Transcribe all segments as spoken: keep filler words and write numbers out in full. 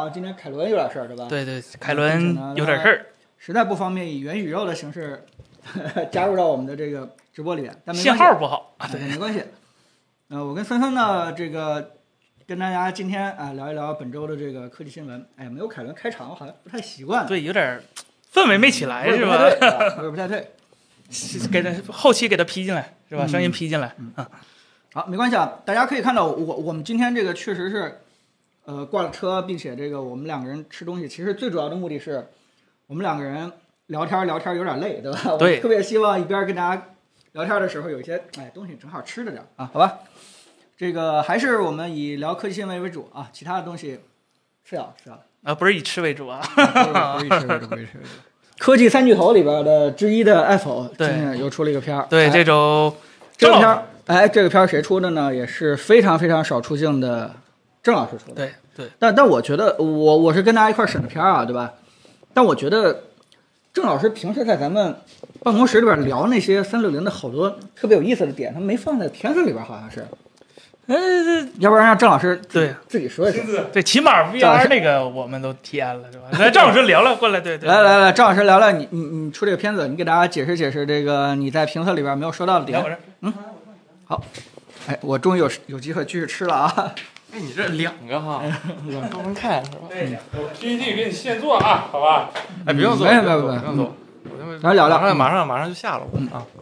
今天凯伦有点事儿，对吧？ 对对，凯伦有点事儿， 实在不方便以元宇宙的形式加入到我们的这个直播里面，但没信号不好啊， 对，没关系。呃，我跟森森呢，这个跟大家今天啊聊一聊本周的这个科技新闻。哎，没有凯伦开场，好像不太习惯。 对，有点氛围没起来是吧？ 有点不太对， 给他后期给他 P 进来是吧？声音 P 进来， 嗯。嗯好，没关系啊。大家可以看到，我我们今天这个确实是，呃，挂了车，并且这个我们两个人吃东西，其实最主要的目的是，我们两个人聊天聊天有点累，对吧？ 对。 我特别希望一边跟大家聊天的时候有一些哎东西正好吃着点啊，好吧？这个还是我们以聊科技新闻为主啊，其他的东西是要是要啊，不是以吃为主啊， 不是以吃为主，不是以吃为主。科技三巨头里边的之一的 Apple 今天又出了一个片儿， 对，这周这个片儿。哎，这个片儿谁出的呢？也是非常非常少出镜的郑老师出的。 对对， 但但我觉得我我是跟大家一块审的片儿啊，对吧？但我觉得郑老师平时在咱们办公室里边聊那些三六零的好多特别有意思的点，他没放在片子里边，好像是。 呃， 要不然让郑老师对自己说一说。 对，起码 V R 那个我们都体验了，对吧？来，郑老师聊聊过来，对对。 来来来，郑老师聊聊你你你出这个片子，你给大家解释解释这个你在评测里边没有说到的点。嗯。好，哎，我终于有有机会继续吃了啊！ 哎，你这两个哈，两个能看是吧？ 对 ，P P T 给你现做啊，好吧？哎，不用做， 没有没有没有， 不用做， 咱聊聊， 马上马上马上就下了我啊。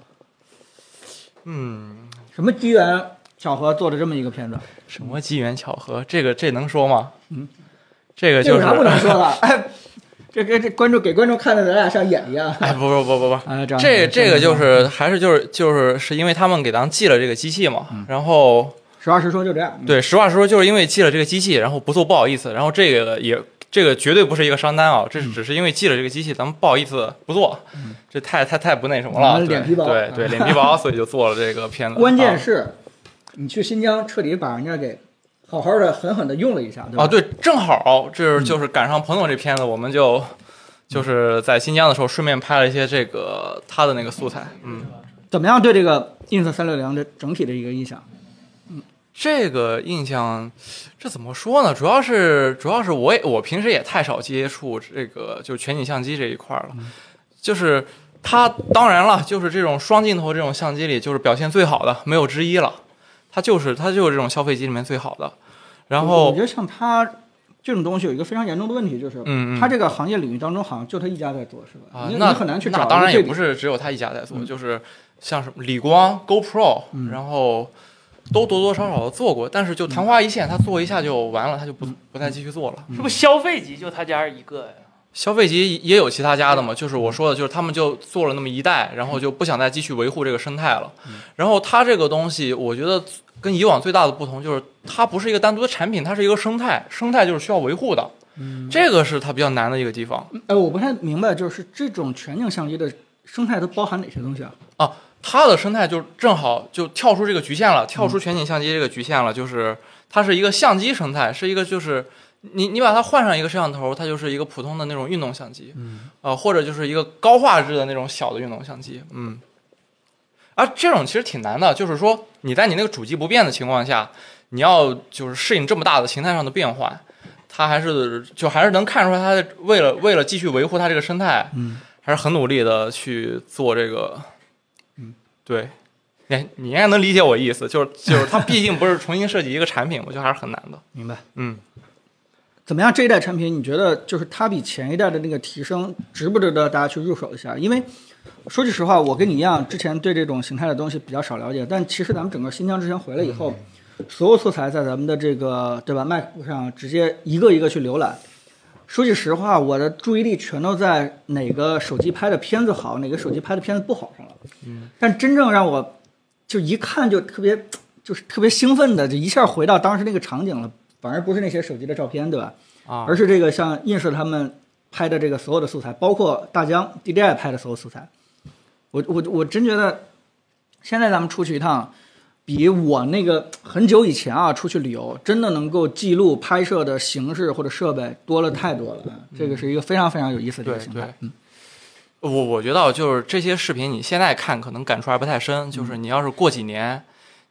嗯， 什么机缘巧合做的这么一个片子？ 什么机缘巧合？这个这能说吗？ 嗯， 这个就是有啥不能说的？哎。这给这观众给观众看的咱俩像演一样。 哎，不不不不不， 啊，这这这个就是还是就是就是是因为他们给咱寄了这个机器嘛， 嗯、 然后实话实说就这样。 对，实话实说就是因为寄了这个机器，然后不做不好意思，然后这个也这个绝对不是一个商单啊，这只是因为寄了这个机器，咱们不好意思不做， 嗯、 这太太太不那什么了， 脸皮薄， 对对脸皮薄，所以就做了这个片子。 关键是，你去新疆彻底把人家给好好的狠狠的用了一下，对吧？ 啊，对，正好这就是赶上彭总这片子，我们就。就是在新疆的时候，顺便拍了一些这个他的那个素材，嗯， 怎么样对这个 I N S 三六零的整体的一个印象？ 嗯，这个印象，这怎么说呢？主要是主要是我也我平时也太少接触这个就全景相机这一块了， 嗯、 就是它当然了，就是这种双镜头这种相机里，就是表现最好的，没有之一了，它就是它就是这种消费机里面最好的。然后我觉得像它。这种东西有一个非常严重的问题，就是， 嗯， 它这个行业领域当中好像就它一家在做，是吧？ 啊，那很难去找。 那当然也不是只有他一家在做，嗯、就是像什么理光、GoPro，、 嗯、 然后都多多少少的做过，但是就昙花一现，他做一下就完了，他就不不再继续做了。 是不是消费级就他家一个呀？ 消费级也有其他家的嘛，就是我说的，就是他们就做了那么一代，然后就不想再继续维护这个生态了。 嗯、 然后它这个东西，我觉得跟以往最大的不同就是，它不是一个单独的产品，它是一个生态，生态就是需要维护的。 嗯， 这个是它比较难的一个地方。 呃，我不太明白，就是这种全景相机的生态都包含哪些东西啊？ 啊，它的生态就正好就跳出这个局限了，跳出全景相机这个局限了，就是它是一个相机生态，是一个就是你你把它换上一个摄像头，它就是一个普通的那种运动相机， 嗯， 呃，或者就是一个高画质的那种小的运动相机，嗯。而这种其实挺难的，就是说你在你那个主机不变的情况下，你要就是适应这么大的形态上的变换。他还是就还是能看出来，他为了为了继续维护他这个生态， 嗯， 还是很努力的去做这个， 嗯， 对，你你应该能理解我意思，就是就是他毕竟不是重新设计一个产品，我觉得还是很难的。 明白， 嗯， 怎么样？这一代产品你觉得就是它比前一代的那个提升值不值得大家去入手一下？因为说句实话，我跟你一样，之前对这种形态的东西比较少了解，但其实咱们整个新疆之前回来以后。嗯，所有素材在咱们的这个对吧 MacBook 上直接一个一个去浏览。说句实话，我的注意力全都在哪个手机拍的片子好，哪个手机拍的片子不好上了。 嗯， 但真正让我就一看就特别就是特别兴奋的，就一下回到当时那个场景了，反而不是那些手机的照片，对吧？ 啊， 而是这个像 I N S 他们拍的这个所有的素材，包括大疆 D D I 拍的所有素材。我我我真觉得，现在咱们出去一趟。比我那个很久以前啊出去旅游，真的能够记录拍摄的形式或者设备多了太多了。嗯、这个是一个非常非常有意思的一个形态。嗯， 我我觉得就是这些视频，你现在看可能感触还不太深，就是你要是过几年，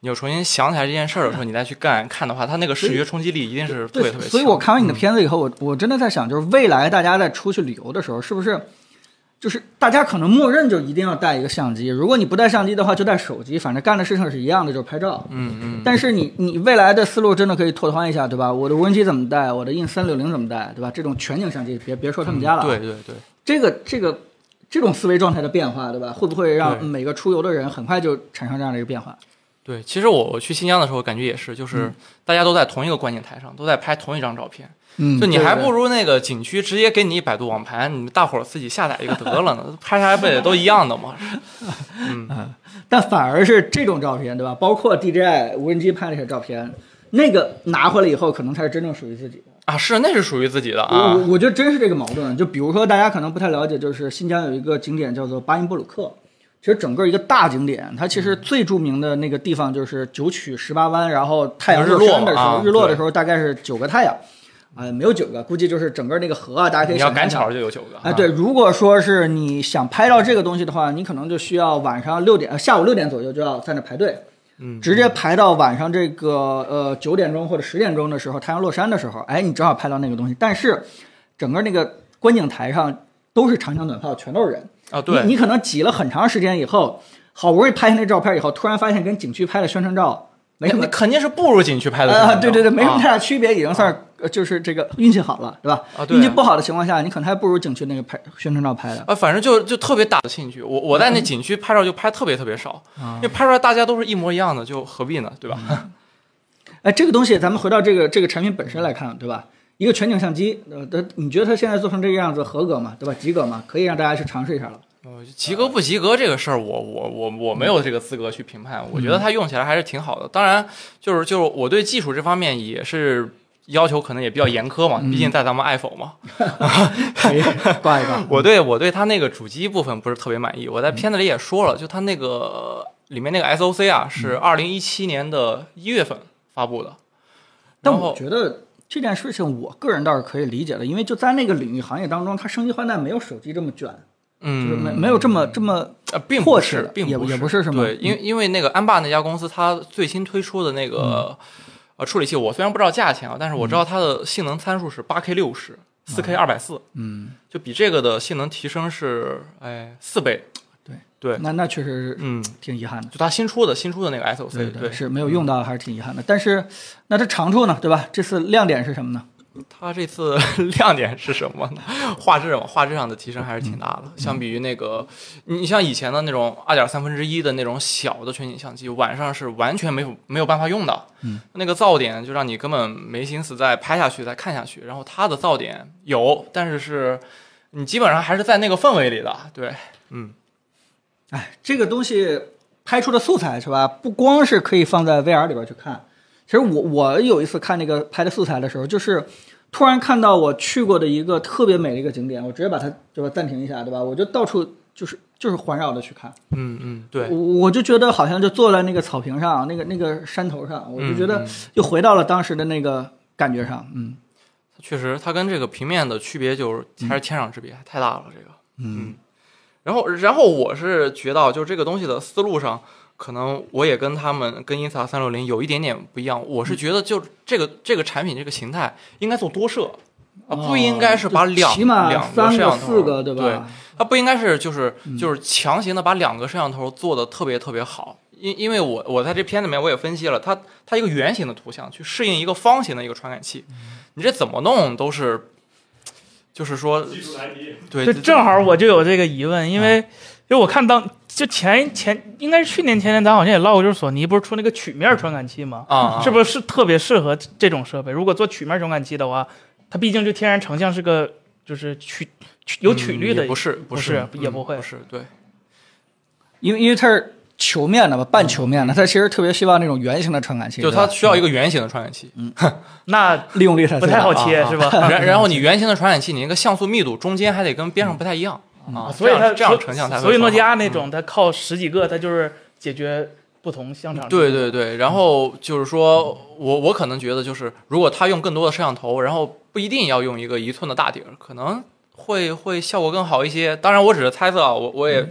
你又重新想起来这件事儿的时候，你再去干看的话，它那个视觉冲击力一定是特别特别强。 所以我看完你的片子以后，我我真的在想，就是未来大家在出去旅游的时候，是不是就是大家可能默认就一定要带一个相机？如果你不带相机的话，就带手机，反正干的事情是一样的，就是拍照。 嗯嗯。 但是你你未来的思路真的可以拓宽一下，对吧？我的无人机怎么带？我的 I N 三六零怎么带？对吧？这种全景相机，别别说他们家了、 嗯。对对对。 这个这个这种思维状态的变化，对吧？会不会让每个出游的人很快就产生这样的一个变化？ 对，其实我我去新疆的时候感觉也是，就是大家都在同一个观景台上，都在拍同一张照片。 嗯， 就你还不如那个景区直接给你一百度网盘，你们大伙儿自己下载一个得了呢，拍下来不也都一样的吗？嗯、 啊，但反而是这种照片，对吧？包括 D J I 无人机拍那些照片，那个拿回来以后，可能才是真正属于自己的啊。是，那是属于自己的啊。 我我觉得真是这个矛盾。就比如说，大家可能不太了解，就是新疆有一个景点叫做巴音布鲁克。其实整个一个大景点，它其实最著名的那个地方就是九曲十八弯，然后太阳落山的时候， 啊、 日落的时候大概是九个太阳，啊、呃，没有九个，估计就是整个那个河啊，大家可以想象。 你要赶巧就有九个。 哎、呃，对，如果说是你想拍到这个东西的话，你可能就需要晚上六点，呃，下午六点左右就要在那排队， 嗯， 直接排到晚上这个呃九点钟或者十点钟的时候，太阳落山的时候，哎，你正好拍到那个东西。但是整个那个观景台上都是长枪短炮，全都是人啊，对， 你你可能挤了很长时间以后。好不容易拍下那照片以后，突然发现跟景区拍的宣传照没什么， 肯定是不如景区拍的宣传照。 啊、呃，对对对，没什么太大区别，已经算是、呃、就是这个运气好了，对吧？ 啊，对。 运气不好的情况下，你可能还不如景区那个拍宣传照拍的。 啊，反正就就特别大的兴趣。我我在那景区拍照就拍特别特别少， 嗯、 因为拍出来大家都是一模一样的，就何必呢，对吧？ 嗯、哎，这个东西咱们回到这个这个产品本身来看，对吧？一个全景相机，呃，你觉得它现在做成这个样子合格吗？对吧？及格吗？可以让大家去尝试一下了。 呃，及格不及格这个事儿，我我我我没有这个资格去评判。我觉得它用起来还是挺好的。当然，就是就是我对技术这方面也是要求可能也比较严苛嘛，毕竟在咱们 iPhone 嘛。 可以挂一挂。 我对我对它那个主机部分不是特别满意。我在片子里也说了，就它那个里面那个 S O C 啊，是二零一七年的一月份发布的。 但我觉得这件事情，我个人倒是可以理解的，因为就在那个领域行业当中，它升级换代没有手机这么卷。 嗯， 就是没没有这么这么呃，并不是，并不是，也不是什么。 对，因为因为那个安霸那家公司，它最新推出的那个、嗯、呃处理器，我虽然不知道价钱啊，但是我知道它的性能参数是八 K 六十、四 K 二百四， 嗯， 就比这个的性能提升是哎四倍。 对对， 那那确实是嗯挺遗憾的。 就它新出的新出的那个 S O C， 对对, 对是没有用到，还是挺遗憾的。但是那它长处呢，对吧？这次亮点是什么呢？ 它这次亮点是什么呢？画质嘛，画质上的提升还是挺大的。嗯、相比于那个，你像以前的那种二点三分之一的那种小的全景相机，晚上是完全没有没有办法用的。 嗯， 那个噪点就让你根本没心思再拍下去、再看下去。然后它的噪点有，但是是你基本上还是在那个氛围里的。对，嗯， 哎，这个东西拍出的素材是吧？不光是可以放在 V R 里边去看。其实我我有一次看那个拍的素材的时候，就是突然看到我去过的一个特别美的一个景点，我直接把它就暂停一下，对吧？我就到处就是就是环绕的去看， 嗯嗯，对， 我就觉得好像就坐在那个草坪上，那个那个山头上，我就觉得又回到了当时的那个感觉上，嗯， 确实，它跟这个平面的区别就是还是天壤之别，嗯、太大了这个，嗯，然后然后我是觉得就这个东西的思路上。可能我也跟他们跟 Insta 三六零有一点点不一样，我是觉得就这个这个产品这个形态应该做多摄啊，不应该是把两起码两个摄像头， 四个对吧？ 对，它不应该是就是就是强行的把两个摄像头做的特别特别好，因因为我我在这片里面我也分析了，它它一个圆形的图像去适应一个方形的一个传感器，你这怎么弄都是，就是说，对， 就正好我就有这个疑问，因为。因为我看当就前前应该是去年前年咱好像也唠过，就是索尼不是出那个曲面传感器吗？ 啊， 是不是特别适合这种设备？如果做曲面传感器的话，它毕竟就天然成像是个就是曲有曲率的， 嗯、不是不是也不会、 嗯、不是对， 因为因为它是球面的嘛，半球面的，它其实特别希望那种圆形的传感器， 就它需要一个圆形的传感器， 嗯， 那利用率太不太好切、 啊、 是吧？ 然然后你圆形的传感器，你那个像素密度中间还得跟边上不太一样。 嗯、 啊， 所以它这样成像才会。 所以诺基亚那种，它靠十几个，它就是解决不同相场。 对对对，然后就是说我我可能觉得，就是如果它用更多的摄像头，然后不一定要用一个一寸的大底儿，可能会会效果更好一些。当然，我只是猜测啊，我我也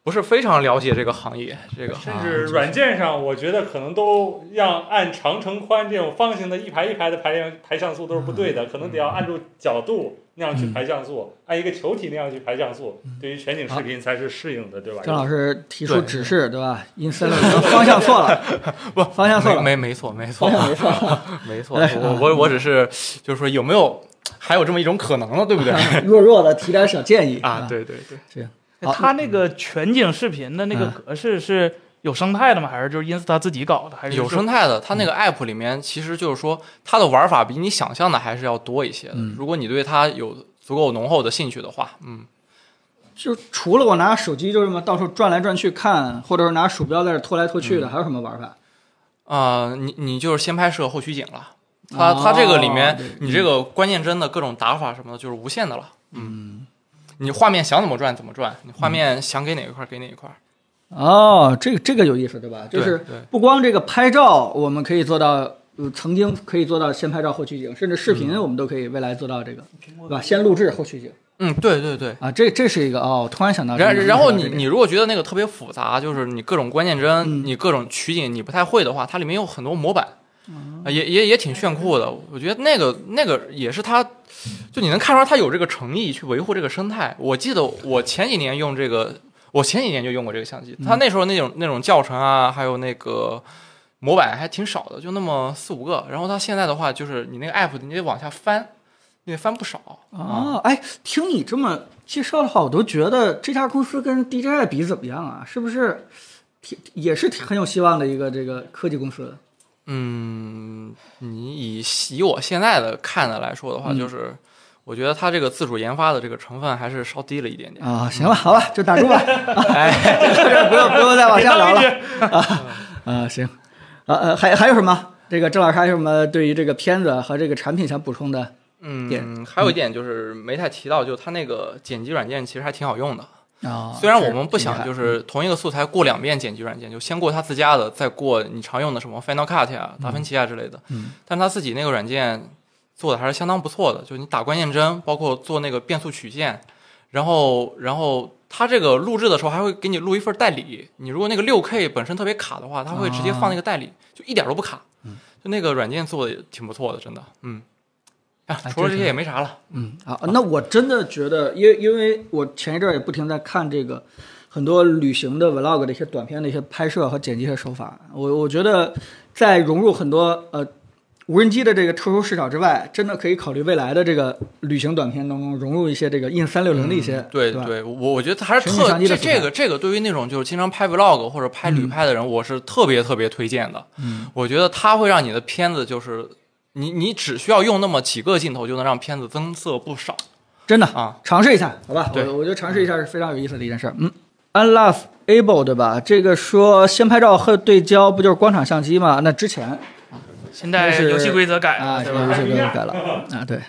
不是非常了解这个行业，这个甚至软件上，我觉得可能都让按长乘宽这种方形的一排一排的排排像素都是不对的，可能得要按住角度那样去排像素，按一个球体那样去排像素，对于全景视频才是适应的，对吧？ 张老师提出指示，对吧？因三六零方向错了， 不， 方向错了， 没没错，没错， 没错， 没错。我我我只是就是说有没有还有这么一种可能呢，对不对？ 弱弱的提点小建议啊，对对对， 行。 它那个全景视频的那个格式是有生态的吗？还是就是 Insta 自己搞的？还是有生态的？它那个 app 里面其实就是说它的玩法比你想象的还是要多一些的。 嗯、 如果你对它有足够浓厚的兴趣的话，嗯， 就除了我拿手机就这么到处转来转去看，或者是拿鼠标在这拖来拖去的，嗯、还有什么玩法？ 啊、呃，你你就是先拍摄后取景了。它、哦、它这个里面你这个关键帧的各种打法什么的，就是无限的了。嗯。你画面想怎么转怎么转，你画面想给哪一块给哪一块。 哦，这个这个有意思，对吧？就是不光这个拍照，我们可以做到，呃，曾经可以做到先拍照后取景，甚至视频我们都可以未来做到这个，对吧？先录制后取景。 嗯，对对对。 啊，这这是一个哦，突然想到。 然然后你你如果觉得那个特别复杂，就是你各种关键帧，嗯、你各种取景你不太会的话，它里面有很多模板。啊，也也也挺炫酷的，我觉得那个那个也是他，就你能看出来他有这个诚意去维护这个生态。我记得我前几年用这个，我前几年就用过这个相机，他那时候那种那种教程啊，还有那个模板还挺少的，就那么四五个。然后他现在的话，就是你那个 app 你得往下翻，你得翻不少啊。哎，听你这么介绍的话，我都觉得这家公司跟 D J I 比怎么样啊？是不是挺也是很有希望的一个这个科技公司？ 嗯，你以以我现在的看的来说的话， 嗯、 就是我觉得它这个自主研发的这个成分还是稍低了一点点啊。行了，好吧，就打住吧。哎，这不用不用再往下聊了啊。啊，行，啊呃，还还有什么？这个郑老师还有什么对于这个片子和这个产品想补充的点？ 嗯，还有一点就是没太提到，就它那个剪辑软件其实还挺好用的。 啊、哦， 虽然我们不想就是同一个素材过两遍剪辑软件，就先过他自家的，再过你常用的什么 Final Cut 啊、达芬奇啊之类的。 嗯， 但他自己那个软件做的还是相当不错的，就你打关键帧，包括做那个变速曲线，然后然后他这个录制的时候还会给你录一份代理。你如果那个 六 K 本身特别卡的话，他会直接放那个代理，啊、就一点都不卡。 嗯， 就那个软件做的也挺不错的，真的。嗯。啊，除了这些也没啥了。 嗯，好，那我真的觉得，因为因为我前一阵也不停在看这个很多旅行的 vlog 的一些短片的一些拍摄和剪辑的手法，我我觉得在融入很多呃无人机的这个特殊视角之外，真的可以考虑未来的这个旅行短片当中融入一些这个 in 三六零的一些， 嗯、对对对，我我觉得还是特这这个这个对于那种就是经常拍 vlog 或者拍旅拍的人，嗯、我是特别特别推荐的。 嗯， 我觉得它会让你的片子就是。你你只需要用那么几个镜头，就能让片子增色不少， 真的啊！ 尝试一下，好吧？ 对， 我我觉得尝试一下是非常有意思的一件事。嗯 ，Unlove-able 对吧？这个说先拍照后对焦，不就是光场相机吗？那之前， 现在游戏规则改了， 啊， 对吧？ 游戏规则改了啊，对。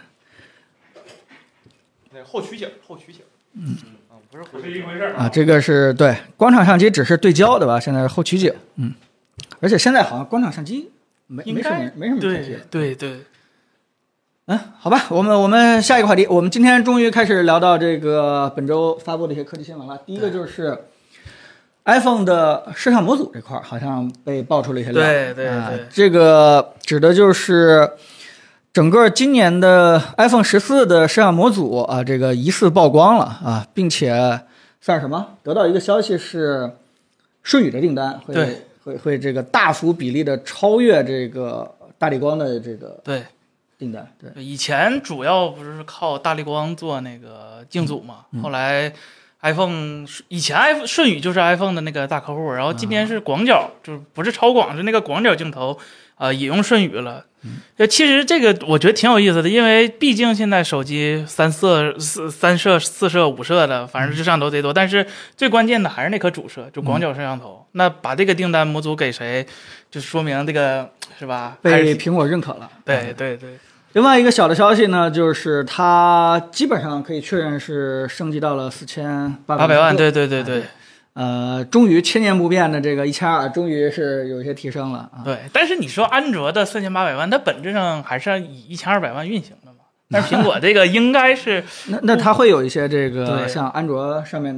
那后取景，后取景， 嗯， 不是不是一回事啊。这个是对光场相机只是对焦，对吧？现在是后取景，嗯，而且现在好像光场相机。没没什么没什么对对对， 嗯，好吧，我们我们下一个话题，我们今天终于开始聊到这个本周发布的一些科技新闻了。第一个就是 iPhone 的摄像模组这块好像被爆出了一些料， 对对对、 啊，这个指的就是整个今年的 iPhone 十四的摄像模组啊，这个疑似曝光了啊，并且算什么？得到一个消息是舜宇的订单会。 对。 会会这个大幅比例的超越这个大力光的这个对订单，对， 以前主要不是靠大力光做那个镜组嘛， 嗯、 后来 iPhone 以前 iPhone 舜宇就是 iPhone 的那个大客户，然后今天是广角，啊、就是不是超广，是那个广角镜头，呃，也用舜宇了。嗯，其实这个我觉得挺有意思的，因为毕竟现在手机三摄、四三摄、四摄、五摄的，反正摄像头贼多，但是最关键的还是那颗主摄，就广角摄像头。嗯、那把这个订单模组给谁，就说明这个是吧？ 被苹果认可了。 对对对。 另外一个小的消息呢，就是它基本上可以确认是升级到了四千八百万。对对对对。 啊呃，终于千年不变的这个一千二，终于是有一些提升了啊。 对，但是你说安卓的四千八百万，它本质上还是以一千二百万运行的嘛。但是苹果这个应该是， 那那它会有一些这个像安卓上面的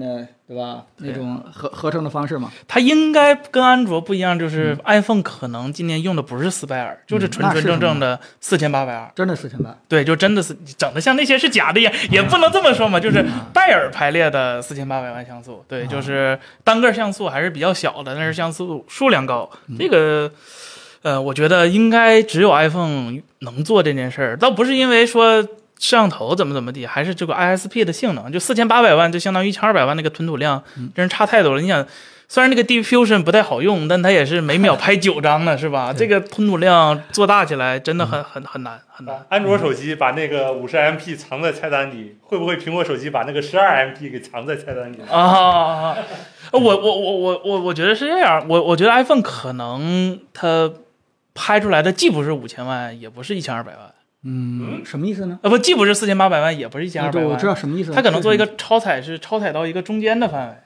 对吧？那种合合成的方式嘛。 它应该跟安卓不一样，就是 iPhone 可能今年用的不是斯拜尔，就是纯纯正正的四千八百二， 真的四千八。 对，就真的是整的像那些是假的也也不能这么说嘛，就是拜尔排列的四千八百万像素，对，就是单个像素还是比较小的，但是像素数量高，这个。呃，我觉得应该只有 iPhone 能做这件事儿，倒不是因为说摄像头怎么怎么地，还是这个 I S P 的性能，就四千八百万就相当于一千二百万那个吞吐量，真是差太多了。你想，虽然那个 Diffusion 不太好用，但它也是每秒拍九张的，是吧？这个吞吐量做大起来真的很很很难很难。 安卓手机把那个五十 M P 藏在菜单里，会不会苹果手机把那个十二 M P 给藏在菜单里？ 啊，我我我我我我觉得是这样，我我觉得 iPhone 可能它。拍出来的既不是五千万，也不是一千二百万。 嗯，什么意思呢？ 呃，不，既不是四千八百万，也不是一千二百万。 我知道什么意思。 它可能做一个超采，是超采到一个中间的范围。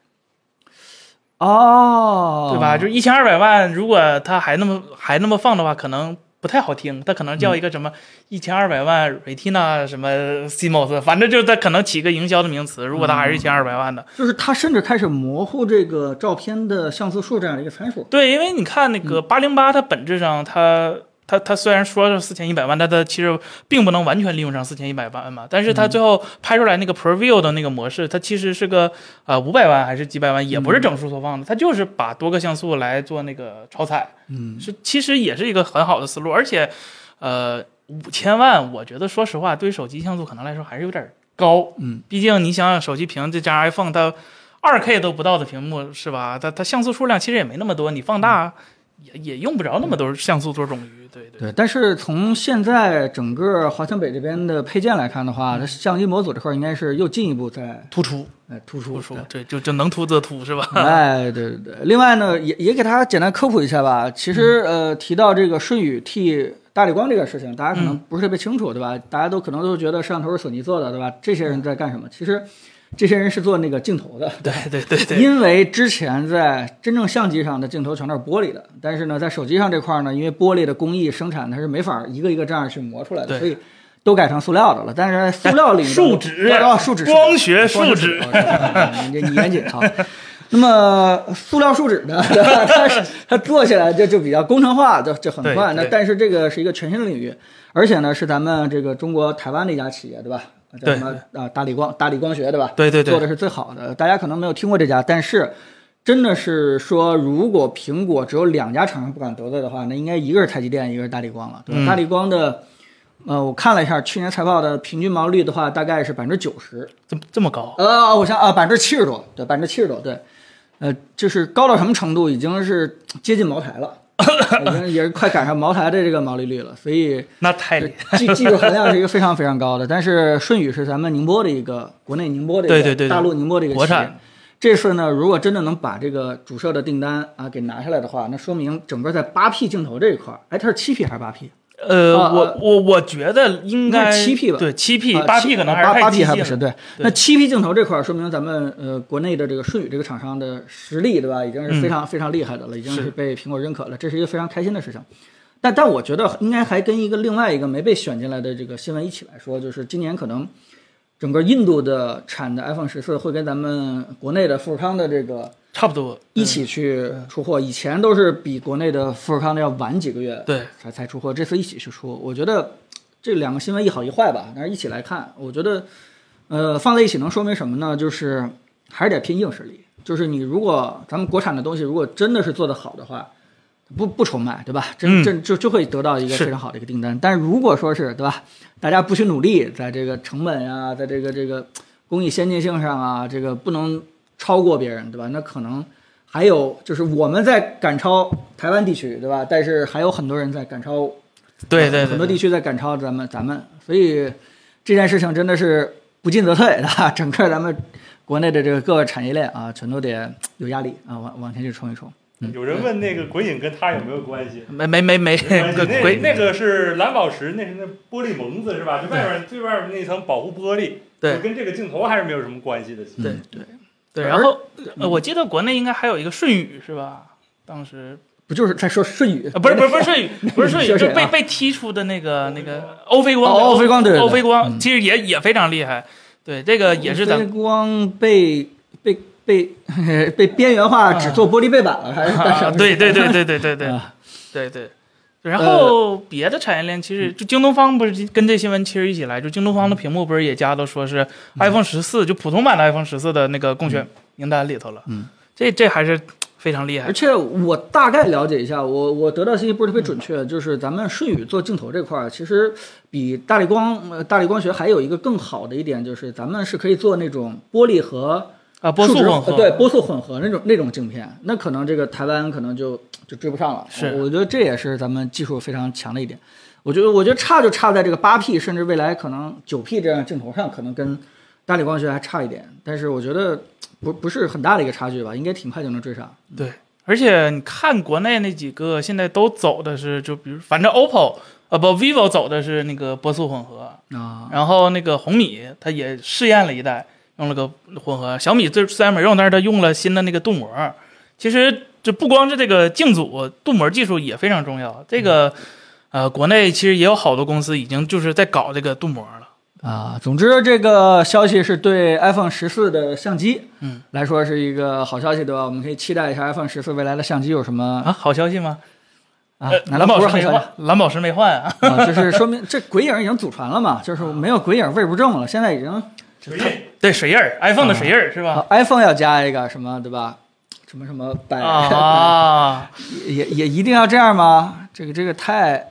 哦， 对吧？就一千二百万，如果它还那么还那么放的话，可能不太好听。它可能叫一个什么一千二百万 Retina 什么 C M O S， 反正就是它可能起个营销的名词。如果它还是一千二百万的， 就是它甚至开始模糊这个照片的像素数这样的一个参数。 对，因为你看那个八零八，它本质上它。它它虽然说是四千一百万，但它其实并不能完全利用上四千一百万嘛。但是它最后拍出来那个 Preview 的那个模式，它其实是个呃五百万还是几百万，也不是整数缩放的，它就是把多个像素来做那个超采， 嗯， 是其实也是一个很好的思路。而且，呃，五千万，我觉得说实话，对于手机像素可能来说还是有点高， 嗯， 毕竟你想想手机屏再加上 iPhone， 它二 K 都不到的屏幕是吧？它它像素数量其实也没那么多，你放大。也也用不着那么多像素做冗余，对对对。但是从现在整个华强北这边的配件来看的话，它相机模组这块应该是又进一步在突出， 哎，突出， 突出，对，就就能突则突，是吧？ 哎，对对对。另外呢，也也给大家简单科普一下吧。其实呃，提到这个舜宇替大理光这个事情，大家可能不是特别清楚，对吧？大家都可能都觉得摄像头是索尼做的，对吧？这些人在干什么？其实。这些人是做那个镜头的， 对对对对， 因为之前在真正相机上的镜头全都是玻璃的，但是呢，在手机上这块呢，因为玻璃的工艺生产它是没法一个一个这样去磨出来的，所以都改成塑料的了。但是塑料里树脂啊，树脂， 光学树脂， 你你严谨啊。那么塑料树脂呢，它是它做起来就就比较工程化，就就很快。那但是这个是一个全新的领域，而且呢是咱们这个中国台湾的一家企业，对吧？叫什么啊？大理光，大理光学，对吧？ 对对对， 做的是最好的。大家可能没有听过这家，但是真的是说，如果苹果只有两家厂商不敢得罪的话，那应该一个是台积电，一个是大理光了，对吧？嗯、大理光的，呃，我看了一下去年财报的平均毛利率的话，大概是百分之九十， 这么这么高？ 呃，我想啊，百分之七十多，对，百分之七十多，对，呃，就是高到什么程度，已经是接近茅台了。已经也是快赶上茅台的这个毛利率了，所以那太技技术含量是一个非常非常高的。但是舜宇是咱们宁波的一个国内宁波的一个对对对大陆宁波的一个企业， 国产。 这次呢，如果真的能把这个主摄的订单啊给拿下来的话，那说明整个在八 P 镜头这一块，哎，它是七 P 还是八 P？ 呃， 啊、 我我我觉得应该七 P 吧， 对七 P 八 P 可能还是八八太激 P 进了， 还不是对。那七 P 镜头这块说明咱们呃国内的这个舜宇这个厂商的实力，对吧？已经是非常、 嗯、 非常厉害的了，已经是被苹果认可了，这是一个非常开心的事情。但但我觉得应该还跟一个另外一个没被选进来的这个新闻一起来说，就是今年可能整个印度的产的 iPhone 十四会跟咱们国内的富士康的这个。 差不多一起去出货，以前都是比国内的富士康的要晚几个月， 对， 才才出货。这次一起去出，我觉得这两个新闻一好一坏吧，但是一起来看，我觉得，呃，放在一起能说明什么呢？就是还是得拼硬实力。就是你如果咱们国产的东西如果真的是做得好的话，不不愁卖，对吧？真真就就会得到一个非常好的一个订单。但是如果说是对吧，大家不去努力，在这个成本啊，在这个这个工艺先进性上啊，这个不能。超过别人，对吧？那可能还有就是我们在赶超台湾地区，对吧？但是还有很多人在赶超， 对 对, 对, 对， 很多地区在赶超咱们咱们，所以这件事情真的是不进则退，对吧？整个咱们国内的这个各个产业链啊，全都得有压力啊，往往前去冲一冲。 嗯、有人问那个鬼影跟他有没有关系？ 没没没没， 那鬼那个是蓝宝石，那是那玻璃蒙子是吧？就外面最外面那层保护玻璃， 对， 跟这个镜头还是没有什么关系的。 对对。对，然后呃，我记得国内应该还有一个舜宇是吧？当时不就是在说舜宇？ 啊，不是不是不是舜宇，不是舜宇，就被啊、 被踢出的那个那个欧菲光， 欧菲光对， 欧菲光其实也也非常厉害。对，这个也是咱欧菲光被被被被边缘化，只做玻璃背板了，还是干什么？ 对对对对对对对对对。然后别的产业链其实就京东方不是跟这新闻其实一起来，就京东方的屏幕不是也加到说是 iPhone 十四、嗯、就普通版的 iPhone 十四的那个供选名单里头了。 嗯， 这这还是非常厉害。 而且我大概了解一下，我我得到信息不是特别准确，就是咱们舜宇做镜头这块其实比大力光呃大力光学还有一个更好的一点，就是咱们是可以做那种玻璃和啊波速混合， 对波速混合那种那种镜片，那可能这个台湾可能就就追不上了。 是， 我觉得这也是咱们技术非常强的一点。我觉得我觉得差就差在这个八 P 甚至未来可能九 P 这样镜头上，可能跟大力光学还差一点，但是我觉得不不是很大的一个差距吧，应该挺快就能追上。 对，而且你看国内那几个现在都走的是，就比如反正 O P P O 呃不 vivo 走的是那个波速混合啊， 然后那个红米它也试验了一代。用了个混合，小米最虽然没用，但是它用了新的那个镀膜。其实就不光是这个镜组，镀膜技术也非常重要。这个呃，国内其实也有好多公司已经就是在搞这个镀膜了啊。总之，这个消息是对 iPhone 十四的相机嗯来说是一个好消息，对吧？我们可以期待一下 iPhone 十四未来的相机有什么啊好消息吗？ 啊， 蓝宝石没换，蓝宝石没换啊， 啊就是说明这鬼影已经祖传了嘛，就是没有鬼影味不正了，现在已经。 对水印 ，iPhone 的水印、啊、是吧、 啊、？iPhone 要加一个什么，对吧？什么什么百啊， 也也一定要这样吗？这个这个太，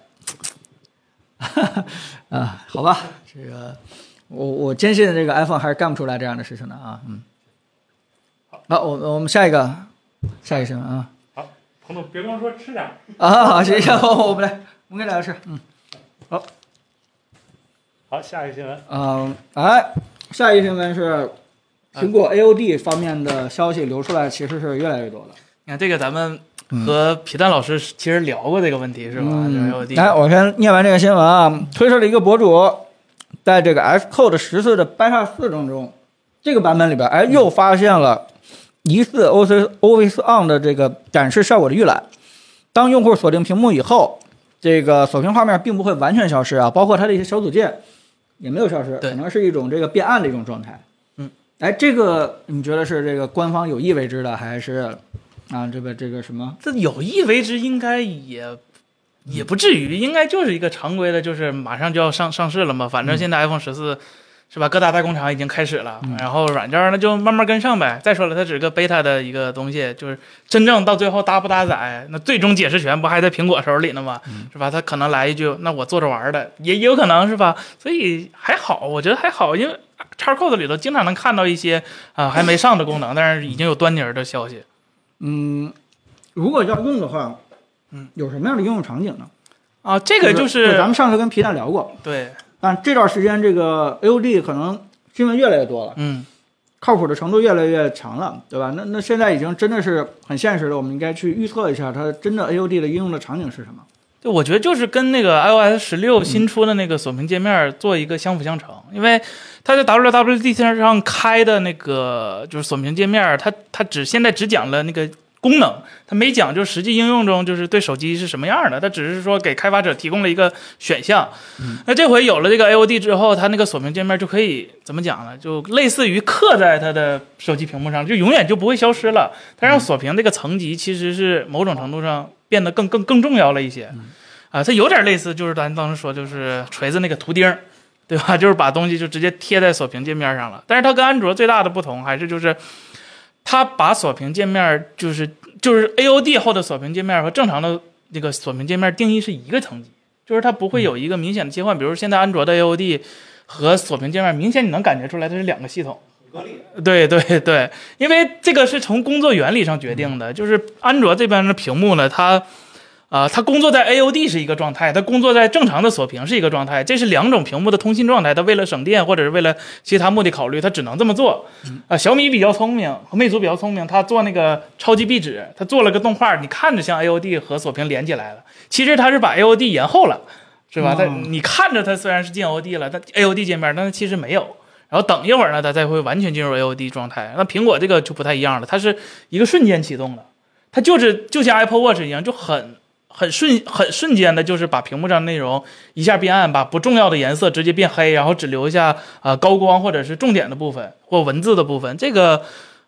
啊，好吧，这个我我坚信这个 iPhone 还是干不出来这样的事情的啊，嗯。好，我我们下一个，下一个新闻啊。 好，彭总别光说吃点啊，好，行行，我们来，我们给大家吃，嗯，好。 好，下一个新闻。 嗯，哎。下一个新闻是苹果 A O D 方面的消息流出来，其实是越来越多的。 你看这个，咱们和皮蛋老师其实聊过这个问题，是吧？ 嗯 A O D。 来，我先念完这个新闻啊。推特的一个博主在这个 Xcode 十四的 Beta 四当中，这个版本里边，哎，又发现了疑似 Always On 的这个展示效果的预览。当用户锁定屏幕以后，这个锁屏画面并不会完全消失啊，包括它的一些小组件。也没有消失，可能是一种这个变暗的一种状态。 嗯， 哎，这个你觉得是这个官方有意为之的，还是啊这个这个什么？ 这有意为之应该也也不至于，应该就是一个常规的，就是马上就要上上市了嘛。反正现在 iPhone 十四、嗯、是吧？各大代工厂已经开始了，嗯、然后软件那就慢慢跟上呗。再说了，它只是个 beta 的一个东西，就是真正到最后搭不搭载，那最终解释权不还在苹果手里呢吗？ 嗯、 是吧？他可能来一句，那我做着玩的，也有可能是吧？所以还好，我觉得还好，因为 Xcode 里头经常能看到一些啊、呃、还没上的功能，但是已经有端倪的消息。 嗯，如果要用的话， 嗯， 有什么样的应用场景呢？ 啊，这个就是、 就是、咱们上次跟皮蛋聊过， 对。 但这段时间这个 A O D 可能新闻越来越多了， 嗯， 靠谱的程度越来越强了，对吧？那那现在已经真的是很现实的，我们应该去预测一下它真的 A O D 的应用的场景是什么。 对，我觉得就是跟那个 iOS 十六新出的那个锁屏界面做一个相辅相成，嗯、因为它在 W W D C 上开的那个就是锁屏界面，它它只现在只讲了那个功能，它没讲就实际应用中就是对手机是什么样的，它只是说给开发者提供了一个选项。 嗯、 那这回有了这个 A O D 之后，它那个锁屏界面就可以怎么讲呢？就类似于刻在它的手机屏幕上，就永远就不会消失了。它让锁屏这个层级其实是某种程度上变得更更更重要了一些。 嗯、 啊，它有点类似，就是咱当时说就是锤子那个图钉，对吧？就是把东西就直接贴在锁屏界面上了。但是它跟安卓最大的不同还是就是。它把锁屏界面就是就是 A O D 后的锁屏界面和正常的这个锁屏界面定义是一个层级，就是它不会有一个明显的切换。比如现在安卓的 A O D 和锁屏界面，明显你能感觉出来它是两个系统。对对对，因为这个是从工作原理上决定的，就是安卓这边的屏幕呢，它。啊、呃，它工作在 A O D 是一个状态，它工作在正常的锁屏是一个状态，这是两种屏幕的通信状态。它为了省电或者是为了其他目的考虑，它只能这么做。啊、呃，小米比较聪明，和魅族比较聪明，它做那个超级壁纸，它做了个动画，你看着像 A O D 和锁屏连起来了，其实它是把 A O D 延后了，是吧？它你看着它虽然是进 A O D 了，它 A O D 界面，但是其实没有。然后等一会儿呢，它才会完全进入 A O D 状态。那苹果这个就不太一样了，它是一个瞬间启动的，它就是就像 Apple Watch 一样，就很。很瞬很瞬间的，就是把屏幕上内容一下变暗，把不重要的颜色直接变黑，然后只留下呃高光或者是重点的部分或文字的部分。这个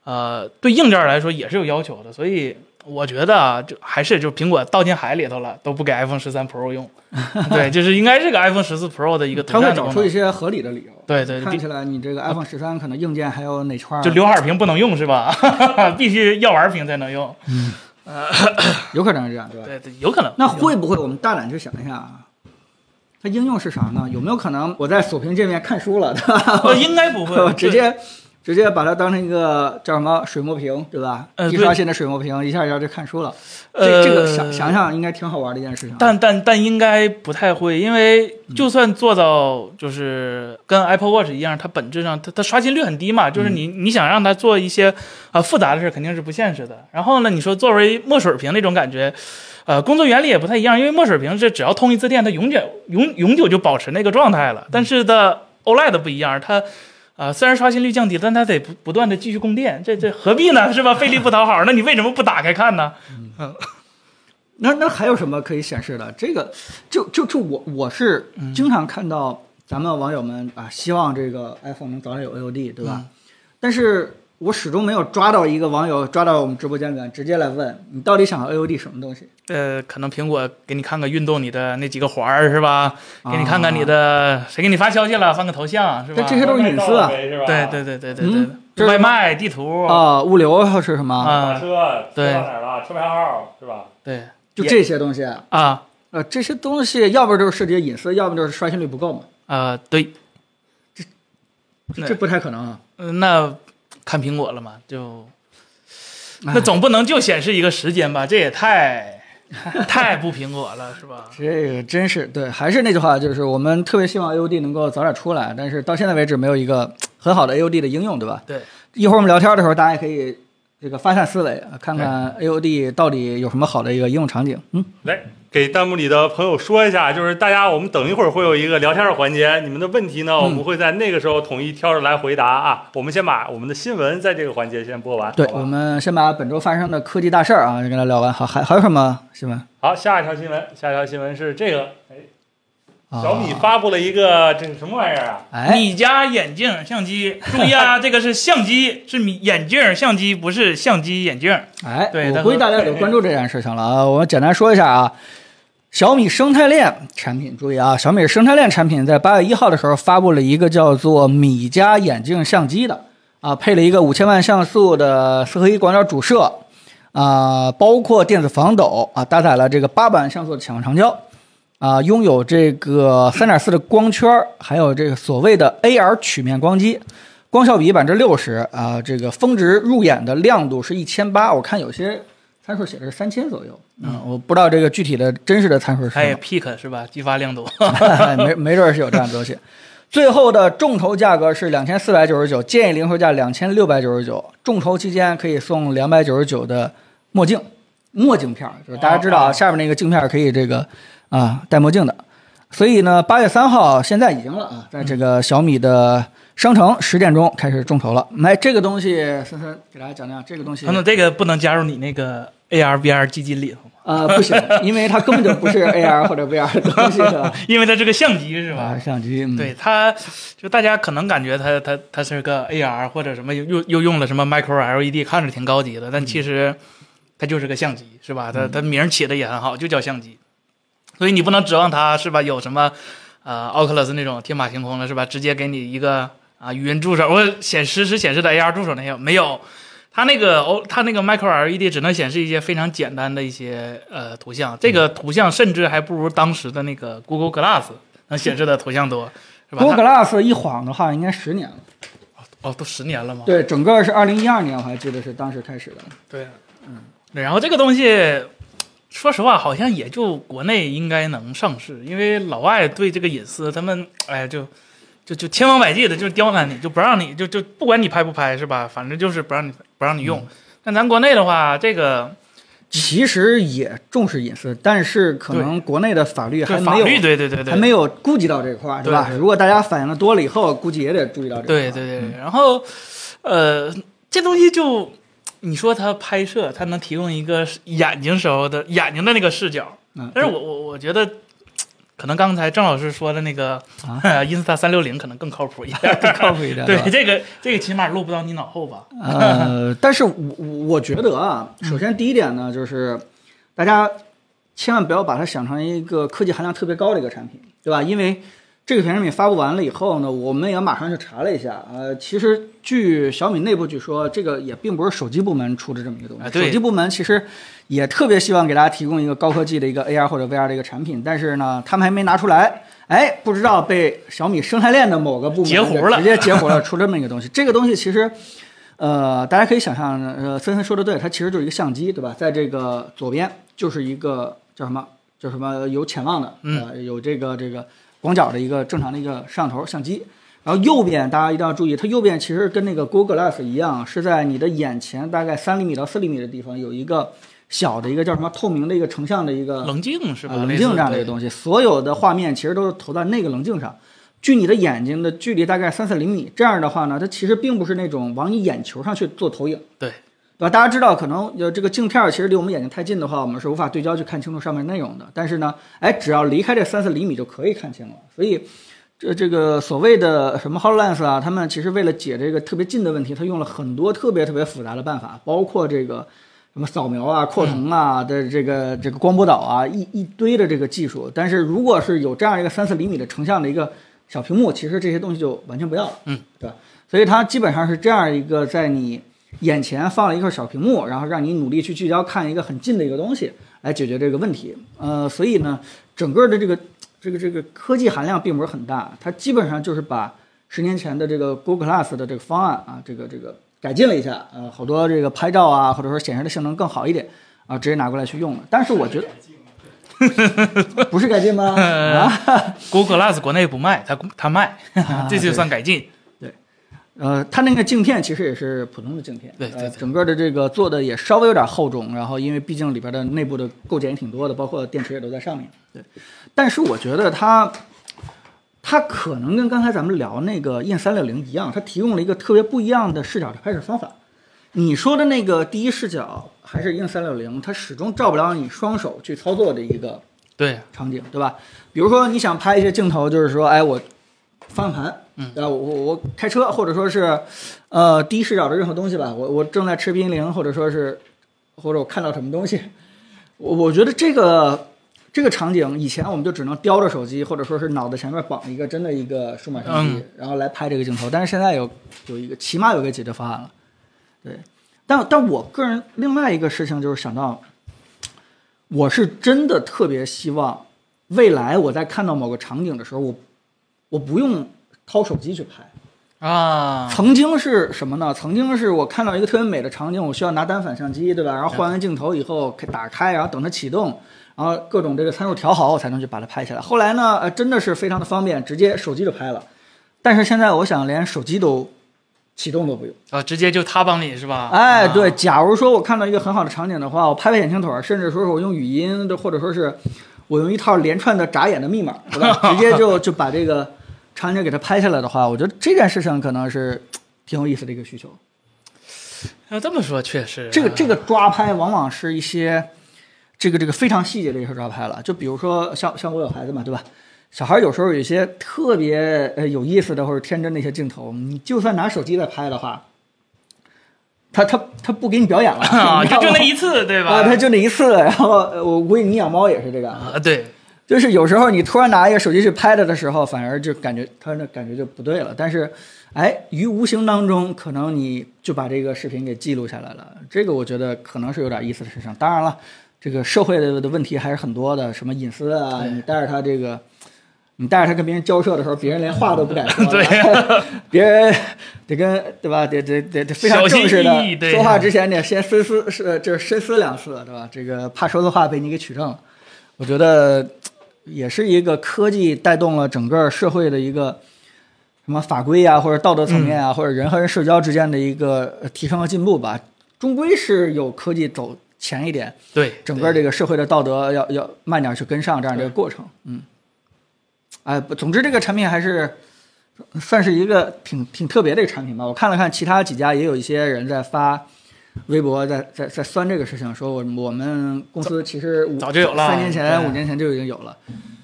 呃，对硬件来说也是有要求的，所以我觉得啊，就还是就苹果倒进海里头了，都不给 iPhone 十三 Pro 用。对，就是应该是个 iPhone 十四 Pro 的一个他会找出一些合理的理由。 对对， 看起来你这个 iPhone 十三可能硬件还有哪块就刘海屏不能用是吧？必须药丸屏才能用。 嗯，呃，有可能是这样，对吧？ 对对，有可能。 那会不会我们大胆去想一下啊？它应用是啥呢？有没有可能我在锁屏界面看书了，对吧？ 呃，应该不会， 直接直接把它当成一个叫什么水墨屏，对吧？ 呃， 一刷新的水墨屏，一下一下就看书了。 呃， 这这个想想想应该挺好玩的一件事情。 但但但应该不太会，因为就算做到就是跟 Apple Watch 一样，它本质上它它刷新率很低嘛，就是你、嗯、你想让它做一些啊、呃、复杂的事肯定是不现实的。然后呢，你说作为墨水屏那种感觉。呃，工作原理也不太一样，因为墨水屏是只要通一次电，它永久永永久就保持那个状态了。但是的 O L E D 不一样，它呃虽然刷新率降低，但它得不不断的继续供电，这这何必呢？是吧？费力不讨好，那你为什么不打开看呢？嗯， 那那还有什么可以显示的？这个就就就我我是经常看到咱们网友们啊，希望这个 iPhone 能早点有 A O D， 对吧？嗯、但是。我始终没有抓到一个网友抓到我们直播间里，直接来问你到底想要 A O D 什么东西？ 呃，可能苹果给你看看运动你的那几个环儿是吧？给你看看你的、啊、谁给你发消息了，放个头像是吧？ 但这些都是隐私啊！ 对对对对对对，嗯、外卖、地图啊、物流是什么？ 啊， 打车对到哪儿了？车牌号是吧？ 对， 就这些东西啊。 呃，这些东西要不就是涉及隐私，要不就是刷新率不够嘛。 啊、呃，对， 这这不太可能啊。 嗯、呃，那。看苹果了嘛，就那总不能就显示一个时间吧，这也太太不苹果了，是吧？ 这个真是对，还是那句话，就是我们特别希望 A O D 能够早点出来，但是到现在为止没有一个很好的 A O D 的应用，对吧？ 对。 一会儿我们聊天的时候，大家也可以这个发散思维，看看 A O D 到底有什么好的一个应用场景。嗯， 来。给弹幕里的朋友说一下，就是大家，我们等一会儿会有一个聊天的环节，你们的问题呢，我们会在那个时候统一挑着来回答啊。嗯、我们先把我们的新闻在这个环节先播完。 对，我们先把本周发生的科技大事儿啊，跟他聊完。好，还还有什么新闻？ 好，下一条新闻，下一条新闻是这个，哎。小米发布了一个，这是什么玩意儿啊？ 哎， 米家眼镜相机，注意啊，这个是相机，是米眼镜相机，不是相机眼镜。 哎， 对， 我估计大家有关注这件事情了啊。我简单说一下啊，小米生态链产品，注意啊，小米生态链产品在八月一号的时候发布了一个叫做米家眼镜相机的啊，配了一个五千万像素的四合一广角主摄啊，包括电子防抖啊，搭载了这个八百万像素的潜望长焦。啊，拥有这个 三点四 的光圈，还有这个所谓的 A R 曲面光机，光效比百分之六十啊，这个峰值入眼的亮度是一千八，我看有些参数写的是三千左右，嗯，我不知道这个具体的真实的参数是什么。 还有 Peak 是吧？激发亮度， 没没准是有这样的东西。最后的众筹价格是两千四百九十九，建议零售价两千六百九十九，众筹期间可以送两百九十九的墨镜，墨镜片，就是大家知道啊，下面那个镜片可以这个。啊，戴墨镜的，所以呢，八月三号现在已经了啊，在这个小米的商城十点钟开始众筹了。来，这个东西，森森给大家讲讲这个东西。 可能这个不能加入你那个 A R V R 基金里头吗？ 啊、呃，不行，因为它根本就不是 A R 或者 V R 的东西的， 因为它是个相机是吧？ 啊，相机，嗯、 对它，就大家可能感觉它它它是个 A R 或者什么又又用了什么 Micro L E D， 看着挺高级的，但其实它就是个相机是吧？它它名起的也很好，就叫相机。所以你不能指望它是吧？有什么，呃 ，Oculus 那种天马行空了是吧？直接给你一个啊语音助手，我显实时显示的 A R 助手那些没有，它那个哦，它那个 Micro L E D 只能显示一些非常简单的一些呃图像，这个图像甚至还不如当时的那个 Google Glass 能显示的图像多，是吧 ？Google Glass 一晃的话，应该十年了。 哦，都十年了吗？ 对，整个是二零一二年，我还记得是当时开始的。 对，嗯，对，然后这个东西。说实话，好像也就国内应该能上市，因为老外对这个隐私，他们哎就就就千方百计的就刁难你，就不让你就就不管你拍不拍是吧？反正就是不让你不让你用。但咱国内的话，这个其实也重视隐私，但是可能国内的法律还没有， 对对对对对， 还没有顾及到这块，是吧？如果大家反应的多了以后，估计也得注意到这块。 对对对，然后呃，这东西就。你说它拍摄，它能提供一个眼睛时候的眼睛的那个视角，但是我我我觉得可能刚才郑老师说的那个啊 Insta 三六零可能更靠谱一点， 更靠谱一点。 对， 吧这个这个起码落不到你脑后吧？ 呃，但是我我觉得啊，首先第一点呢，就是大家千万不要把它想成一个科技含量特别高的一个产品，对吧？因为这个产品发布完了以后呢，我们也马上就查了一下，呃，其实据小米内部据说，这个也并不是手机部门出的这么一个东西。 啊对手机部门其实也特别希望给大家提供一个高科技的一个 A R 或者 V R 的一个产品，但是呢，他们还没拿出来。哎，不知道被小米生态链的某个部门截胡了， 直接截胡了，出这么一个东西。这个东西其实，呃，大家可以想象，呃，森森说的对，它其实就是一个相机，对吧？在这个左边就是一个叫什么，叫什么有潜望的，呃，有这个这个。广角的一个正常的一个摄像头相机，然后右边大家一定要注意，它右边其实跟那个 Google Glass 一样，是在你的眼前大概三厘米到四厘米的地方有一个小的一个叫什么透明的一个成像的一个棱镜是吧？ 呃、棱镜这样的一个东西，所有的画面其实都是投在那个棱镜上，距你的眼睛的距离大概三四厘米。这样的话呢，它其实并不是那种往你眼球上去做投影。 对。 对吧？大家知道，可能有这个镜片其实离我们眼睛太近的话，我们是无法对焦去看清楚上面内容的。但是呢，哎，只要离开这三四厘米就可以看清了。所以，这这个所谓的什么 HoloLens 啊，他们其实为了解这个特别近的问题，他用了很多特别特别复杂的办法，包括这个什么扫描啊、扩瞳啊的这个这个光波导啊，一一堆的这个技术。但是如果是有这样一个三四厘米的成像的一个小屏幕，其实这些东西就完全不要了， 嗯， 对吧？所以它基本上是这样一个在你眼前放了一块小屏幕，然后让你努力去聚焦看一个很近的一个东西来解决这个问题。呃，所以呢，整个的这个这个这个科技含量并不是很大，它基本上就是把十年前的这个 Google Glass 的这个方案啊，这个这个改进了一下，呃，好多这个拍照啊，或者说显示的性能更好一点啊，直接拿过来去用了。但是我觉得不是改进吗？啊 ，Google Glass 国内不卖，它它卖，这就算改进。 呃，它那个镜片其实也是普通的镜片， 对对对呃，整个的这个做的也稍微有点厚重，然后因为毕竟里边的内部的构件也挺多的，包括电池也都在上面。对，但是我觉得它，它可能跟刚才咱们聊那个 E N 三六零一样，它提供了一个特别不一样的视角的拍摄方法。你说的那个第一视角还是 E N 三六零，它始终照不了你双手去操作的一个对场景，对吧？比如说你想拍一些镜头，就是说，哎，我方向盘。 嗯， 对吧？我我我开车，或者说是，呃，第一视角的任何东西吧。我我正在吃冰淇淋，或者说是，或者我看到什么东西，我我觉得这个这个场景以前我们就只能叼着手机，或者说是脑袋前面绑一个真的一个数码相机， 嗯、 然后来拍这个镜头。但是现在有有一个起码有个解决方案了，对。但但我个人另外一个事情就是想到，我是真的特别希望未来我在看到某个场景的时候，我我不用掏手机去拍啊， 曾经是什么呢？曾经是我看到一个特别美的场景，我需要拿单反相机，对吧？然后换完镜头以后打开，然后等它启动，然后各种这个参数调好，我才能去把它拍下来。后来呢，呃，真的是非常的方便，直接手机就拍了。但是现在我想连手机都启动都不用啊，直接就他帮你是吧？ 哎， 啊、 对，假如说我看到一个很好的场景的话，我拍拍眼镜腿，甚至说是我用语音的，或者说是我用一套连串的眨眼的密码，对吧？直接就就把这个场景给它拍下来的话，我觉得这件事情可能是挺有意思的一个需求。 要这么说，确实， 这个这个抓拍往往是一些这个这个非常细节的一些抓拍了。就比如说像像我有孩子嘛，对吧？小孩有时候有一些特别呃有意思的或者天真的一些镜头，你就算拿手机在拍的话，他他他不给你表演了， 啊，就就那一次，对吧？ 啊，他就那一次。然后我估计你养猫也是这个啊，对。 就是有时候你突然拿一个手机去拍它的时候，反而就感觉它那感觉就不对了。但是，哎，于无形当中，可能你就把这个视频给记录下来了。这个我觉得可能是有点意思的事情。当然了，这个社会的的问题还是很多的，什么隐私啊，你带着他这个，你带着他跟别人交涉的时候，别人连话都不敢说， 对、啊， 别人得跟对吧？得得得得非常正式的说话之前得先深思是就是深思两次，对吧？这个怕说错话被你给取证了。我觉得。也是一个科技带动了整个社会的一个什么法规啊，或者道德层面啊，嗯、或者人和人社交之间的一个提升和进步吧。终归是有科技走前一点， 对整个这个社会的道德要要慢点去跟上这样的一个过程。嗯，哎，总之这个产品还是算是一个挺挺特别的一个产品吧。我看了看其他几家，也有一些人在发。微博在在在酸这个事情，说我我们公司其实早就有了， 三年前五年前就已经有了。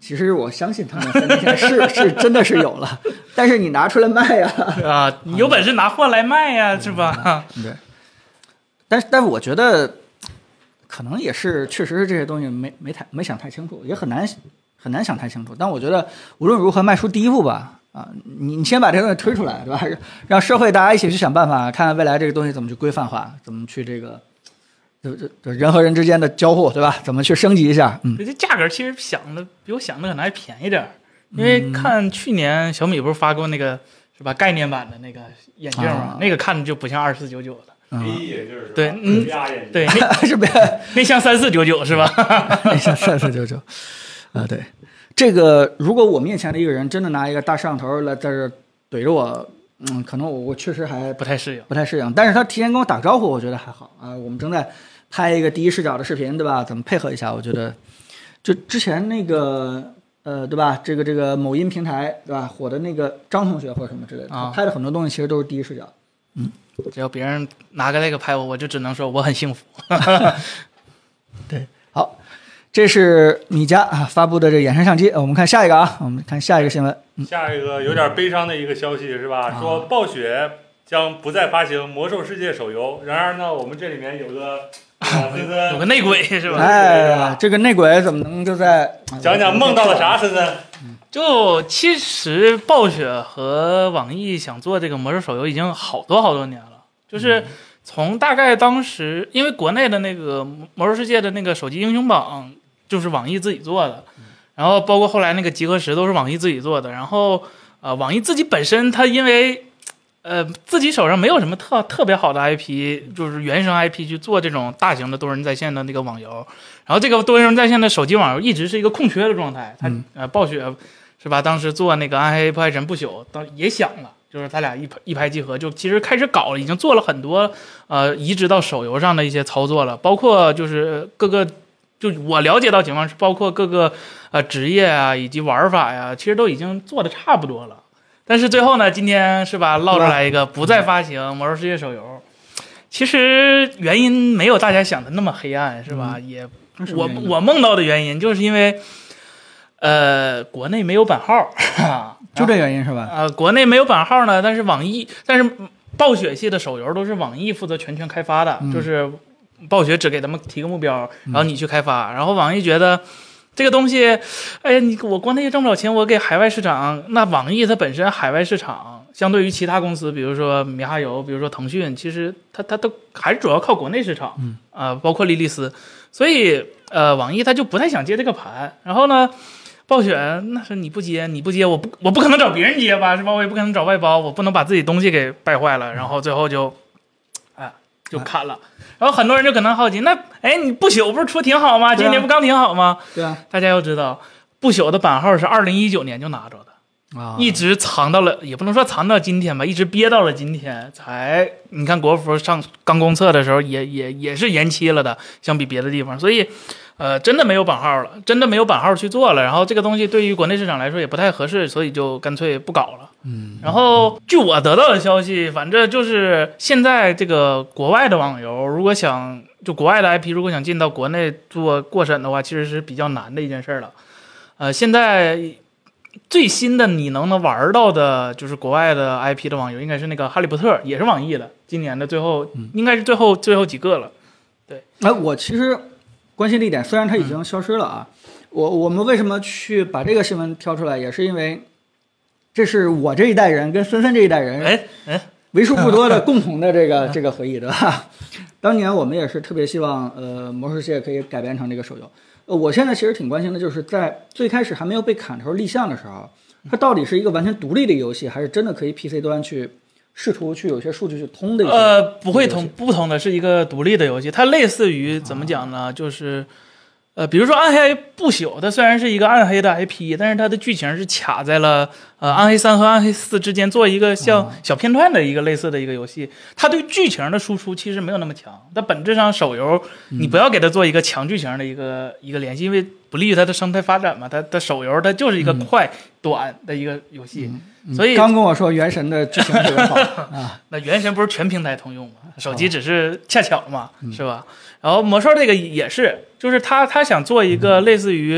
其实我相信他们三年前是是真的是有了，但是你拿出来卖呀、 啊，啊，你有本事拿货来卖呀，是吧？ 对。但是，但是我觉得可能也是，确实是这些东西没没太没想太清楚，也很难很难想太清楚。但我觉得无论如何迈出第一步吧，啊，你你先把这个东西推出来，对吧？让社会大家一起去想办法，看看未来这个东西怎么去规范化，怎么去这个。就就就人和人之间的交互，对吧？怎么去升级一下？嗯， 这价格其实想的比我想的可能还便宜点，因为看去年小米不是发过那个是吧概念版的那个眼镜嘛，啊、那个看着就不像二四九九的。 A E 眼镜是吧？ 对，嗯，对，那是不是？ 那像三四九九是吧？ 那像三四九九。啊，对，这个如果我面前的一个人真的拿一个大摄像头来在这怼着我。嗯，可能我我确实还不太适应， 不太适应。但是他提前跟我打招呼，我觉得还好啊。我们正在拍一个第一视角的视频，对吧？怎么配合一下？我觉得，就之前那个呃，对吧？这个这个某音平台，对吧？火的那个张同学或者什么之类的， 啊、 拍的很多东西其实都是第一视角。嗯， 只要别人拿个那个拍我，我就只能说我很幸福。 对，好。这是米家啊发布的这个衍生相机，我们看下一个啊，我们看下一个新闻。 嗯、下一个有点悲伤的一个消息是吧？啊、说暴雪将不再发行《魔兽世界》手游。然而呢，我们这里面有个啊，森森有个内鬼是吧？ 哎，这个内鬼怎么能就在讲讲梦到了啥？森森， 就其实暴雪和网易想做这个魔兽手游已经好多好多年了，就是从大概当时，因为国内的那个魔兽世界的那个手机英雄榜。就是网易自己做的，然后包括后来那个集合石都是网易自己做的，然后呃，网易自己本身它因为呃自己手上没有什么特特别好的 I P， 就是原生 I P 去做这种大型的多人在线的那个网游，然后这个多人在线的手机网游一直是一个空缺的状态。它呃暴雪是吧？当时做那个暗黑破坏神不朽，当也想了，就是他俩一一拍即合，就其实开始搞了，已经做了很多呃移植到手游上的一些操作了，包括就是各个。就我了解到情况是，包括各个呃职业啊，以及玩法呀，其实都已经做的差不多了。但是最后呢，今天是吧，捞出来一个不再发行《魔兽世界》手游。其实原因没有大家想的那么黑暗，是吧？嗯、也我我梦到的原因就是因为，呃，国内没有版号， 就这原因是吧？ 呃，国内没有版号呢，但是网易，但是暴雪系的手游都是网易负责全权开发的，嗯、就是。暴雪只给他们提个目标，然后你去开发，嗯、然后网易觉得这个东西，哎呀，你我国内挣不了钱，我给海外市场。那网易它本身海外市场，相对于其他公司，比如说米哈游，比如说腾讯，其实它它都还是主要靠国内市场， 嗯啊、呃，包括莉莉丝，所以呃，网易它就不太想接这个盘。然后呢，暴雪那是你不接，你不接，我不我不可能找别人接吧，是吧？我也不可能找外包，我不能把自己东西给败坏了，然后最后就，啊，就砍了。然后很多人就可能好奇，那哎，你不朽不是出挺好吗？今年不刚挺好吗？ 对啊， 大家要知道，不朽的版号是二零一九年就拿着的， 啊， 一直藏到了，也不能说藏到今天吧，一直憋到了今天才。你看国服上刚公测的时候也也也是延期了的，相比别的地方，所以。呃，真的没有版号了，真的没有版号去做了，然后这个东西对于国内市场来说也不太合适，所以就干脆不搞了。 嗯， 然后据我得到的消息，反正就是现在这个国外的网游，如果想就国外的 I P 如果想进到国内做过审的话，其实是比较难的一件事了。呃，现在最新的你能能玩到的就是国外的 I P 的网游，应该是那个哈利波特，也是网易的，今年的最后、嗯、应该是最后最后几个了。对， 哎、呃，我其实。关心的一点，虽然它已经消失了啊，嗯、我我们为什么去把这个新闻挑出来，也是因为这是我这一代人跟森森这一代人， 哎哎， 为数不多的共同的这个这个回忆，对吧？当年我们也是特别希望，呃，魔兽世界可以改编成这个手游。呃，我现在其实挺关心的，就是在最开始还没有被砍头立项的时候，它到底是一个完全独立的游戏，还是真的可以 P C 端去？试图去有些数据去通的一些， 呃，不会通，不通的是一个独立的游戏，它类似于怎么讲呢？就是，呃，比如说《暗黑不朽》，它虽然是一个暗黑的 I P， 但是它的剧情是卡在了呃《暗黑三》和《暗黑四》之间，做一个像小片段的一个类似的一个游戏。它对剧情的输出其实没有那么强，它本质上手游你不要给它做一个强剧情的一个、嗯、一个联系，因为不利于它的生态发展嘛。它的手游它就是一个快、嗯、短的一个游戏。嗯所以刚跟我说原神的剧情特别好啊， 那原神不是全平台通用吗？手机只是恰巧嘛，是吧？然后魔兽这个也是，就是他他想做一个类似于，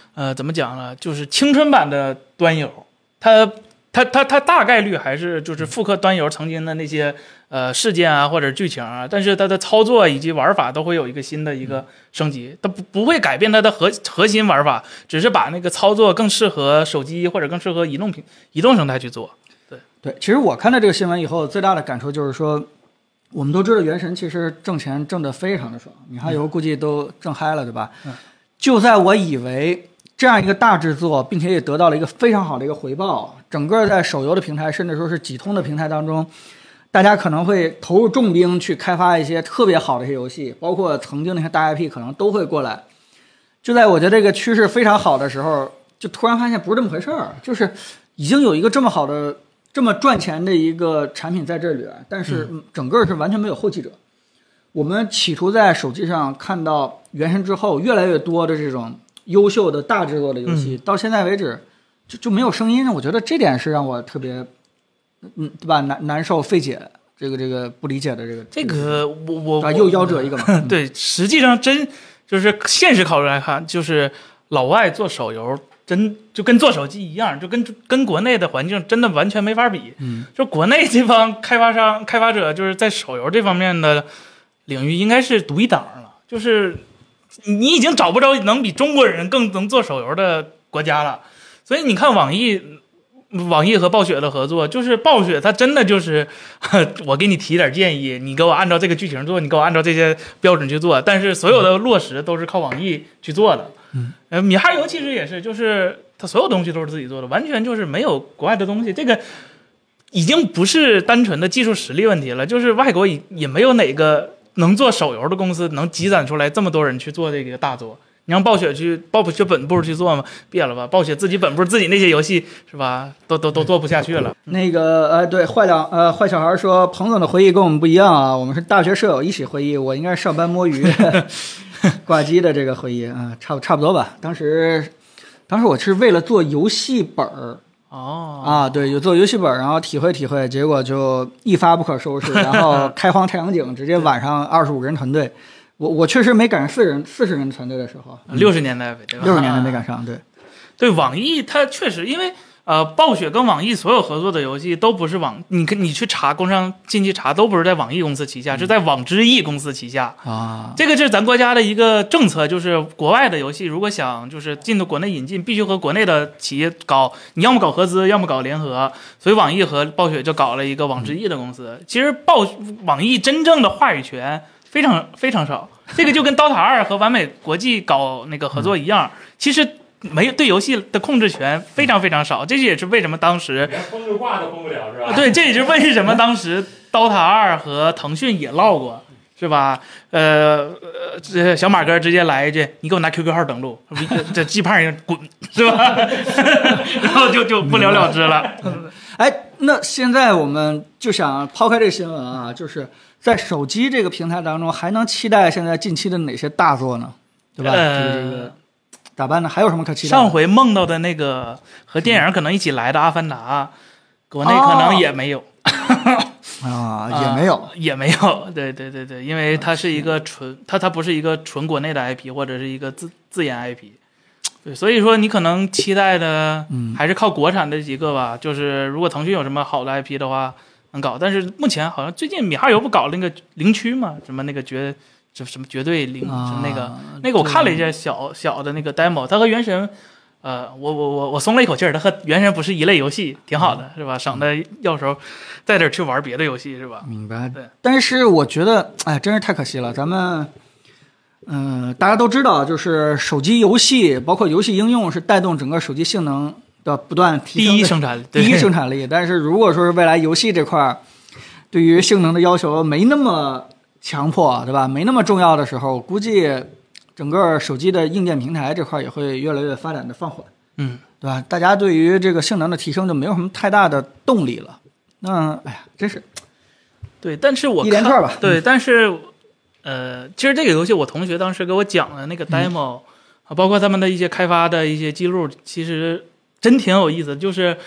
呃，怎么讲呢？就是青春版的端游，它它它它大概率还是就是复刻端游曾经的那些呃事件啊或者剧情啊，但是它的操作以及玩法都会有一个新的一个升级，它不不会改变它的核核心玩法，只是把那个操作更适合手机或者更适合移动平移动生态去做。对对，其实我看到这个新闻以后，最大的感受就是说，我们都知道原神其实挣钱挣得非常的爽，米哈游估计都挣嗨了，对吧？ 嗯、 就在我以为这样一个大制作，并且也得到了一个非常好的一个回报，整个在手游的平台，甚至说是几通的平台当中，大家可能会投入重兵去开发一些特别好的一些游戏，包括曾经那些大 I P 可能都会过来。就在我觉得这个趋势非常好的时候，就突然发现不是这么回事儿，就是已经有一个这么好的、这么赚钱的一个产品在这里，但是整个是完全没有后继者。我们企图在手机上看到原神之后越来越多的这种优秀的大制作的游戏，嗯、到现在为止就就没有声音。我觉得这点是让我特别，嗯，对吧？难难受、费解，这个这个不理解的这个。 这个我我啊，又夭折一个嘛。嗯、 对，实际上真就是现实考虑来看，就是老外做手游真就跟做手机一样，就跟跟国内的环境真的完全没法比。 嗯， 就国内这帮开发商、开发者，就是在手游这方面的领域应该是独一档了，就是。你已经找不着能比中国人更能做手游的国家了，所以你看网易，网易和暴雪的合作，就是暴雪它真的就是我给你提点建议，你给我按照这个剧情做，你给我按照这些标准去做，但是所有的落实都是靠网易去做的。 嗯， 呃，米哈游其实也是，就是它所有东西都是自己做的，完全就是没有国外的东西，这个已经不是单纯的技术实力问题了，就是外国也也没有哪个能做手游的公司能积攒出来这么多人去做这个大作。你让暴雪去暴雪本部去做吗？别了吧，暴雪自己本部自己那些游戏是吧，都都都做不下去了。 那个呃，对，坏两呃坏小孩说，彭总的回忆跟我们不一样啊，我们是大学舍友一起回忆，我应该是上班摸鱼挂机的这个回忆啊，差不差不多吧。当时当时我是为了做游戏本儿。 哦啊，对，有做游戏本，然后体会体会，结果就一发不可收拾，然后开荒太阳井，直接晚上二十五个人团队，我我确实没赶上四人四十人团队的时候， 六十年代对吧？ 六十年代没赶上，对， 对，网易它确实因为。呃，暴雪跟网易所有合作的游戏都不是网，你你去查工商进去查，都不是在网易公司旗下，嗯、是在网之易公司旗下啊。 这个是咱国家的一个政策，就是国外的游戏如果想就是进到国内引进，必须和国内的企业搞，你要么搞合资，要么搞联合。所以网易和暴雪就搞了一个网之易的公司。嗯、其实暴网易真正的话语权非常非常少，这个就跟刀塔二和完美国际搞那个合作一样，嗯、其实。没有对游戏的控制权非常非常少，这也是为什么当时连封个挂都封不了，是吧？ 对，这也是为什么当时刀塔二和腾讯也唠过，是吧？呃，这小马哥直接来一句：“你给我拿 Q Q 号登录，这鸡胖人滚，是吧？”然后就就不了了之了。 哎，那现在我们就想抛开这个新闻啊，就是在手机这个平台当中，还能期待现在近期的哪些大作呢？对吧？ 呃、 这个这个。咋办呢？还有什么可期待的？ 上回梦到的那个和电影可能一起来的《阿凡达》，国内可能也没有。 啊，也没有、 啊，也没有。对对对对，因为它是一个纯，它它不是一个纯国内的 I P 或者是一个自自研 I P。对，所以说你可能期待的还是靠国产的几个吧。嗯、就是如果腾讯有什么好的 I P 的话，能搞。但是目前好像最近米哈游不搞那个零区嘛，什么那个绝。就什么绝对零， 啊、 那个那个我看了一下小小的那个 demo， 它和原神，呃，我我我我松了一口气儿，它和原神不是一类游戏，挺好的，是吧？省得要时候在这儿去玩别的游戏，是吧？ 明白。 对。 但是我觉得，哎，真是太可惜了。咱们，嗯、呃，大家都知道，就是手机游戏，包括游戏应用，是带动整个手机性能的不断提升的第一生产力， 第一生产力。但是如果说是未来游戏这块对于性能的要求没那么强迫，对吧？没那么重要的时候，估计整个手机的硬件平台这块也会越来越发展的放缓， 嗯， 对吧？大家对于这个性能的提升就没有什么太大的动力了。那哎呀，真是， 对，但是我一连串吧， 对，但是呃，其实这个游戏我同学当时给我讲的那个 demo，、嗯、包括他们的一些开发的一些记录，其实真挺有意思的，就是。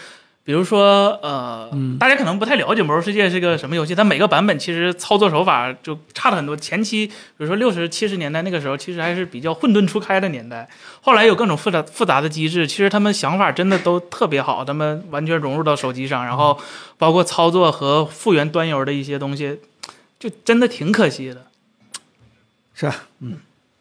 比如说，呃， 嗯大家可能不太了解《魔兽世界》是个什么游戏，它每个版本其实操作手法就差了很多。前期，比如说六十七十年代那个时候，其实还是比较混沌初开的年代。后来有各种复杂复杂的机制，其实他们想法真的都特别好，他们完全融入到手机上，然后包括操作和复原端游的一些东西，就真的挺可惜的。 是吧？嗯。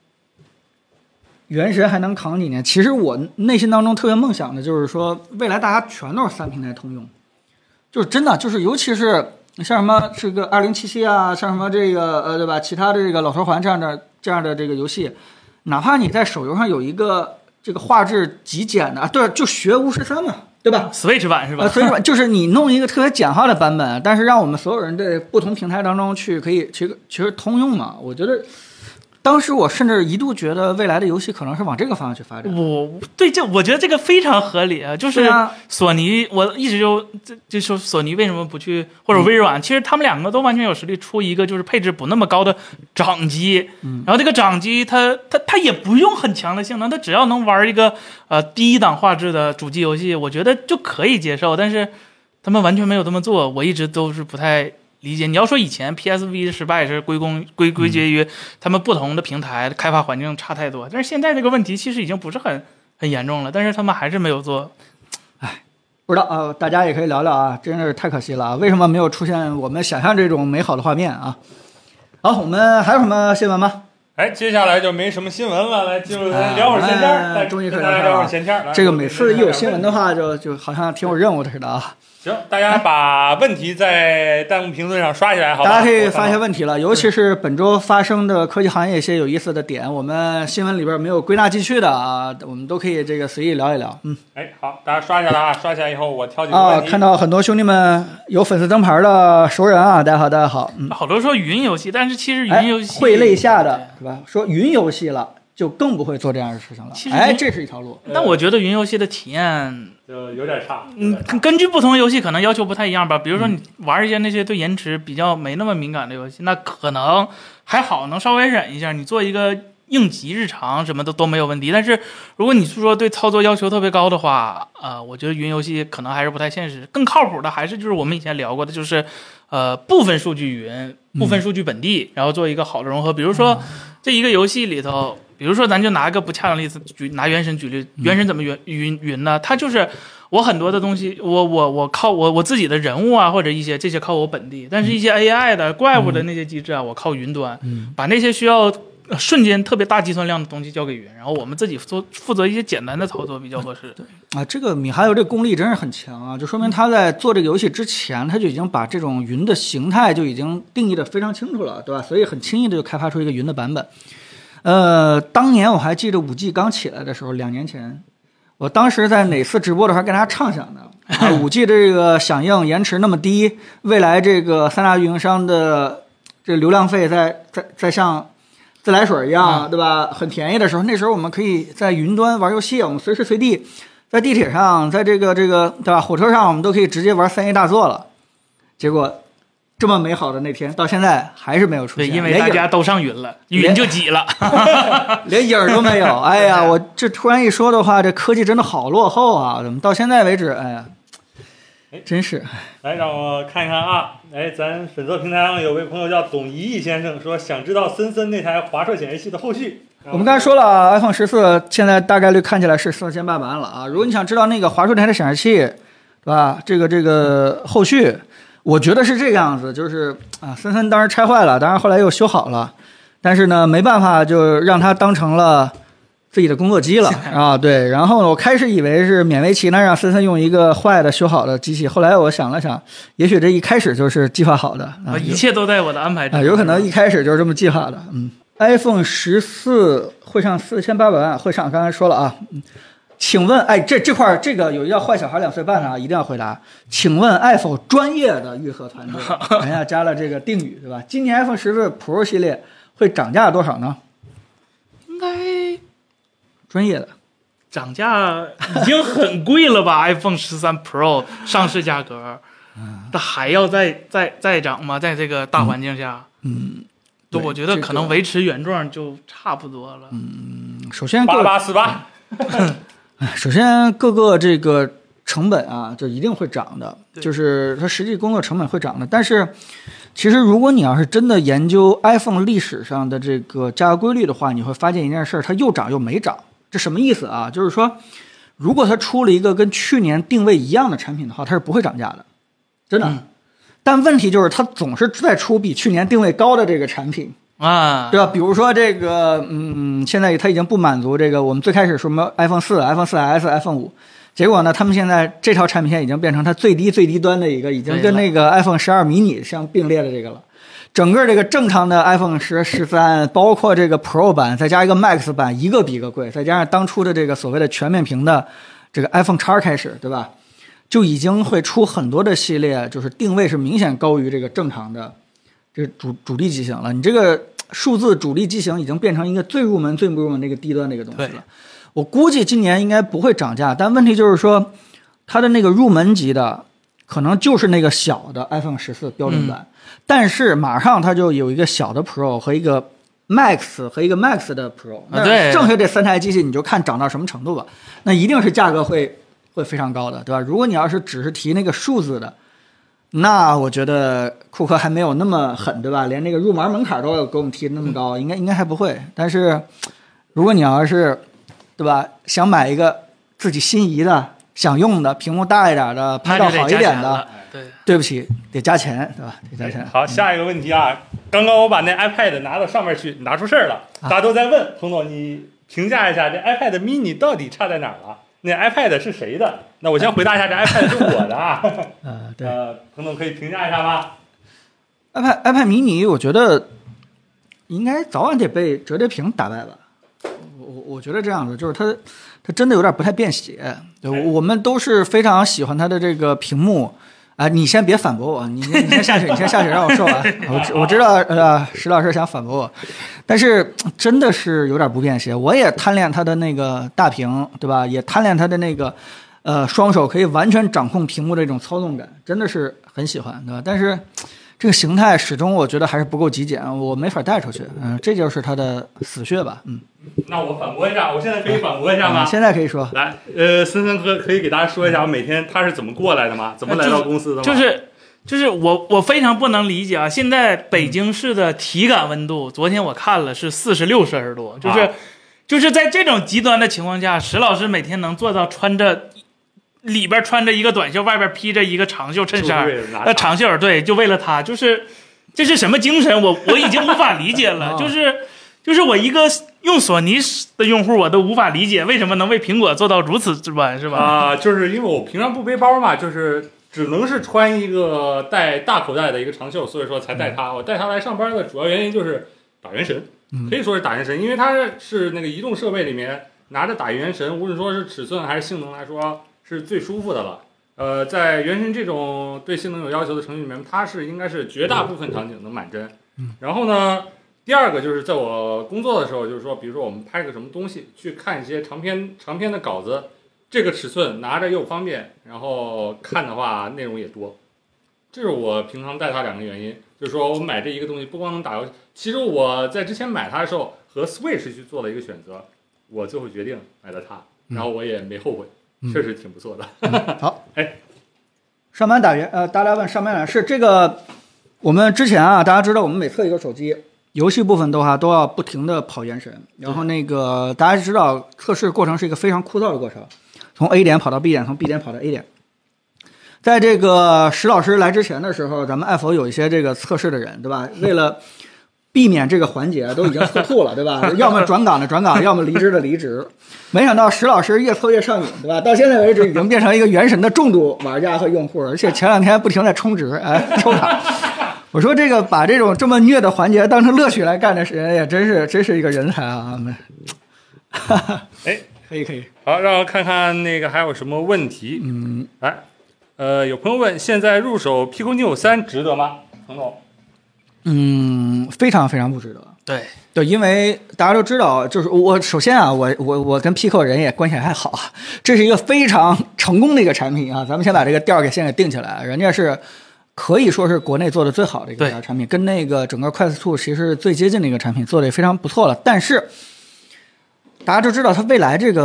原神还能扛几年？其实我内心当中特别梦想的就是说，未来大家全都是三平台通用，就是真的，就是尤其是像什么这个二零七七啊，像什么这个呃对吧，其他的这个老头环这样的这样的这个游戏，哪怕你在手游上有一个这个画质极简的，对，就学巫师三嘛，对吧 ？Switch 版是吧？ 呃，所以说就是你弄一个特别简化的版本，但是让我们所有人在不同平台当中去可以其实其实通用嘛，我觉得。当时我甚至一度觉得未来的游戏可能是往这个方向去发展。 我对这我觉得这个非常合理啊，就是索尼，我一直就就就说索尼为什么不去或者微软、嗯，其实他们两个都完全有实力出一个就是配置不那么高的掌机， 嗯、 然后这个掌机它它它也不用很强的性能，它只要能玩一个呃低档画质的主机游戏，我觉得就可以接受。但是他们完全没有这么做，我一直都是不太。理解你要说以前 P S V 的失败是归功归归结于他们不同的平台开发环境差太多，但是现在这个问题其实已经不是很很严重了，但是他们还是没有做。 哎，不知道啊、呃，大家也可以聊聊啊，真是太可惜了啊！为什么没有出现我们想象这种美好的画面啊？好，我们还有什么新闻吗？ 哎，接下来就没什么新闻了，来进入聊会儿闲天儿。 哎，终于可以聊会儿闲天儿。 这个每次一有新闻的话就，就就好像挺有任务的似的啊。 行，大家把问题在弹幕评论上刷起来，好吧？ 大家可以发一些问题了，尤其是本周发生的科技行业一些有意思的点，我们新闻里边没有归纳进去的啊，我们都可以这个随意聊一聊。嗯， 哎，好，大家刷起来啊，刷起来以后我挑几个问题。 啊，看到很多兄弟们有粉丝灯牌的熟人啊，大家好，大家好。嗯， 好多说云游戏，但是其实云游戏、 哎、会泪下的是吧？说云游戏了。就更不会做这样的事情了。哎，这是一条路。 但我觉得云游戏的体验就有点差。 嗯，根据不同游戏可能要求不太一样吧。比如说你玩一些那些对延迟比较没那么敏感的游戏，那可能还好，能稍微忍一下。你做一个应急日常什么的都没有问题。但是如果你是说对操作要求特别高的话，呃，我觉得云游戏可能还是不太现实。更靠谱的还是就是我们以前聊过的，就是呃部分数据云、部分数据本地，嗯、然后做一个好的融合。比如说、嗯、这一个游戏里头。比如说，咱就拿一个不恰当例子举，拿原神举例，原神怎么云云云呢？它就是我很多的东西，我我我靠我我自己的人物啊，或者一些这些靠我本地，但是一些 A I 的怪物的那些机制啊，我靠云端，把那些需要瞬间特别大计算量的东西交给云，然后我们自己做负责一些简单的操作比较合适。 对啊，这个米哈游这个功力真是很强啊，就说明他在做这个游戏之前，他就已经把这种云的形态就已经定义的非常清楚了，对吧？所以很轻易的就开发出一个云的版本。呃，当年我还记得五 G 刚起来的时候，两年前，我当时在哪次直播的时候跟大家畅想的啊，五 G 的这个响应延迟那么低，未来这个三大运营商的这流量费在在在像自来水一样，对吧？很便宜的时候，那时候我们可以在云端玩游戏，我们随时随地在地铁上，在这个这个对吧火车上，我们都可以直接玩三 A 大作了。结果。这么美好的那天，到现在还是没有出现。 对，因为大家都上云了，云就挤了， 连影儿都没有。哎呀，我这突然一说的话，这科技真的好落后啊！怎么到现在为止，哎呀，真是。 来，让我看一看啊，哎，咱粉色平台上有位朋友叫董一义先生说，想知道森森那台华硕显示器的后续。 我们刚才说了 ，iPhone 十四现在大概率看起来是四千八百万了啊。如果你想知道那个华硕那台的显示器，对吧？这个这个后续。我觉得是这个样子，就是啊，森森当时拆坏了，当然后来又修好了，但是呢，没办法，就让它当成了自己的工作机了啊。对，然后我开始以为是勉为其难让森森用一个坏的修好的机器，后来我想了想，也许这一开始就是计划好的啊， 一切都在我的安排中啊，有可能一开始就是这么计划的。嗯 ，iPhone 十四会上四千八百万，会上，刚才说了啊。嗯请问，哎，这这块这个有一个坏小孩两岁半的啊，一定要回答。请问爱否专业的预测团队，人家加了这个定语，对吧？今年 iPhone 十四 Pro 系列会涨价多少呢？ 应该专业的涨价已经很贵了吧？iPhone 十三 Pro 上市价格，它还要再再再涨吗？在这个大环境下， 嗯， 就我觉得可能维持原状就差不多了。 嗯，首先八八四八。 首先，各个这个成本啊，就一定会涨的，就是它实际工作成本会涨的。但是，其实如果你要是真的研究 iPhone 历史上的这个价格规律的话，你会发现一件事，它又涨又没涨。这什么意思啊？就是说，如果它出了一个跟去年定位一样的产品的话，它是不会涨价的，真的。嗯、但问题就是它总是在出比去年定位高的这个产品。 啊， 对吧？比如说这个，嗯，现在它已经不满足这个我们最开始说什么 iPhone 四、iPhone 四 S、iPhone 五，结果呢，他们现在这套产品线已经变成它最低最低端的一个，已经跟那个 iPhone 十二 mini 相并列的这个了。整个这个正常的 iPhone 十、十三，包括这个 Pro 版，再加一个 Max 版，一个比一个贵，再加上当初的这个所谓的全面屏的这个 iPhone X 开始，对吧？就已经会出很多的系列，就是定位是明显高于这个正常的这个主主力机型了。你这个数字主力机型已经变成一个最入门、最不入门的一个低端的一个东西了。我估计今年应该不会涨价，但问题就是说，它的那个入门级的可能就是那个小的 iPhone 十四标准版，嗯、但是马上它就有一个小的 Pro 和一个 Max 和一个 Max 的 Pro， 那剩下这三台机器你就看涨到什么程度吧。那一定是价格会会非常高的，对吧？如果你要是只是提那个数字的，那我觉得库克还没有那么狠，对吧？连那个入门门槛都有给我们提那么高，应该应该还不会。但是如果你要是，对吧，想买一个自己心仪的、想用的、屏幕大一点的、拍照好一点的， 对， 对不起，得加钱，对吧？得加钱。 好，下一个问题啊，刚刚我把那 iPad 拿到上面去，拿出事儿了，大家都在问，彭总，你评价一下这 iPad mini 到底差在哪儿了？那 iPad 是谁的？那我先回答一下，这 iPad 是我的啊。 呃，对， 呃，彭总可以评价一下吗 ？iPad iPad mini 我觉得应该早晚得被折叠屏打败吧。我我我觉得这样子，就是它它真的有点不太便携。对，我们都是非常喜欢它的这个屏幕。啊、呃，你先别反驳我，你你先下去，你先下去让我说完。我我知道呃，石老师想反驳我，但是真的是有点不便携。我也贪恋它的那个大屏，对吧？也贪恋它的那个呃双手可以完全掌控屏幕的这种操纵感，真的是很喜欢，对吧？但是这个形态始终我觉得还是不够极简，我没法带出去。嗯、呃，这就是它的死穴吧。嗯。 那我反驳一下，我现在可以反驳一下吗？ 嗯、现在可以说。 来，呃，森森哥可以给大家说一下，我每天他是怎么过来的吗？怎么来到公司的吗？ 就是。就是我我非常不能理解啊！现在北京市的体感温度，昨天我看了是四十六摄氏度，就是、啊、就是在这种极端的情况下，石老师每天能做到穿着里边穿着一个短袖，外边披着一个长袖衬衫，呃，长袖对，就为了他，就是这是什么精神？我我已经无法理解了，就是就是我一个用索尼的用户，我都无法理解为什么能为苹果做到如此之端，是吧？ 啊，就是因为我平常不背包嘛，就是。只能是穿一个带大口袋的一个长袖，所以说才带它。我带它来上班的主要原因就是打原神，可以说是打原神，因为它是那个移动设备里面拿着打原神，无论说是尺寸还是性能来说是最舒服的了。呃，在原神这种对性能有要求的程序里面，它是应该是绝大部分场景能满帧。然后呢，第二个就是在我工作的时候，就是说，比如说我们拍个什么东西，去看一些长篇长篇的稿子。这个尺寸拿着又方便，然后看的话内容也多，这是我平常带它两个原因。就是说我买这一个东西不光能打游戏，其实我在之前买它的时候和 Switch 去做了一个选择，我最后决定买了它，然后我也没后悔，嗯、确实挺不错的。 嗯、好， 哎， 上班打原呃，大家问上班打是这个，我们之前啊，大家知道我们每测一个手机。游戏部分的话都要不停的跑原神，然后那个大家知道测试过程是一个非常枯燥的过程，从 A 点跑到 B 点，从 B 点跑到 A 点。在这个石老师来之前的时候，咱们爱否有一些这个测试的人，对吧？为了避免这个环节，都已经测吐了，对吧？要么转岗的转岗，要么离职的离职。没想到石老师越测越上瘾，对吧？到现在为止已经变成一个原神的重度玩家和用户，而且前两天不停在充值，哎，抽卡。我说这个把这种这么虐的环节当成乐趣来干的人也真是真是一个人才啊！ 哎， 可以可以， 好，让我看看那个还有什么问题。 嗯， 哎，呃，有朋友问，现在入手 Pico Neo 三值得吗？彭总， 嗯，非常非常不值得。 对对，因为大家都知道，就是我首先啊，我我我跟 Pico 人也关系还好，这是一个非常成功的一个产品啊，咱们先把这个调儿给先给定起来，人家是。可以说是国内做的最好的一个产品，跟那个整个快四 two 其实最接近的一个产品，做的也非常不错了。但是大家都知道，它未来这个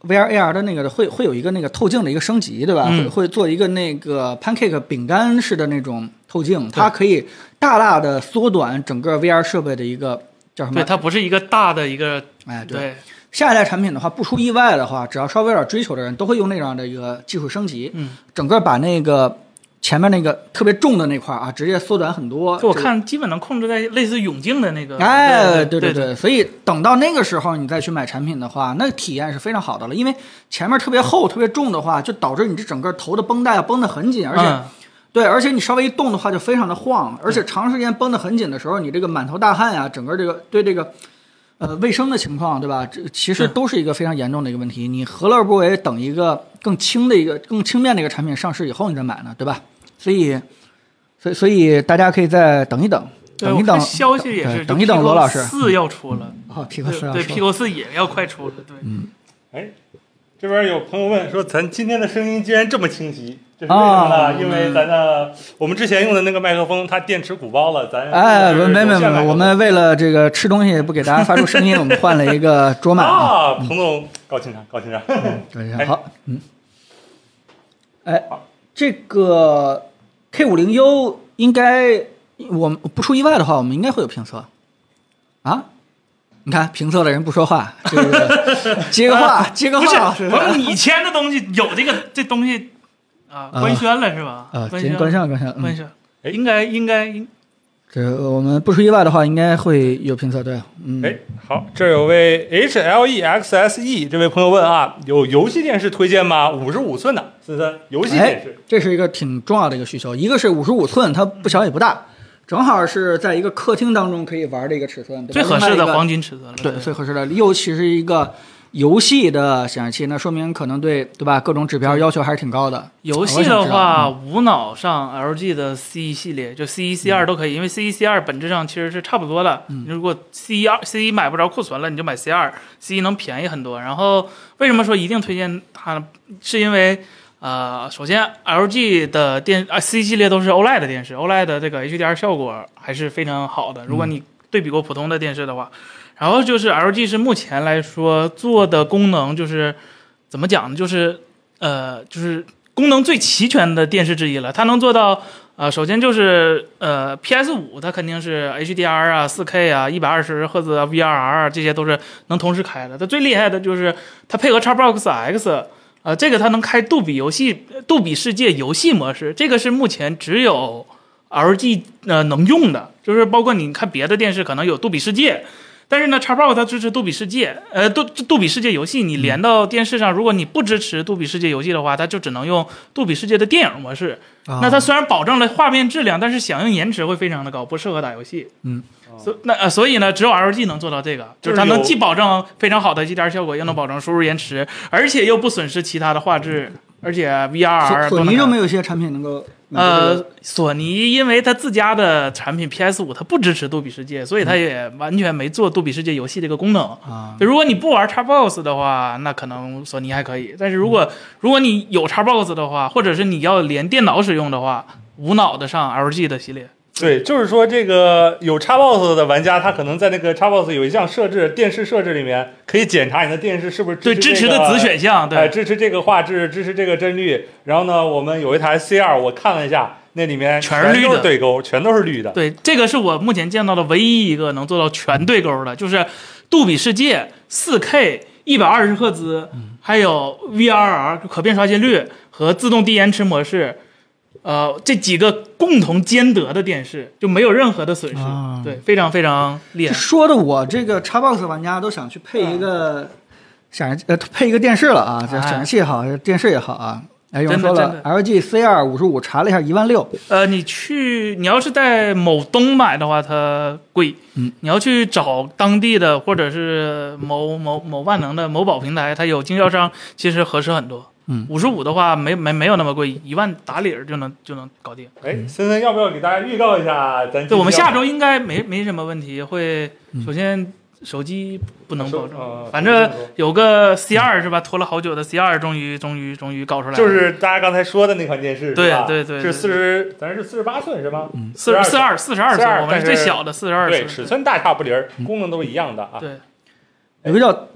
V R A R 的那个会会有一个那个透镜的一个升级，对吧？ 嗯会会做一个那个 pancake 饼干式的那种透镜，它可以大大的缩短整个 V R 设备的一个叫什么？ 对，它不是一个大的一个， 哎，对。 对， 下一代产品的话，不出意外的话，只要稍微有点追求的人都会用那样的一个技术升级， 嗯， 整个把那个前面那个特别重的那块啊，直接缩短很多。 就我看基本能控制在类似永镜的那个。 哎， 对对对对，所以等到那个时候你再去买产品的话，那体验是非常好的了，因为前面特别厚、特别重的话，就导致你这整个头的绷带要绷得很紧，而且。 嗯对，而且你稍微一动的话就非常的晃，而且长时间绷得很紧的时候，你这个满头大汗呀、啊，整个这个对这个呃卫生的情况，对吧？这其实都是一个非常严重的一个问题。你何乐不为等一个更轻的一个更轻便的一个产品上市以后你再买呢，对吧？所以，所以所以大家可以再等一等，等一等。 消息也是， 等一等，罗老师四要出了， 哦 ，Pico 四要出，对 Pico 四也要快出了，对， 嗯。 哎，这边有朋友问说，咱今天的声音居然这么清晰。这是为什么呢？ 啊、 因为咱的我们之前用的那个麦克风，它电池鼓包了，咱哎，没没没没，我们为了这个吃东西不给大家发出声音，我们换了一个桌麦啊。彭总高情商，高情商， 高情商。好，嗯，哎，这个 K 五零 U 应该我们不出意外的话，我们应该会有评测啊。你看评测的人不说话，这个接个话，接个话。 不是，不是你签的东西有这个这东西。啊，官宣了是吧？ 啊，今天官宣了，官宣了， 官宣。哎，应该应该应。 这我们不出意外的话，应该会有评测，对。嗯。 哎，好，这有位 H L E X S E 这位朋友问啊，有游戏电视推荐吗？五十五寸的，森森，游戏电视、 哎，这是一个挺重要的一个需求。一个是五十五寸，它不小也不大，正好是在一个客厅当中可以玩的一个尺寸，对吧？ 最合适的黄金尺寸了。 对，最合适的，尤其是一个。游戏的显示器，那说明可能对对吧？各种指标要求还是挺高的。 游戏的话，无脑上 L G 的 C 一系列，就 C 一、C 二都可以，因为 C 一、C 二本质上其实是差不多的。 嗯、 如果 C 一、C 一买不着库存了，你就买 C 二 ，C 一能便宜很多。然后为什么说一定推荐它？是因为呃，首先 L G 的电啊 C 系列都是 O L E D 的电视 ，O L E D 的这个 H D R 效果还是非常好的。如果你对比过普通的电视的话。然后就是 L G 是目前来说做的功能就是怎么讲呢？就是呃，就是功能最齐全的电视之一了。它能做到呃，首先就是呃 P S 五 它肯定是 H D R 啊、四 K 啊、一百二十赫兹啊、V R R 这些都是能同时开的。它最厉害的就是它配合 Xbox X， 呃，这个它能开杜比游戏、杜比世界游戏模式，这个是目前只有 L G 呃能用的，就是包括你看别的电视可能有杜比世界。但是呢 ，Xbox 它支持杜比世界，呃，杜杜比世界游戏，你连到电视上，如果你不支持杜比世界游戏的话，它就只能用杜比世界的电影模式。 啊、 那它虽然保证了画面质量，但是响应延迟会非常的高，不适合打游戏。 嗯， 所那呃，所以呢，只有 L G 能做到这个，就是它能既保证非常好的 H D R 效果，又能保证输入延迟，而且又不损失其他的画质，而且 V R R。 索尼就没有一些产品能够。 呃，索尼因为它自家的产品 P S 五 它不支持杜比世界，所以它也完全没做杜比世界游戏这个功能。 啊， 如果你不玩 Xbox 的话，那可能索尼还可以。但是如果、嗯、如果你有 Xbox 的话，或者是你要连电脑使用的话，无脑的上 L G 的系列。 对，就是说这个有 Xbox 的玩家，他可能在那个 Xbox 有一项设置，电视设置里面可以检查你的电视是不是支持、这个、 对支持的子选项，对、 呃，支持这个画质，支持这个帧率。然后呢，我们有一台 C 二，我看了一下，那里面全是绿的对勾，全都是绿的。 对，这个是我目前见到的唯一一个能做到全对勾的，就是杜比世界 四 K 一百二十赫兹，还有 V R R 可变刷新率和自动低延迟模式。呃，这几个共同兼得的电视就没有任何的损失，啊、对，非常非常厉害。 说的我这个 Xbox 玩家都想去配一个显示呃配一个电视了啊，这显示器也好，电视也好啊。哎，有人说了 ，L G C 二五十五查了一下一万六。 呃，你去你要是在某东买的话，它贵。 嗯， 你要去找当地的或者是某某某万能的某宝平台，它有经销商，其实合适很多。 嗯， 五十五的话没没没有那么贵，一万打理儿就能就能搞定。 哎，森森要不要给大家预告一下？咱对，我们下周应该没没什么问题。会首先手机不能保证， 嗯、 反正有个 C 二是吧？拖了好久的 C 二终于终于终于搞出来了。 就是大家刚才说的那款电视， 对对对， 是四十，咱是四十八寸是吗？ 嗯， 四四二四十二寸，我们是最小的四十二寸， 对，尺寸大差不离，功能都是一样的啊。 对。 有个叫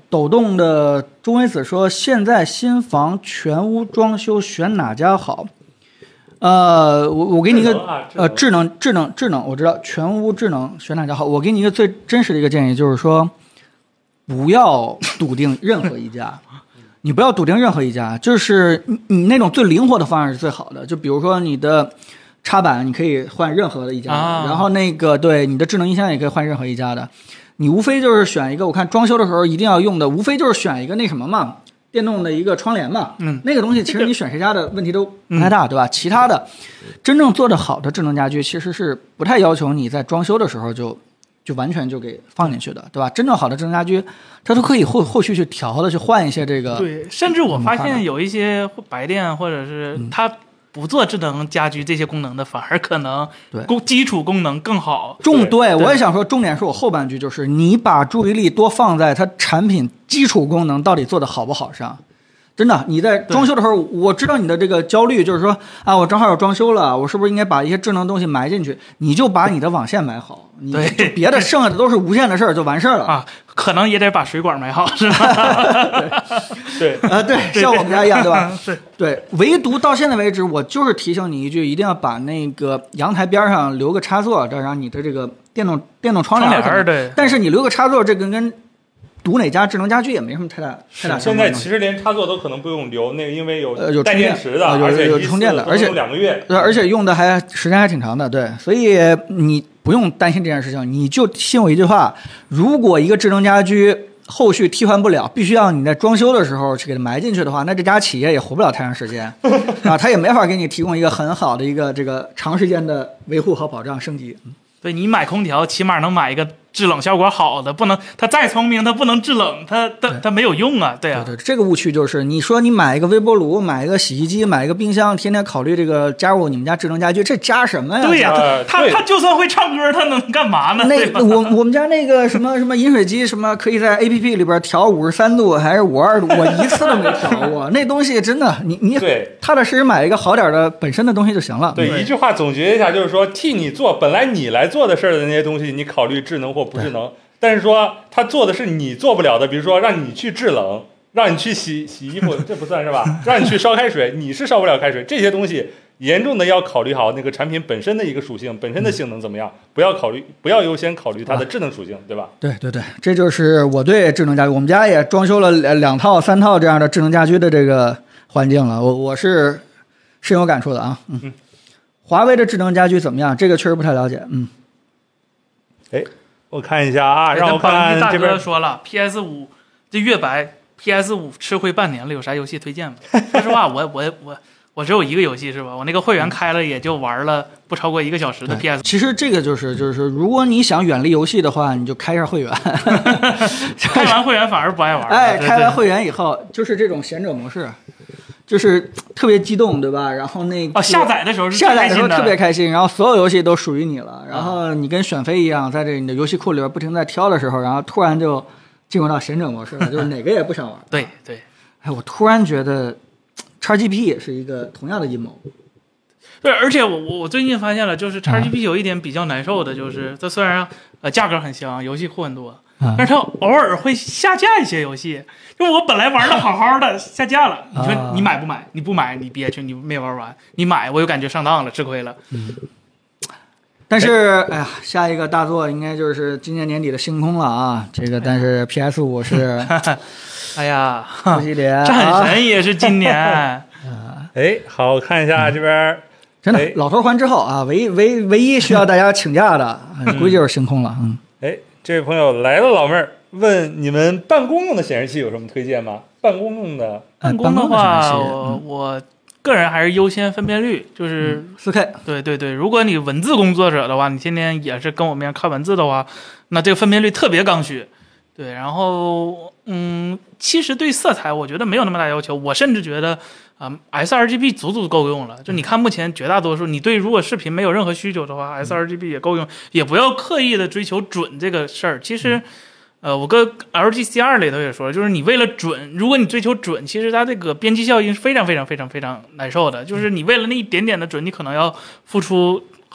抖动的中微子说，现在新房全屋装修选哪家好？呃，我我给你一个智能啊智能呃智能智能智能，我知道全屋智能选哪家好。我给你一个最真实的一个建议，就是说不要笃定任何一家。你不要笃定任何一家，就是你你那种最灵活的方案是最好的。就比如说你的插板，你可以换任何的一家的， 啊、 然后那个对你的智能音箱也可以换任何一家的。你无非就是选一个，我看装修的时候一定要用的，无非就是选一个那什么嘛，电动的一个窗帘嘛。 嗯， 那个东西其实你选谁家的问题都不太大，嗯、对吧？其他的真正做得好的智能家居，其实是不太要求你在装修的时候就。就完全就给放进去的，对吧？真正好的智能家居，它都可以后后续去调的，去换一些这个。 对，甚至我发现有一些白电或者是它不做智能家居这些功能的，反而可能功基础功能更好。 重对，对我也想说，重点是我后半句，就是你把注意力多放在它产品基础功能到底做得好不好上。真的，你在装修的时候，我知道你的这个焦虑，就是说啊，我正好有装修了，我是不是应该把一些智能东西埋进去？你就把你的网线埋好，你就别的剩下的都是无线的事儿，就完事儿了啊。可能也得把水管埋好，是吧？ 对， 啊、呃，对，像我们家一样，对吧？ 对对，唯独到现在为止，我就是提醒你一句，一定要把那个阳台边上留个插座，这让你的这个电动电动窗帘儿。对， 但是你留个插座，这跟跟。读哪家智能家居也没什么太大太大。 现在其实连插座都可能不用留，那个因为有呃有带电池的， 呃、有而且有充电的，而且两个月， 对，而且用的还时间还挺长的，对，所以你不用担心这件事情，你就信我一句话：如果一个智能家居后续替换不了，必须要你在装修的时候去给它埋进去的话，那这家企业也活不了太长时间啊，它也没法给你提供一个很好的一个这个长时间的维护和保障升级。 对，你买空调起码能买一个制冷效果好的，不能它再聪明它不能制冷，它它它没有用啊，对啊。 对对，这个误区就是你说你买一个微波炉，买一个洗衣机，买一个冰箱，天天考虑这个加入你们家智能家居，这加什么呀？ 对呀、 呃， 他他就算会唱歌，他能干嘛呢？ 那我我们家那个什么什么饮水机，什么可以在 A P P 里边调五十三度还是五十二度，我一次都没调过。那东西真的，你你踏踏实实买一个好点的本身的东西就行了。 对，对一句话总结一下，就是说替你做本来你来做的事儿的那些东西，你考虑智能或不智能。但是说他做的是你做不了的，比如说让你去制冷，让你去洗洗衣服，这不算是吧？让你去烧开水，你是烧不了开水，这些东西严重的要考虑好那个产品本身的一个属性，本身的性能怎么样，不要考虑，不要优先考虑它的智能属性，对吧？ 对对对，这就是我对智能家居，我们家也装修了两套、三套这样的智能家居的这个环境了，我我是深有感触的啊。嗯，嗯华为的智能家居怎么样？这个确实不太了解。嗯， 哎。我看一下啊，让我看这边说了 P S 五 这月白 P S 五 吃亏半年了，有啥游戏推荐吗？说实话，我我我我只有一个游戏是吧？我那个会员开了也就玩了不超过一个小时的 P S。 其实这个就是就是，如果你想远离游戏的话，你就开一下会员。 开完会员反而不爱玩。 哎，开完会员以后就是这种贤者模式。就是特别激动，对吧？然后那个、 哦、下载的时候是下载的时候特别开心，然后所有游戏都属于你了。然后你跟选妃一样，在这你的游戏库里边不停在挑的时候，然后突然就进入到贤者模式了，就是哪个也不想玩。 对对， 哎，我突然觉得 X G P 也是一个同样的阴谋。 对，而且我我我最近发现了，就是 X G P 有一点比较难受的，就是它虽然呃价格很香，游戏库很多。但是它偶尔会下架一些游戏，就我本来玩的好好的，下架了。你说你买不买？你不买你憋屈，你没玩完；你买我又感觉上当了，吃亏了。 嗯。但是，哎呀，下一个大作应该就是今年年底的星空了啊！这个，但是 P S 五 是， 哎呀， 游戏点战神也是今年。 哎，好，我看一下这边， 真的老头环之后啊，唯唯唯一需要大家请假的，估计就是星空了。嗯。 哎。这位朋友来了，老妹儿问你们办公用的显示器有什么推荐吗？办公用的， 办公的话，我我个人还是优先分辨率，就是四 K。 对对对，如果你文字工作者的话，你天天也是跟我们一样看文字的话，那这个分辨率特别刚需。对，然后嗯，其实对色彩我觉得没有那么大要求，我甚至觉得啊、嗯、，sRGB 足足够用了。就你看目前绝大多数，你对如果视频没有任何需求的话、嗯、，sRGB 也够用，也不要刻意的追求准这个事儿。其实，呃，我跟 L G C 二里头也说了，就是你为了准，如果你追求准，其实它这个边际效应是非常非常非常非常难受的。就是你为了那一点点的准，你可能要付出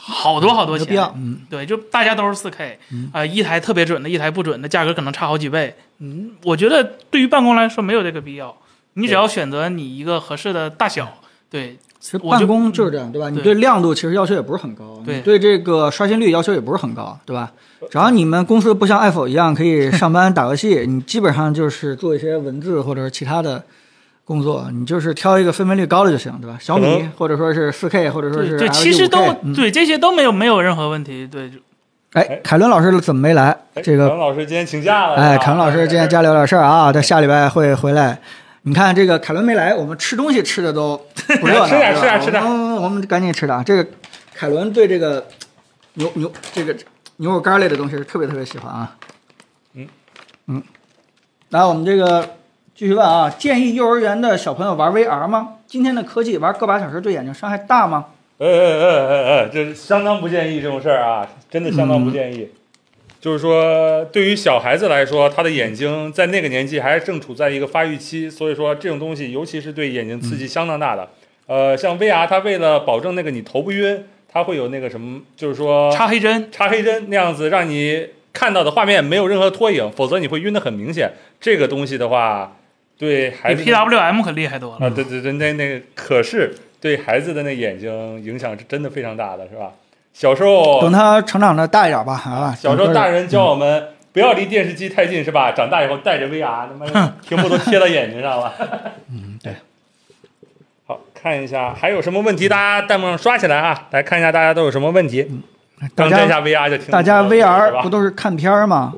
好多好多钱。 没必要，嗯， 对，就大家都是 四 K， 啊、呃，一台特别准的，一台不准的，价格可能差好几倍。嗯，我觉得对于办公来说没有这个必要，你只要选择你一个合适的大小，对。 其实办公就是这样，对吧？你对亮度其实要求也不是很高， 对， 你对这个刷新率要求也不是很高，对吧？只要你们公司不像 Apple 一样可以上班打游戏，你基本上就是做一些文字或者是其他的工作，你就是挑一个分辨率高的就行，对吧？小米或者说是 四 K 或者说是对， L G 其实都、 嗯、 对这些都没有没有任何问题，对。 哎，凯伦老师怎么没来？这个凯伦老师今天请假了。 哎，凯伦老师今天家里有点事儿啊，他下礼拜会回来。你看这个凯伦没来，我们吃东西吃的都不热闹， 吃点吃点吃点， 我们我们赶紧吃点。这个凯伦对这个牛牛这个牛肉干类的东西是特别特别喜欢啊。 嗯嗯，来我们这个继续问啊，建议幼儿园的小朋友玩 V R 吗？今天的科技玩个把小时对眼睛伤害大吗？ 呃呃呃呃呃，这相当不建议这种事儿啊，真的相当不建议。嗯，就是说，对于小孩子来说，他的眼睛在那个年纪还是正处在一个发育期，所以说这种东西，尤其是对眼睛刺激相当大的。呃，像 V R， 它为了保证那个你头不晕，它会有那个什么，就是说插黑针， 插黑针那样子，让你看到的画面没有任何拖影，否则你会晕得很明显。这个东西的话，对孩子比 P W M 可厉害多了啊！对对对，那那个可是对孩子的那眼睛影响是真的非常大的，是吧？小时候等他成长的大一点吧，啊， 小时候大人教我们不要离电视机太近，是吧？长大以后带着 V R， 他妈屏幕都贴到眼睛上了。 嗯，对。 好，看一下还有什么问题，大家弹幕上刷起来啊！来看一下大家都有什么问题。 嗯、大家刚一下 V R 就听大家 V R 不都是看片吗？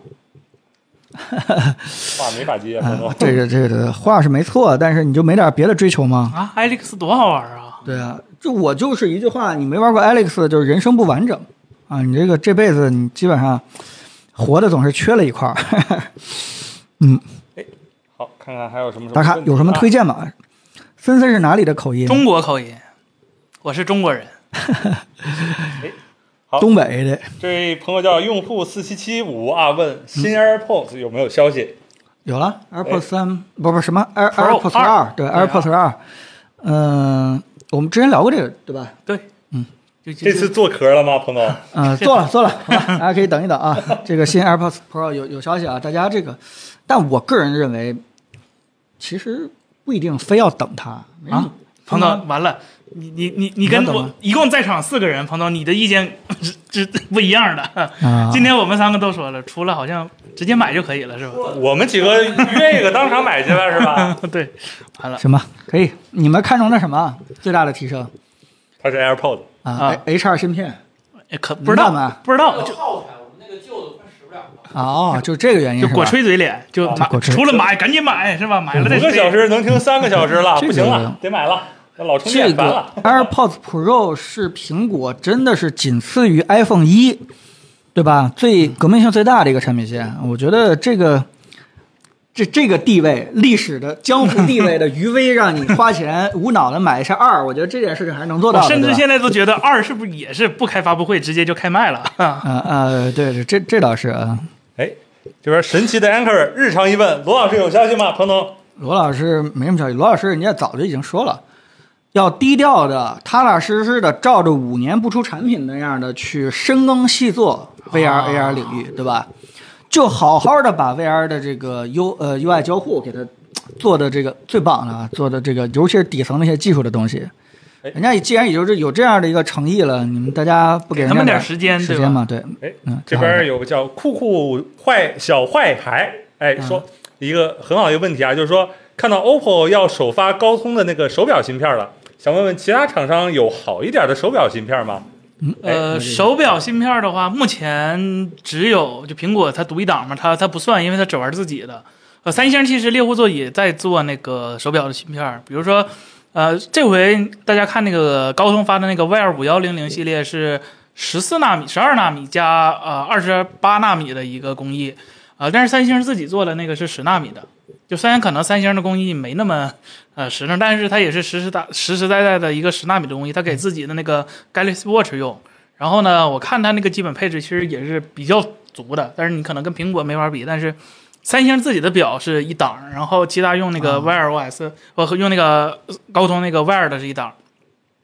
话没法接，朋友、 啊。这个这个话是没错，但是你就没点别的追求吗？ 啊 ，Alex 多好玩啊！ 对啊。就我就是一句话，你没玩过 Alex 就是人生不完整啊！你这个这辈子你基本上活的总是缺了一块儿。嗯， 哎，好，看看还有什么什么大咖有什么推荐吗？啊、森森是哪里的口音？ 中国口音，我是中国人。 哎，好， 东北的。 这位朋友叫用户四七七五啊，问新 AirPods 有没有消息？ 有了 ，AirPods 三不不什么 Air AirPods 二，对 AirPods 二，嗯。我们之前聊过这个，对吧？ 对， 嗯， 这次做壳了吗，彭总？ 嗯，做了做了，好吧，大家可以等一等啊。这个新 AirPods Pro 有有消息啊，大家这个，但我个人认为，其实不一定非要等它啊。彭总，完了，你你你你跟我一共在场四个人，彭总，你的意见是不一样的。啊、今天我们三个都说了，除了好像直接买就可以了，是吧？ 我们几个约一个当场买去了，是吧？ 对，完了。 行吧，可以。你们看中的什么最大的提升？ 它是 AirPods 啊, 啊 ，H 二芯片， 可不知道吗？ 不知道。 就耗材，我们那个旧的快使不了了。 哦，就这个原因， 就果吹嘴脸，就买， 除了买赶紧买，是吧？买了五个小时能听三个小时了，不行了，得买了。老充电烦了。 这个 AirPods Pro 是苹果真的是仅次于 iPhone 一，对吧？最革命性最大的一个产品线，我觉得这个这这个地位，历史的江湖地位的余威，让你花钱无脑的买一下二，我觉得这件事情还是能做到的。 我甚至现在都觉得二是不是也是不开发布会直接就开卖了？ 啊啊，对，这这倒是啊。 哎，这边神奇的 Anchor 日常一问，罗老师有消息吗？彭总， 罗老师没什么消息，罗老师人家早就已经说了。要低调的、踏踏实实的，照着五年不出产品那样的去深耕细作 V R、啊、A R 领域，对吧？就好好的把 V R 的这个 U 呃 U I 交互给它做的这个最棒的，做的这个尤其是底层那些技术的东东西。人家既然也就是有这样的一个诚意了，你们大家不给人家他们点时间时间嘛？对， 哎，嗯，这边有个叫酷酷坏小坏孩，哎，说一个很好的一个问题啊，就是说看到 O P P O 要首发高通的那个手表芯片了。想问问其他厂商有好一点的手表芯片吗？ 呃，手表芯片的话，目前只有就苹果它独一档嘛，它它不算，因为它只玩自己的。呃，三星其实猎户座也在做那个手表的芯片，比如说，呃，这回大家看那个高通发的那个 Wear 五一零零系列是十四纳米、十二纳米加呃二十八纳米的一个工艺，啊、呃，但是三星自己做的那个是十纳米的。就虽然可能三星的工艺没那么呃实诚，但是它也是实实打实实在在的一个十纳米的工艺，它给自己的那个 Galaxy Watch 用。然后呢，我看它那个基本配置其实也是比较足的，但是你可能跟苹果没法比。但是三星自己的表是一档，然后其他用那个 Wear O S 或、啊、用那个高通那个 Wear 的是一档。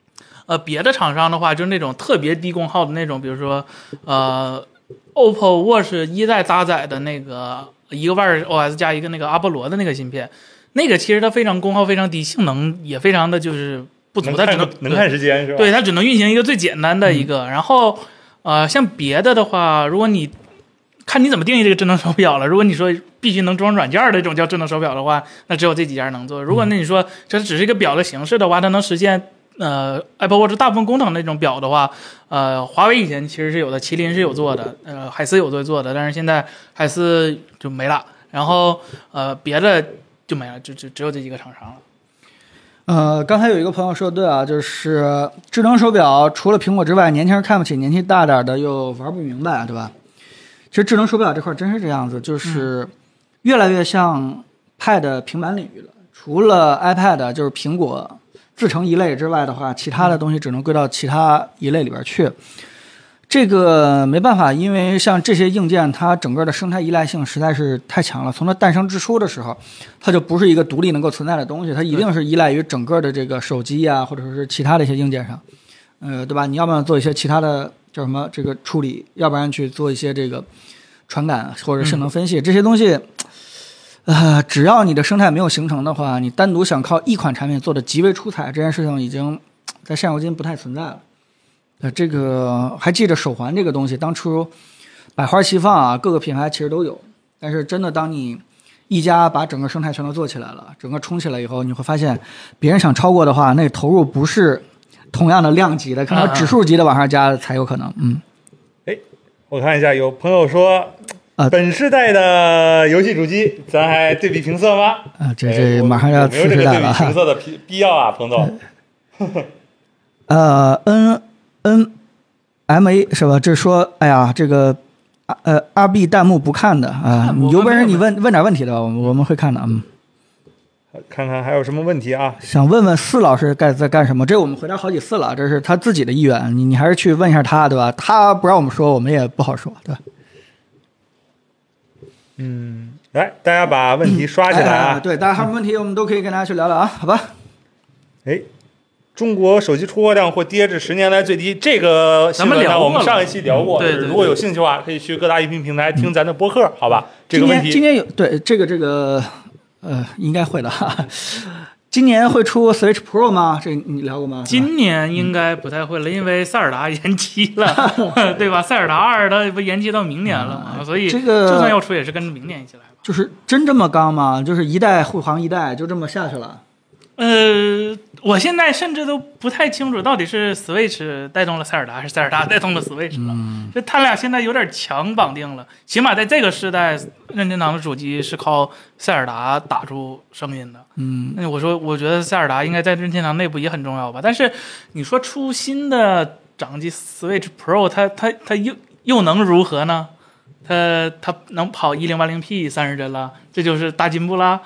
呃别的厂商的话，就是那种特别低功耗的那种，比如说呃 O P P O Watch 一代搭载的那个一个 Wear O S 加一个那个阿波罗的那个芯片，那个其实它非常功耗非常低，性能也非常的就是不足，它只能能看时间是吧？ 对，它只能运行一个最简单的一个。嗯、然后呃像别的的话，如果你看你怎么定义这个智能手表了。如果你说必须能装软件的这种叫智能手表的话，那只有这几家能做。如果那你说这只是一个表的形式的话，它能实现呃 Apple Watch 大部分功能那种表的话，呃，华为以前其实是有的，麒麟是有做的，呃，海思有在做的，但是现在海思就没了，然后呃别的就没了，就就只有这几个厂商了。 呃，刚才有一个朋友说的对啊，就是智能手表除了苹果之外，年轻人看不起，年纪大点的又玩不明白，对吧？其实智能手表这块真是这样子，就是越来越像 Pad 平板领域了。除了 iPad 就是苹果自成一类之外的话，其他的东西只能归到其他一类里边去。这个没办法，因为像这些硬件，它整个的生态依赖性实在是太强了。从它诞生之初的时候，它就不是一个独立能够存在的东西，它一定是依赖于整个的这个手机啊，或者说是其他的一些硬件上，呃，对吧？你要不然做一些其他的叫什么这个处理，要不然去做一些这个传感或者性能分析，这些东西，呃，只要你的生态没有形成的话，你单独想靠一款产品做的极为出彩，这件事情已经在现如今不太存在了。呃，这个还记着手环这个东西，当初百花齐放啊，各个品牌其实都有。但是真的，当你一家把整个生态全都做起来了，整个冲起来以后，你会发现，别人想超过的话，那投入不是同样的量级的，可能指数级的往上加才有可能。嗯， 哎，我看一下，有朋友说，啊，本世代的游戏主机，咱还对比评测吗？ 啊，这这马上要次世代了， 有没有这个对比评测的必必要啊，彭总？ 呃，N。N M A 是吧？这说，哎呀，这个呃二 B 弹幕不看的啊，你有本事你问问点问题的，我们我们会看的。嗯， 看看还有什么问题啊？ 想问问四老师该在干什么？这我们回答好几次了，这是他自己的意愿，你你还是去问一下他，对吧？他不让我们说，我们也不好说，对吧？ 嗯，来，大家把问题刷起来啊！ 哎、对，大家还有问题，我们都可以跟大家去聊聊啊，好吧？ 哎。中国手机出货量或跌至十年来最低，这个咱们聊过，我们上一期聊过。 对对对， 如果有兴趣的话，可以去各大音频平台听咱的播客，好吧？这个问题， 今年今年有对这个这个呃，应该会的哈。今年会出 Switch Pro 吗？这你聊过吗？ 今年应该不太会了，因为塞尔达延期了，对吧？塞尔达二它不延期到明年了嘛，嗯、所以这个就算要出也是跟着明年一起来。 就是真这么刚吗？就是一代护航一代就这么下去了？ 呃，我现在甚至都不太清楚到底是 Switch 带动了塞尔达，还是塞尔达带动了 Switch 了。 嗯， 就他俩现在有点强绑定了，起码在这个时代，任天堂的主机是靠塞尔达打出声音的。 嗯， 那我说，我觉得塞尔达应该在任天堂内部也很重要吧。但是你说出新的掌机 Switch Pro， 它它它又又能如何呢？它它能跑一零八零 P 三十帧了，这就是大进步啦。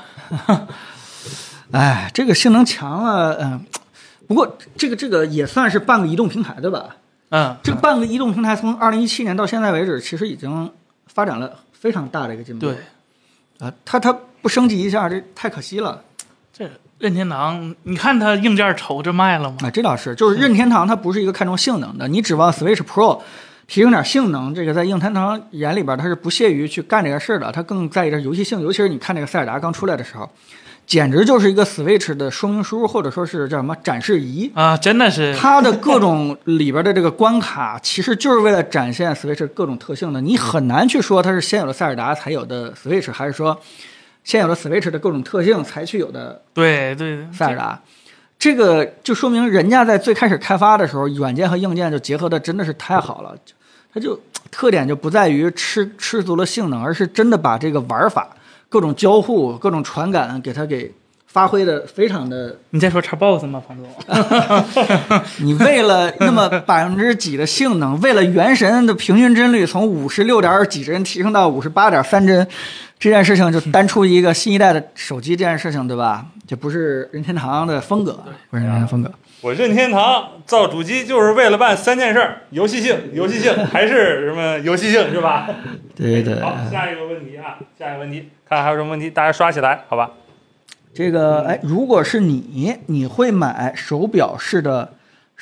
哎，这个性能强了，嗯，不过这个这个也算是半个移动平台，对吧？ 嗯， 这个半个移动平台从二零一七年到现在为止，其实已经发展了非常大的一个进步。 对， 啊，它它不升级一下，这太可惜了。 这任天堂，你看它硬件瞅着卖了吗？ 啊，这倒是，就是任天堂它不是一个看重性能的，你指望 Switch Pro 提升点性能，这个在任天堂眼里边，它是不屑于去干这个事的，它更在意的游戏性，尤其是你看这个塞尔达刚出来的时候。简直就是一个 Switch 的说明书，或者说是叫什么展示仪啊！真的是它的各种里边的这个关卡，其实就是为了展现 Switch 各种特性的。你很难去说它是先有的塞尔达才有的 Switch， 还是说现有的 Switch 的各种特性才去有的对对塞尔达。这个就说明人家在最开始开发的时候，软件和硬件就结合的真的是太好了。它就特点就不在于吃吃足了性能，而是真的把这个玩法。各种交互、各种传感，给它给发挥的非常的。 你在说 Xbox 吗，彭总？ 你为了那么百分之几的性能，为了原神的平均帧率从五十六点几帧提升到五十八点三帧，这件事情就单出一个新一代的手机，这件事情对吧？这不是任天堂的风格，不是任天堂风格。 我任天堂造主机就是为了办三件事：游戏性、游戏性还是什么游戏性，是吧？ 对对。 好，下一个问题啊，下一个问题，看看还有什么问题，大家刷起来，好吧？ 这个哎，如果是你，你会买手表式的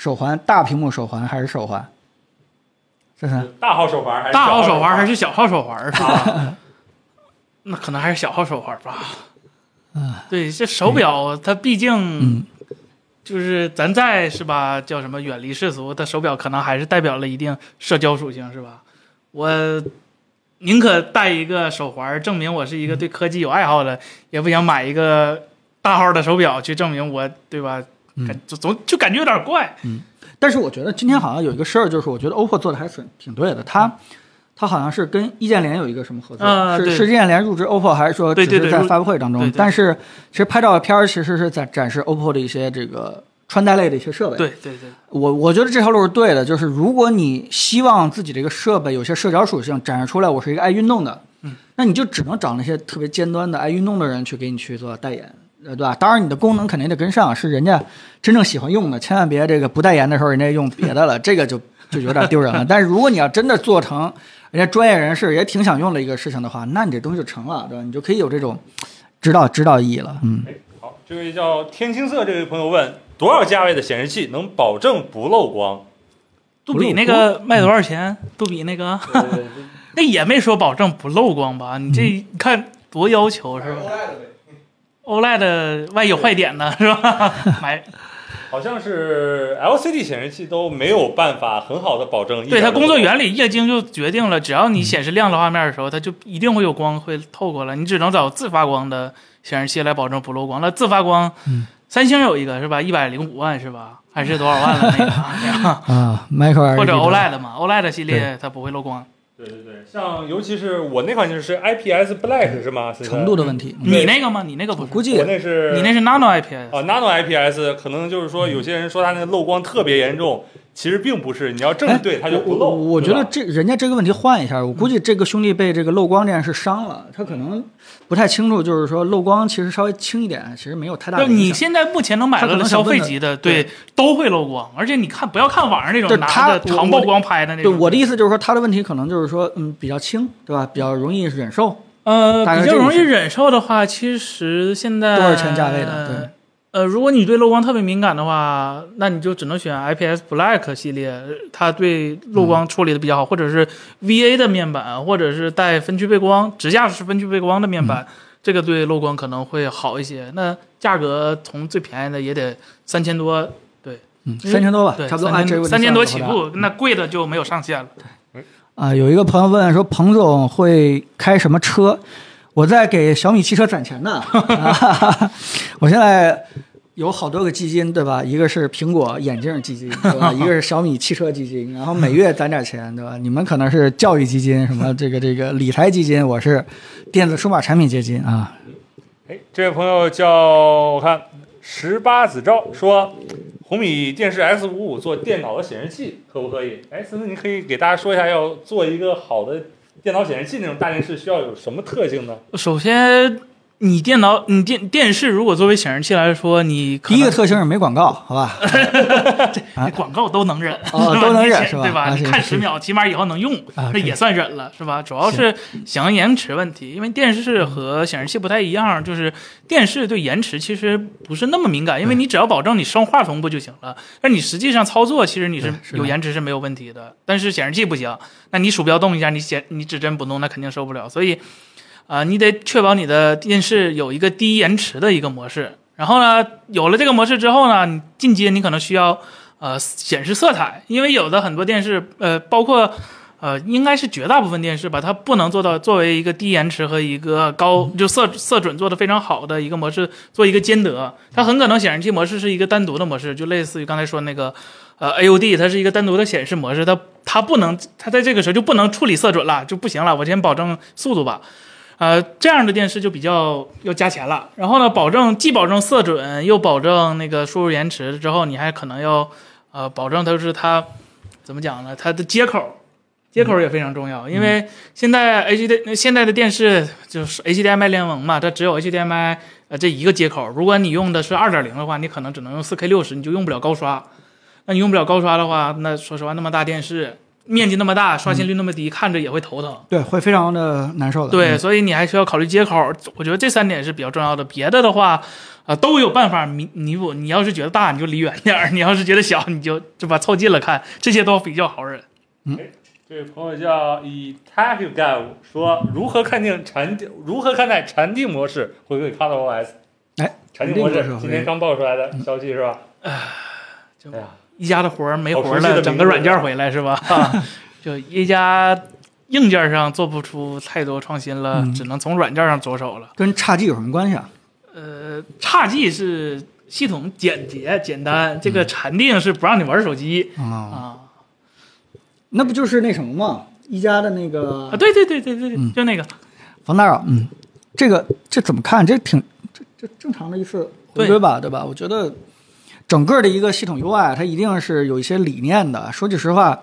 手环大屏幕手环还是手环？这是大号手环还是大号手环还是是小号手环是吧？那可能还是小号手环吧。 啊， 对，这手表它毕竟嗯， 就是咱在是吧，叫什么远离世俗，它手表可能还是代表了一定社交属性是吧？我宁可戴一个手环，证明我是一个对科技有爱好的，也不想买一个大号的手表去证明我，对吧？ 嗯感就总就感觉有点怪。 但是我觉得今天好像有一个事儿，就是我觉得 O P P O 做的还是挺对的，它。它好像是跟易建联有一个什么合作？ 啊对是是易建联入职 O P P O， 还是说只对对对是在发布会当中？ 对对对但是其实拍照片儿其实是在展示 O P P O 的一些这个穿戴类的一些设备。 对对对， 我我觉得这条路是对的，就是如果你希望自己这个设备有些社交属性展示出来，我是一个爱运动的， 嗯， 那你就只能找那些特别尖端的爱运动的人去给你去做代言，呃，对吧？当然你的功能肯定得跟上，是人家真正喜欢用的，千万别这个不代言的时候人家用别的了，这个就就有点丢人了。但是如果你要真的做成人家专业人士也挺想用的一个事情的话，那你这东西就成了，对吧？你就可以有这种指导指导意义了，嗯。 哎，好，这位叫天青色这位朋友问，多少价位的显示器能保证不漏光？ 杜比那个卖多少钱？杜比那个对对对那也没说保证不漏光吧？你这你看多要求是吧？O L E D 万一有坏点呢是吧？买好像是 L C D 显示器都没有办法很好的保证。 对它工作原理，液晶就决定了，只要你显示亮的画面的时候，它就一定会有光会透过来，你只能找自发光的显示器来保证不漏光。那自发光， 嗯、 三星有一个是吧？一百零五万是吧？还是多少万了那个？ 啊 ，Micro L E D 或者 O L E D 嘛 ，O L E D 系列它不会漏光。 对对对，像尤其是我那款就是 I P S Black 是吗？ 程度的问题。 你那个吗？你那个不是？ 估计我那是你那是 Nano I P S 啊 ，Nano I P S 可能就是说有些人说它那个漏光特别严重，其实并不是，你要正对它就不漏。 我我觉得这人家这个问题换一下，我估计这个兄弟被这个漏光这件事伤了，他可能不太清楚，就是说漏光其实稍微轻一点，其实没有太大的影响。 你现在目前能买到的消费级的，对，都会漏光，而且你看不要看网上那种拿着长曝光拍的那种。 对，我的意思就是说，他的问题可能就是说，嗯，比较轻，对吧？比较容易忍受。 呃，比较容易忍受的话，其实现在多少钱价位的？对。 呃，如果你对漏光特别敏感的话，那你就只能选 I P S Black 系列，它对漏光处理的比较好，嗯、或者是 V A 的面板，或者是带分区背光、直架式分区背光的面板，嗯、这个对漏光可能会好一些。那价格从最便宜的也得三千多，对， 嗯，三千多吧， 对， 差不多三千三千多起步，那贵的就没有上限了。 啊、呃，有一个朋友问说，彭总会开什么车？我在给小米汽车攒钱呢。我现在有好多个基金，对吧？一个是苹果眼镜基金，对吧？一个是小米汽车基金，然后每月攒点钱，对吧？你们可能是教育基金，什么这个这个理财基金，我是电子数码产品基金啊。 哎，这位朋友叫我看十八子昭说，红米电视 X 五五做电脑的显示器可不可以？哎，森森，你可以给大家说一下，要做一个好的电脑显示器那种大电视需要有什么特性呢？ 首先，你电脑、你电电视如果作为显示器来说，你第一个特性是没广告，好吧？ 这广告都能忍， 哦，都能忍是吧？ 对吧？你看十秒，起码以后能用，那也算忍了，是吧？主要是响应延迟问题，因为电视和显示器不太一样，就是电视对延迟其实不是那么敏感，因为你只要保证你声画同步就行了。但你实际上操作，其实你是有延迟是没有问题的，但是显示器不行，那你鼠标动一下，你显你指针不动，那肯定受不了，所以。啊、呃，你得确保你的电视有一个低延迟的一个模式。然后呢，有了这个模式之后呢，你进阶你可能需要呃显示色彩，因为有的很多电视呃，包括呃，应该是绝大部分电视吧，它不能做到作为一个低延迟和一个高就色色准做的非常好的一个模式做一个兼得。它很可能显示器模式是一个单独的模式，就类似于刚才说那个呃 A U D， 它是一个单独的显示模式，它它不能它在这个时候就不能处理色准了，就不行了，我先保证速度吧。呃，这样的电视就比较要加钱了。然后呢，保证既保证色准，又保证那个输入延迟之后，你还可能要呃保证它是它怎么讲呢？它的接口，接口也非常重要，因为现在 H D 现在的电视就是 H D M I 联盟嘛，它只有 H D M I 呃这一个接口。如果你用的是 二点零 的话，你可能只能用 四K 六十，你就用不了高刷。那你用不了高刷的话，那说实话那么大电视。 面积那么大，刷新率那么低，嗯、看着也会头疼。 对，会非常的难受的。 对， 嗯、 所以你还需要考虑接口。我觉得这三点是比较重要的。别的的话，呃，都有办法弥弥补。你要是觉得大，你就离远点儿；你要是觉得小，你就就把凑近了看。这些都比较好忍。 嗯。 这位朋友叫以 Taku Gav 说，如何看定禅定？如何看待禅定模式回归 ColorOS？ 哎， 禅定模式今天刚爆出来的消息是吧？ 哎、 呃，呀， 一加的活儿没活了，整个软件回来是吧？啊、就一加硬件上做不出太多创新了，嗯、只能从软件上着手了。 跟差 G 有什么关系啊？ 呃，差 G 是系统简洁简单，这个禅定是不让你玩手机、 嗯、 啊。 那不就是那什么吗？一加的那个啊，对对对对对对，嗯、就那个防打扰。嗯，这个这怎么看？这挺这这正常的一次回归吧， 对, 对吧？我觉得整个的一个系统 U I 它一定是有一些理念的。说句实话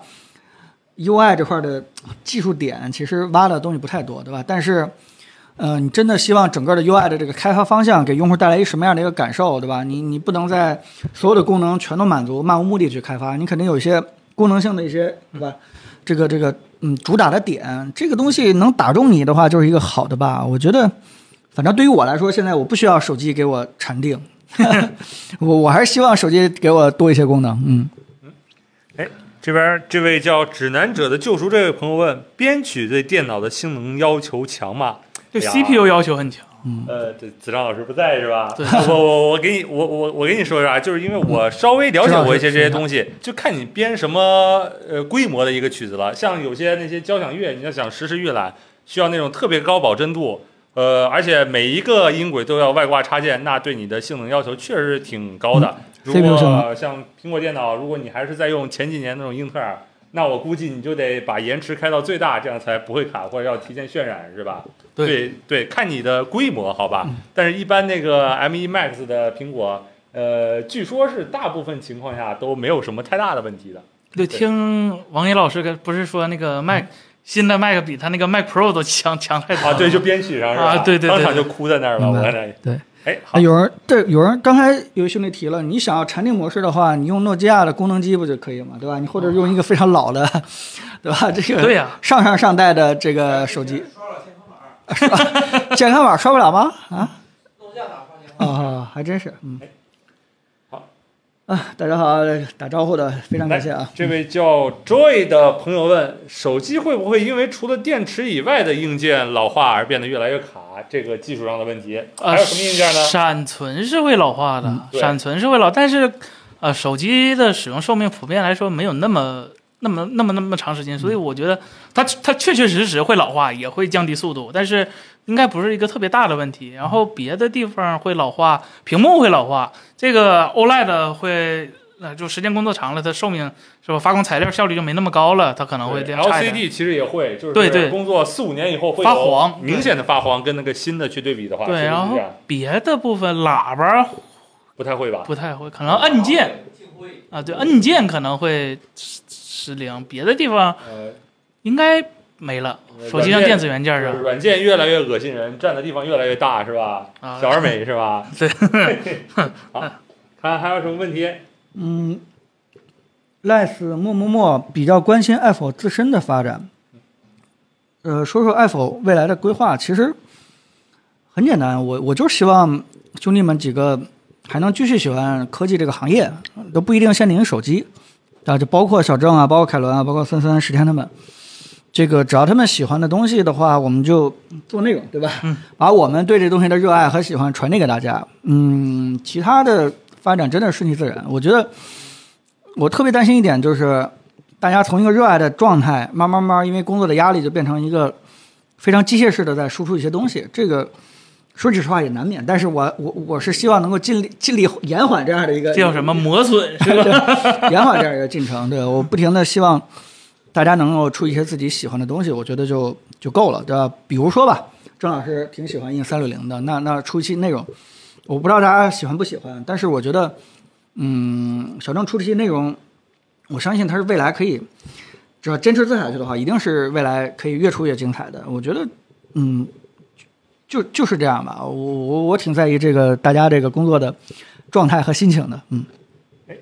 ，U I 这块的技术点其实挖的东西不太多，对吧？但是，呃，你真的希望整个的 U I 的这个开发方向给用户带来一什么样的一个感受，对吧？你你不能在所有的功能全都满足，漫无目的去开发，你肯定有一些功能性的一些，对吧？这个这个嗯，主打的点，这个东西能打中你的话，就是一个好的吧。我觉得，反正对于我来说，现在我不需要手机给我禅定，我我还是希望手机给我多一些功能。嗯嗯，哎，这边这位叫指南者的救赎这位朋友问：编曲对电脑的性能要求强吗？ 对 C P U 要求很强。 嗯， 呃，对，子章老师不在是吧？ 对， 我我我给你，我我我跟你说一下，就是因为我稍微了解过一些这些东西，就看你编什么呃规模的一个曲子了。像有些那些交响乐，你要想实时预览，需要那种特别高保真度，呃，而且每一个音轨都要外挂插件，那对你的性能要求确实挺高的。 嗯、 如果像苹果电脑，如果你还是在用前几年那种英特尔，那我估计你就得把延迟开到最大，这样才不会卡，或者要提前渲染，是吧？ 对对, 对，看你的规模，好吧。嗯、但是，一般那个 M 一 Max 的苹果，呃，据说是大部分情况下都没有什么太大的问题的。 对，对听王野老师不是说那个 Mac、嗯、新的 Mac 比他那个 Mac Pro 都强强太多了啊？对，就编曲上是吧？ 啊，对对 对, 对， 当场就哭在那儿了， 嗯、 我在那里。 对。 哎，好， 有人对有人刚才有兄弟提了，你想要禅定模式的话，你用诺基亚的功能机不就可以吗？对吧？你或者用一个非常老的，对吧？这个对呀， 上上上代的这个手机，刷了健康码，健康码刷不了吗？啊？诺基亚打刷健康码啊，还真是，嗯。 好啊，大家好，打招呼的非常感谢啊。 这位叫 Joy 的朋友问：手机会不会因为除了电池以外的硬件老化而变得越来越卡？这个技术上的问题， 呃、 还有什么硬件呢？ 闪存是会老化的， 嗯、 闪存是会老，但是呃，手机的使用寿命普遍来说没有那么那么那么那么长时间，所以我觉得它它确确实实会老化，也会降低速度，但是应该不是一个特别大的问题。然后别的地方会老化，屏幕会老化，这个 O L E D 会。那就时间工作长了，它寿命是吧？发光材料效率就没那么高了，它可能会这样。 L C D 其实也会，就是对对， 工作四五年以后会发黄， 明显的发黄，跟那个新的去对比的话， 对。然后别的部分喇叭不太会吧？ 不太会，可能按键啊，对，按键可能会失灵，别的地方应该没了。手机上电子元件上， 软件越来越恶心人，占的地方越来越大，是吧？ 啊， 小而美是吧？ 对。 好，看还有什么问题？ 嗯 ，Les 默默默比较关心 Apple 自身的发展。呃，说说 Apple 未来的规划，其实很简单，我我就希望兄弟们几个还能继续喜欢科技这个行业，都不一定限定于手机啊，就包括小郑啊，包括凯伦啊，包括森森、石天他们，这个只要他们喜欢的东西的话，我们就做内容，对吧？ 嗯， 把我们对这东西的热爱和喜欢传递给大家。嗯，其他的发展真的顺其自然。我觉得我特别担心一点就是，大家从一个热爱的状态，慢慢慢因为工作的压力，就变成一个非常机械式的在输出一些东西。这个说句实话也难免，但是我我我是希望能够尽力尽力延缓这样的一个， 这叫什么磨损是吧？ 延缓这样一个进程。对，我不停的希望大家能够出一些自己喜欢的东西，我觉得就就够了，对吧？比如说吧，郑老师挺喜欢印三六零的，那那出一期内容。我不知道大家喜欢不喜欢，但是我觉得，嗯，小郑出这些内容，我相信他是未来可以，只要坚持做下去的话，一定是未来可以越出越精彩的。我觉得，嗯，就就是这样吧。我我我挺在意这个大家这个工作的状态和心情的。嗯， 哎，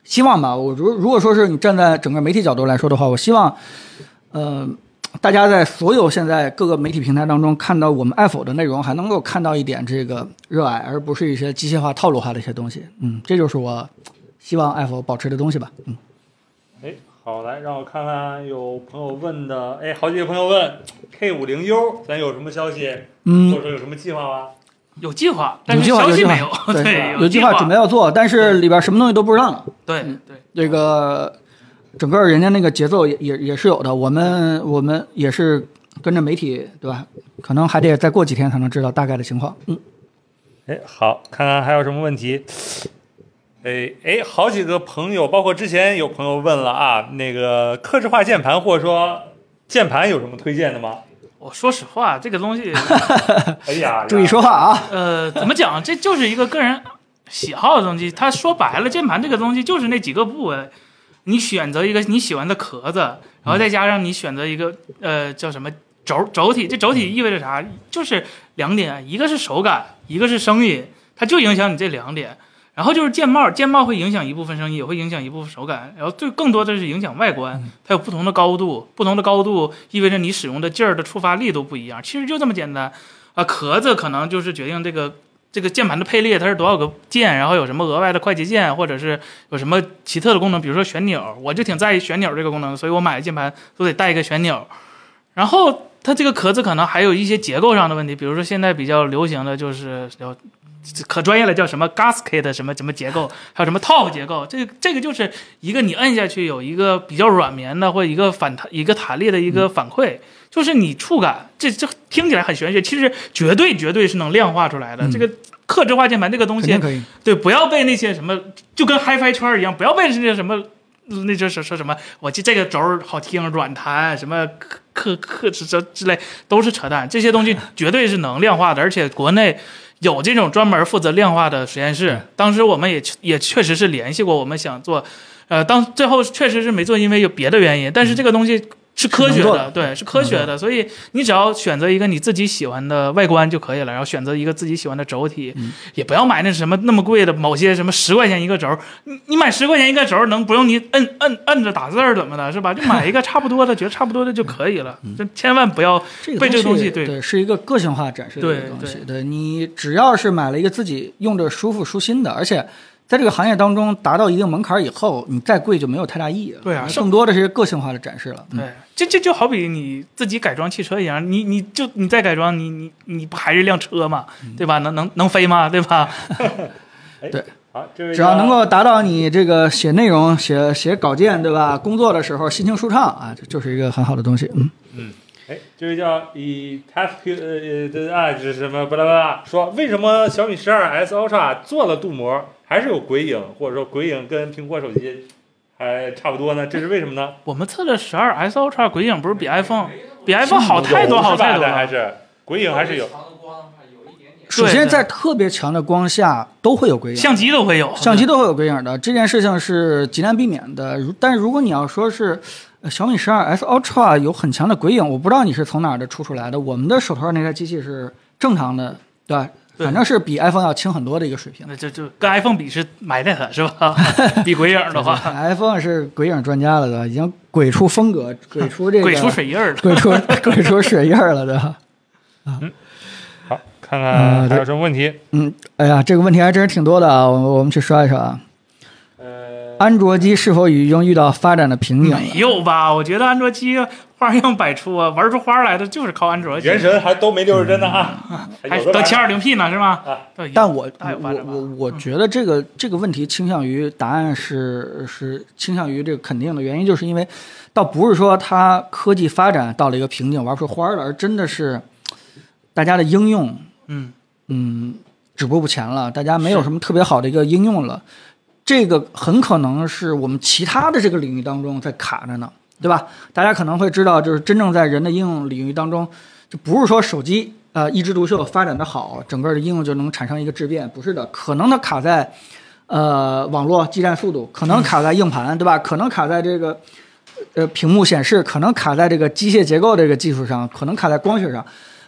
希望吧，我如如果说是你站在整个媒体角度来说的话，我希望，呃，大家在所有现在各个媒体平台当中看到我们爱否的内容，还能够看到一点这个热爱，而不是一些机械化、套路化的一些东西。嗯，这就是我希望爱否保持的东西吧。嗯。 哎，好，来让我看看有朋友问的，哎，好几个朋友问 K 五十 U， 咱有什么消息？嗯，或者说有什么计划吗？ 有计划，但是有计划， 消息没有。 对， 对有计划准备要做，但是里边什么东西都不知道呢。 对嗯、 对， 这个整个人家那个节奏也也也是有的，我们我们也是跟着媒体，对吧？可能还得再过几天才能知道大概的情况。嗯， 哎，好，看看还有什么问题。哎哎，好几个朋友，包括之前有朋友问了啊，那个客制化键盘或者说键盘有什么推荐的吗？ 我说实话，这个东西， 哎呀， 注意说话啊。 呃，怎么讲？这就是一个个人喜好的东西。它说白了，键盘这个东西就是那几个部位，你选择一个你喜欢的壳子，然后再加上你选择一个呃叫什么轴轴体。这轴体意味着啥？就是两点，一个是手感，一个是声音，它就影响你这两点。然后就是键帽，键帽会影响一部分声音，也会影响一部分手感，然后最更多的是影响外观，它有不同的高度，不同的高度意味着你使用的劲儿的触发力都不一样。其实就这么简单啊、呃，壳子可能就是决定这个这个键盘的配列它是多少个键，然后有什么额外的快捷键，或者是有什么奇特的功能，比如说旋钮，我就挺在意旋钮这个功能，所以我买的键盘都得带一个旋钮。然后它这个壳子可能还有一些结构上的问题，比如说现在比较流行的就是叫可专业了，叫什么 gasket 什么什么结构，还有什么 top 结构，这个这个就是一个你摁下去有一个比较软绵的或一个反弹一个弹力的一个反馈，嗯、就是你触感，这这听起来很玄学，其实绝对绝对是能量化出来的。嗯、这个客制化键盘这个东西，对，不要被那些什么就跟 HiFi 圈一样，不要被那些什么。那就是说什么，我这个轴好听，软弹什么克克之之类都是扯淡，这些东西绝对是能量化的，而且国内有这种专门负责量化的实验室。当时我们也也确实是联系过，我们想做，呃，当最后确实是没做，因为有别的原因。但是这个东西是科学的，对，是科学的，所以你只要选择一个你自己喜欢的外观就可以了，然后选择一个自己喜欢的轴体，嗯、也不要买那什么那么贵的，某些什么十块钱一个轴，你你买十块钱一个轴能不用你摁摁摁着打字怎么的，是吧？就买一个差不多的，觉得差不多的就可以了，就千万不要被这个东西对对是一个个性化展示的东西，对, 对你只要是买了一个自己用着舒服舒心的，而且。在这个行业当中达到一定门槛以后，你再贵就没有太大意义了。 对啊， 更多的是个性化的展示了。 对，这这就好比你自己改装汽车一样，你你就你再改装，你你你不还是辆车嘛，对吧？能能能飞吗？对吧？ 对，好，只要能够达到你这个写内容、写写稿件，对吧？工作的时候心情舒畅啊，这就是一个很好的东西。嗯嗯。哎，这位叫以 task 呃的啊，这是什么巴拉巴拉说，为什么小米十二 S Ultra 做了镀膜，还是有鬼影，或者说鬼影跟苹果手机还差不多呢？这是为什么呢？ 我们测的十二 S Ultra 鬼影不是比 iPhone 比 iPhone 好太多好太多了， 还是鬼影还是有。 首先，在特别强的光下都会有鬼影， 相机都会有， 相机都会有鬼影的，这件事情是极难避免的。但是如果你要说是小米十二 S Ultra 有很强的鬼影，我不知道你是从哪儿的出出来的。我们的手头上那台机器是正常的，对吧？反正是比 iPhone 要轻很多的一个水平。 那就就跟 iPhone 比是埋汰它是吧？比鬼影的话 ，iPhone 是鬼影专家了的，已经鬼出风格，鬼出这个鬼出水印了， 鬼出鬼出水印了的。啊， 嗯，好，看看还有什么问题？ 嗯，哎呀，这个问题还真是挺多的啊，我们我们去刷一刷啊。安卓机是否已经遇到发展的瓶颈？ 没有吧？我觉得安卓机花样百出啊，玩出花来的就是靠安卓机。 原神还都没六十帧呢啊， 还到 七二零 P 呢是吗？ 啊， 但我我我我觉得这个这个问题倾向于答案是是倾向于这个肯定的原因，就是因为倒不是说它科技发展到了一个瓶颈玩出花了，而真的是大家的应用嗯嗯止步不前了，大家没有什么特别好的一个应用了。这个很可能是我们其他的这个领域当中在卡着呢，对吧？大家可能会知道，就是真正在人的应用领域当中，就不是说手机呃一枝独秀发展的好，整个的应用就能产生一个质变，不是的，可能它卡在呃网络基站速度，可能卡在硬盘，对吧？可能卡在这个呃屏幕显示，可能卡在这个机械结构这个技术上，可能卡在光学上。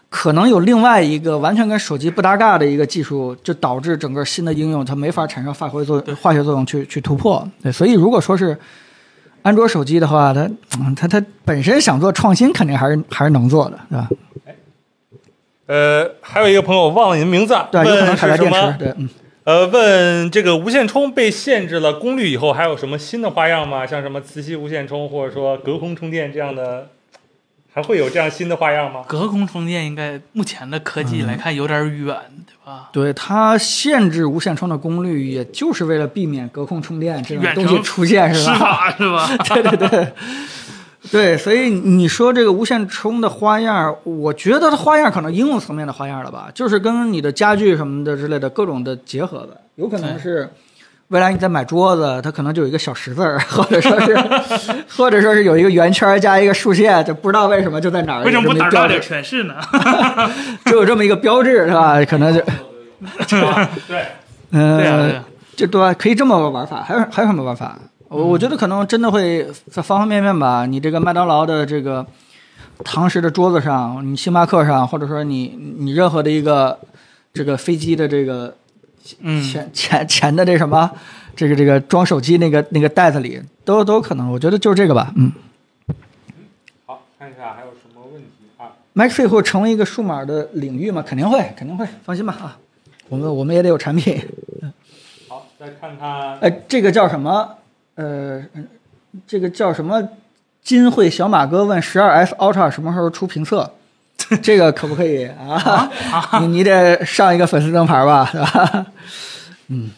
可能有另外一个完全跟手机不搭嘎的一个技术，就导致整个新的应用它没法产生化学作用、化学作用去去突破。对，所以如果说是安卓手机的话，它嗯它它本身想做创新，肯定还是还是能做的，对吧？ 呃，还有一个朋友我忘了您名字， 对，有可能问海外电是什么池，？对，嗯。 呃，问这个无线充被限制了功率以后，还有什么新的花样吗？像什么磁吸无线充，或者说隔空充电这样的，还会有这样新的花样吗？ 隔空充电应该目前的科技来看有点远，对吧？ 对，它限制无线充的功率，也就是为了避免隔空充电这种远程东西出现，是施吧？ 法是吧？ 对对对，对，所以你说这个无线充的花样，我觉得它花样可能应用层面的花样了吧，就是跟你的家具什么的之类的各种的结合的，有可能是未来你在买桌子，它可能就有一个小十字儿，或者说是，或者说是有一个圆圈加一个竖线，就不知道为什么就在哪儿， 为什么不打大点有这么一标志全是呢？ 就有这么一个标志，是吧？可能就， 对， 嗯、 对啊对啊这对吧？可以这么玩法，还有还有什么玩法？我我觉得可能真的会在方方面面吧。你这个麦当劳的这个堂食的桌子上，你星巴克上，或者说你你任何的一个这个飞机的这个嗯， 前前前的这什么，这个这个装手机那个那个袋子里，都都有可能。我觉得就是这个吧。嗯好，看一下还有什么问题啊？ ，MagSafe 会成为一个数码的领域吗？肯定会，肯定会，放心吧啊。我们我们也得有产品。 好，再看看， 呃，这个叫什么？呃，这个叫什么？金汇小马哥问十二 F Ultra 什么时候出评测？这个可不可以啊？你你得上一个粉丝灯牌吧，是吧？嗯，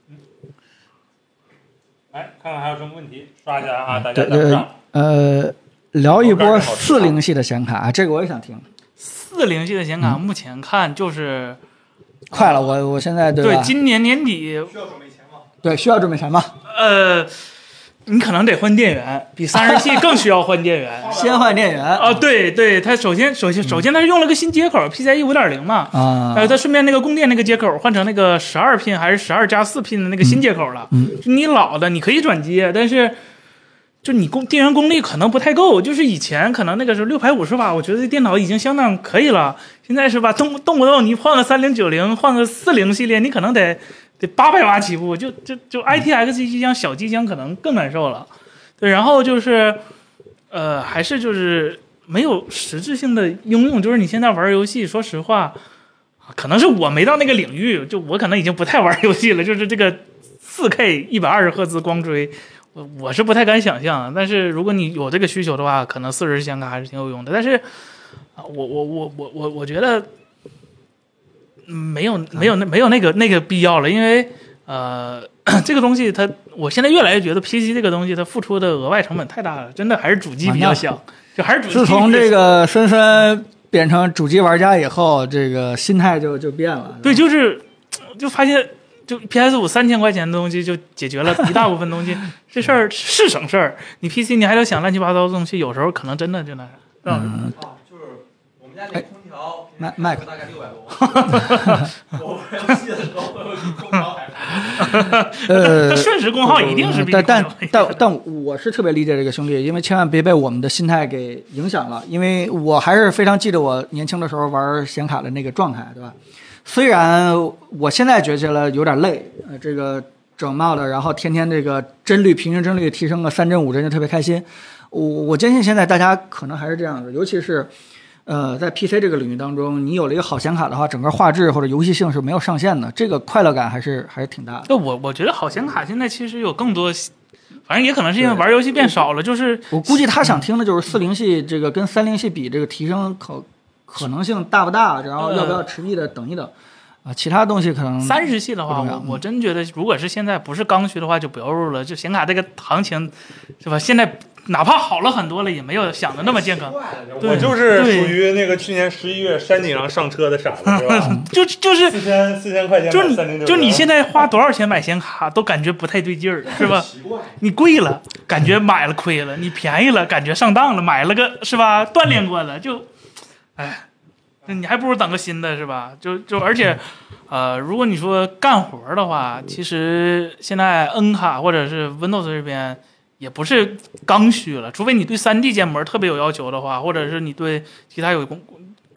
来看看还有什么问题，刷一下啊，大家对对等上。， 呃，聊一波四零系的显卡，这个我也想听。 四零系的显卡目前看就是快了，我我现在对吧？ 对今年年底， 对需要准备钱吗？ 呃，你可能得换电源，比三十系更需要换电源。 先换电源啊，对对，它首先首先首先它是用了个新接口 P C I E 五点零嘛， 啊还有它顺便那个供电那个接口换成那个十二 pin 还是十二加四 pin 的那个新接口了。 嗯， 就你老的你可以转接，但是就你功电源功率可能不太够。就是以前可能那个时候六百五十瓦，我觉得这电脑已经相当可以了。现在是吧，动动不动你换个三零九零，换个四零系列，你可能得得八百瓦起步，就就就 I T X 机箱小机箱可能更难受了。对，然后就是呃，还是就是没有实质性的应用。就是你现在玩游戏，说实话，可能是我没到那个领域，就我可能已经不太玩游戏了。就是这个四 K 一百二十赫兹光追，我我是不太敢想象。但是如果你有这个需求的话，可能四十显卡还是挺有用的。但是啊，我我我我我我觉得没有没有那没有那个那个必要了，因为呃。这个东西它，我现在越来越觉得 P C 这个东西它付出的额外成本太大了，真的还是主机比较香，就还是主机。 自从这个森森变成主机玩家以后，这个心态就就变了。 对，就是就发现，就 P S 五三千块钱的东西就解决了一大部分东西，这事儿是省事儿。你 P C 你还得想乱七八糟的东西，有时候可能真的就那样。 嗯， 就是我们家那空调麦麦克大概六百多，我玩游戏的时候会比空调还呃， 瞬时功耗一定是比但但空调但但我是特别理解这个兄弟，因为千万别被我们的心态给影响了。因为我还是非常记得我年轻的时候玩显卡的那个状态，对吧？虽然我现在觉得了有点累，呃，这个整帽的，然后天天这个帧率平均帧率提升个三帧五帧就特别开心。我我坚信现在大家可能还是这样的，尤其是。呃，在 P C 这个领域当中，你有了一个好显卡的话，整个画质或者游戏性是没有上限的，这个快乐感还是还是挺大的。 那我我觉得好显卡现在其实有更多，反正也可能是因为玩游戏变少了，就是我估计他想听的就是四零系这个跟三零系比，这个提升可可能性大不大，然后要不要持续的等一等啊？其他东西可能三十系的话， 不重要我我真觉得，如果是现在不是刚需的话，就不要入了。就显卡这个行情，是吧？现在哪怕好了很多了，也没有想的那么健康。 我就是属于那个去年十一月山顶上上车的傻子，是吧？ 就就是四千四千块钱就是买三零六， 就你现在花多少钱买显卡都感觉不太对劲儿，是吧？你贵了，感觉买了亏了；你便宜了，感觉上当了，买了个是吧？锻炼过了就，哎，你还不如等个新的是吧？就就而且，呃，如果你说干活的话，其实现在 N 卡或者是 Windows 这边也不是刚需了，除非你对 三 D 建模特别有要求的话，或者是你对其他有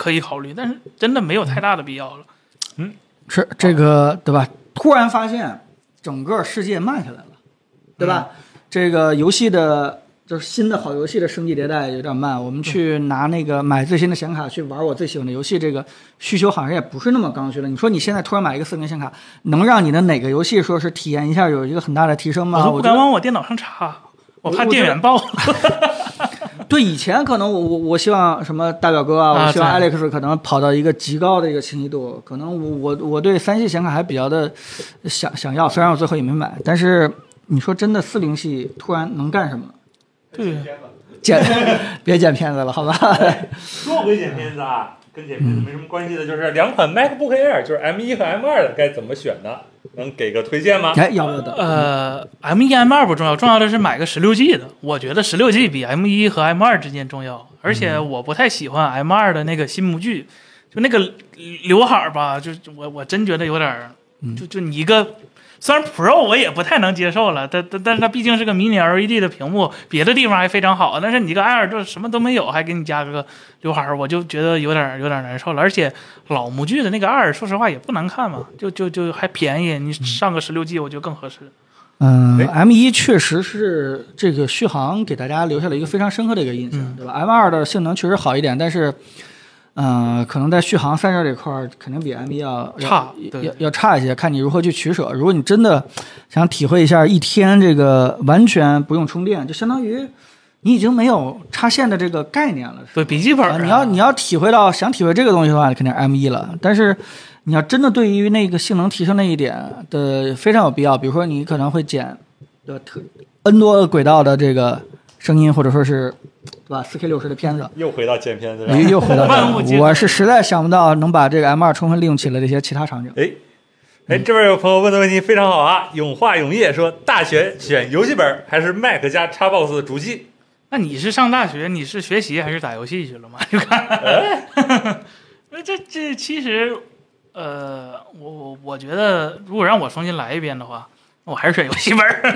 可以考虑，但是真的没有太大的必要了。 是这个对吧？突然发现整个世界慢下来了，对吧？嗯、这个游戏的。就是新的好游戏的升级迭代有点慢，我们去拿那个买最新的显卡去玩我最喜欢的游戏，这个需求好像也不是那么刚需了。你说你现在突然买一个四零显卡，能让你的哪个游戏说是体验一下有一个很大的提升吗？ 我都不敢往我电脑上插，我怕电源爆。 对，以前可能我我我希望什么大表哥啊，我希望 Alex 可能跑到一个极高的一个清晰度，可能我我我对三系显卡还比较的想想要，虽然我最后也没买，但是你说真的四零系突然能干什么？ 对， 剪别剪片子了，好吧？ 说回剪片子啊，跟剪片子没什么关系的，就是两款 MacBook Air， 就是 M 一 和 M 二的该怎么选呢？能给个推荐吗？ 哎，要不的。 呃 ，M 一 M 二不重要，重要的是买个十六 G 的。我觉得十六 G 比 M 一 和 M 二之间重要，而且我不太喜欢 M 二的那个新模具，就那个刘海吧，就我我真觉得有点，就就你一个。虽然 Pro 我也不太能接受了，但但但是它毕竟是个 Mini L E D 的屏幕，别的地方还非常好，但是你一个 Air 就什么都没有，还给你加个刘海，我就觉得有点有点难受了。而且老模具的那个 Air 说实话也不难看嘛，就就就还便宜，你上个十六 G 我觉得更合适。 嗯 ，M 一确实是这个续航给大家留下了一个非常深刻的一个印象，嗯、对吧 ？M 二的性能确实好一点，但是。嗯、呃，可能在续航散热这块儿，肯定比 M 一要差， 要要差一些。看你如何去取舍。如果你真的想体会一下一天这个完全不用充电，就相当于你已经没有插线的这个概念了。 对，笔记本、啊啊，你要你要体会到想体会这个东西的话，肯定是 M 一了。但是你要真的对于那个性能提升那一点的非常有必要，比如说你可能会剪的特 N 多个轨道的这个声音，或者说是。对吧 ？四 K 六十的片子， 又回到剪片子， 又又回到这我是实在想不到能把这个 M 二充分利用起来这些其他场景。 哎，哎，这边有朋友问的问题非常好啊！永化永业说，大学选游戏本还是 Mac 加 Xbox 的主机？ 那你是上大学，你是学习还是打游戏去了吗？就看，这这其实，呃，我我我觉得，如果让我重新来一遍的话，我还是选游戏本。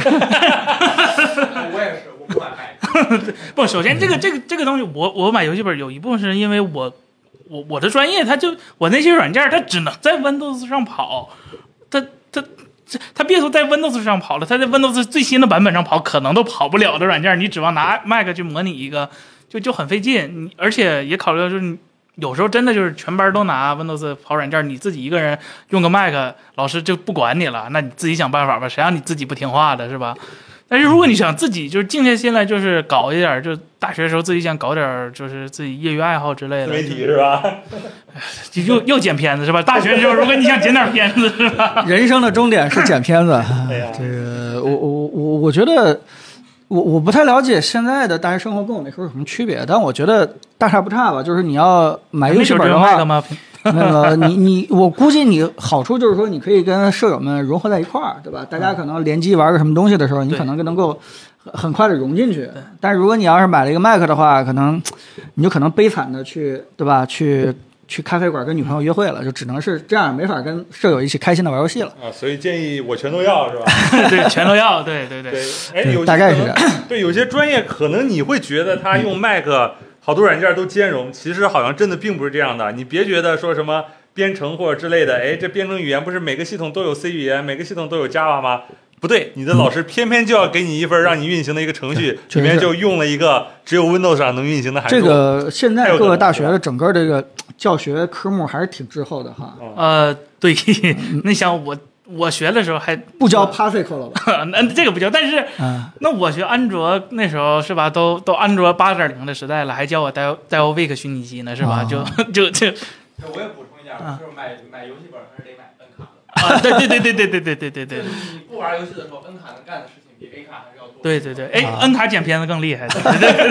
我也是，我不买 Mac。 不，首先这个这个这个东西，我我买游戏本有一部分是因为我我我的专业，它就我那些软件它只能在 Windows 上跑，它它它别说在 Windows 上跑了，它在 Windows 最新的版本上跑，可能都跑不了的软件，你指望拿 Mac 去模拟一个，就就很费劲。你而且也考虑到就是你有时候真的就是全班都拿 Windows 跑软件，你自己一个人用个 Mac， 老师就不管你了，那你自己想办法吧，谁让你自己不听话的是吧？但是如果你想自己就是静下心来，就是搞一点，就大学的时候自己想搞点，就是自己业余爱好之类的， 媒体是吧？ 就又又剪片子是吧？大学的时候，如果你想剪点片子是吧？ 人生的终点是剪片子。 哎呀， 这个我我我我觉得，我我不太了解现在的大学生活跟我那时候有什么区别，但我觉得大差不差吧。就是你要买游戏本的话，那个你你我估计你好处就是说你可以跟舍友们融合在一块儿，对吧？大家可能联机玩个什么东西的时候，你可能能够很快的融进去。但是如果你要是买了一个 Mac 的话，可能你就可能悲惨的去，对吧？去去咖啡馆跟女朋友约会了，就只能是这样，没法跟舍友一起开心的玩游戏了。 啊，所以建议我全都要是吧？ 对，全都要，对对对。 对，哎，有大概是这样。 对，有些专业可能你会觉得他用 Mac 好多软件都兼容，其实好像真的并不是这样的。你别觉得说什么编程或者之类的，哎，这编程语言不是每个系统都有 C 语言，每个系统都有 Java 吗？不对，你的老师偏偏就要给你一份让你运行的一个程序，里面就用了一个只有 Windows 上能运行的函数。 这个现在各个大学的整个这个教学科目还是挺滞后的哈。 呃，对，那想我我学的时候还不教 Pascal 了吧？ 那这个不教，但是、嗯、那我学安卓那时候是吧？都都安卓八点零的时代了，还教我 Dial Dialwake 虚拟机呢，是吧？哦、就就就。 我也补充一下，啊、就是买买游戏本还是得买 N 卡的。 啊，对对对对对对对对对对。 你不玩游戏的时候 ，N 卡能干的事情比 A 卡还是要多。 对对对，哎、啊、，N 卡剪片子更厉害。对对对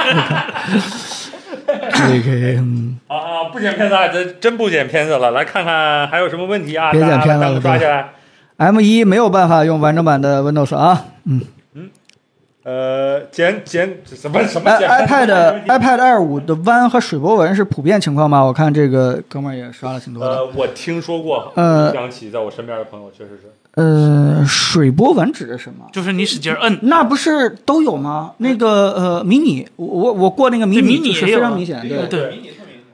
对对。嗯。 啊啊，不剪片子啊，真真不剪片子了。来看看还有什么问题啊？ 别剪片子了， 刷下来。 M 一没有办法用完整版的 Windows 啊，嗯。 呃，剪剪什么什么 ？iPad iPad Air 五的弯和水波纹是普遍情况吗？我看这个哥们儿也刷了挺多的。 呃，我听说过， 呃， 想起在我身边的朋友确实是。 呃，水波纹指的什么？ 就是你使劲摁， 那不是都有吗？那个呃，迷你，我我我过那个迷你是非常明显， 对对。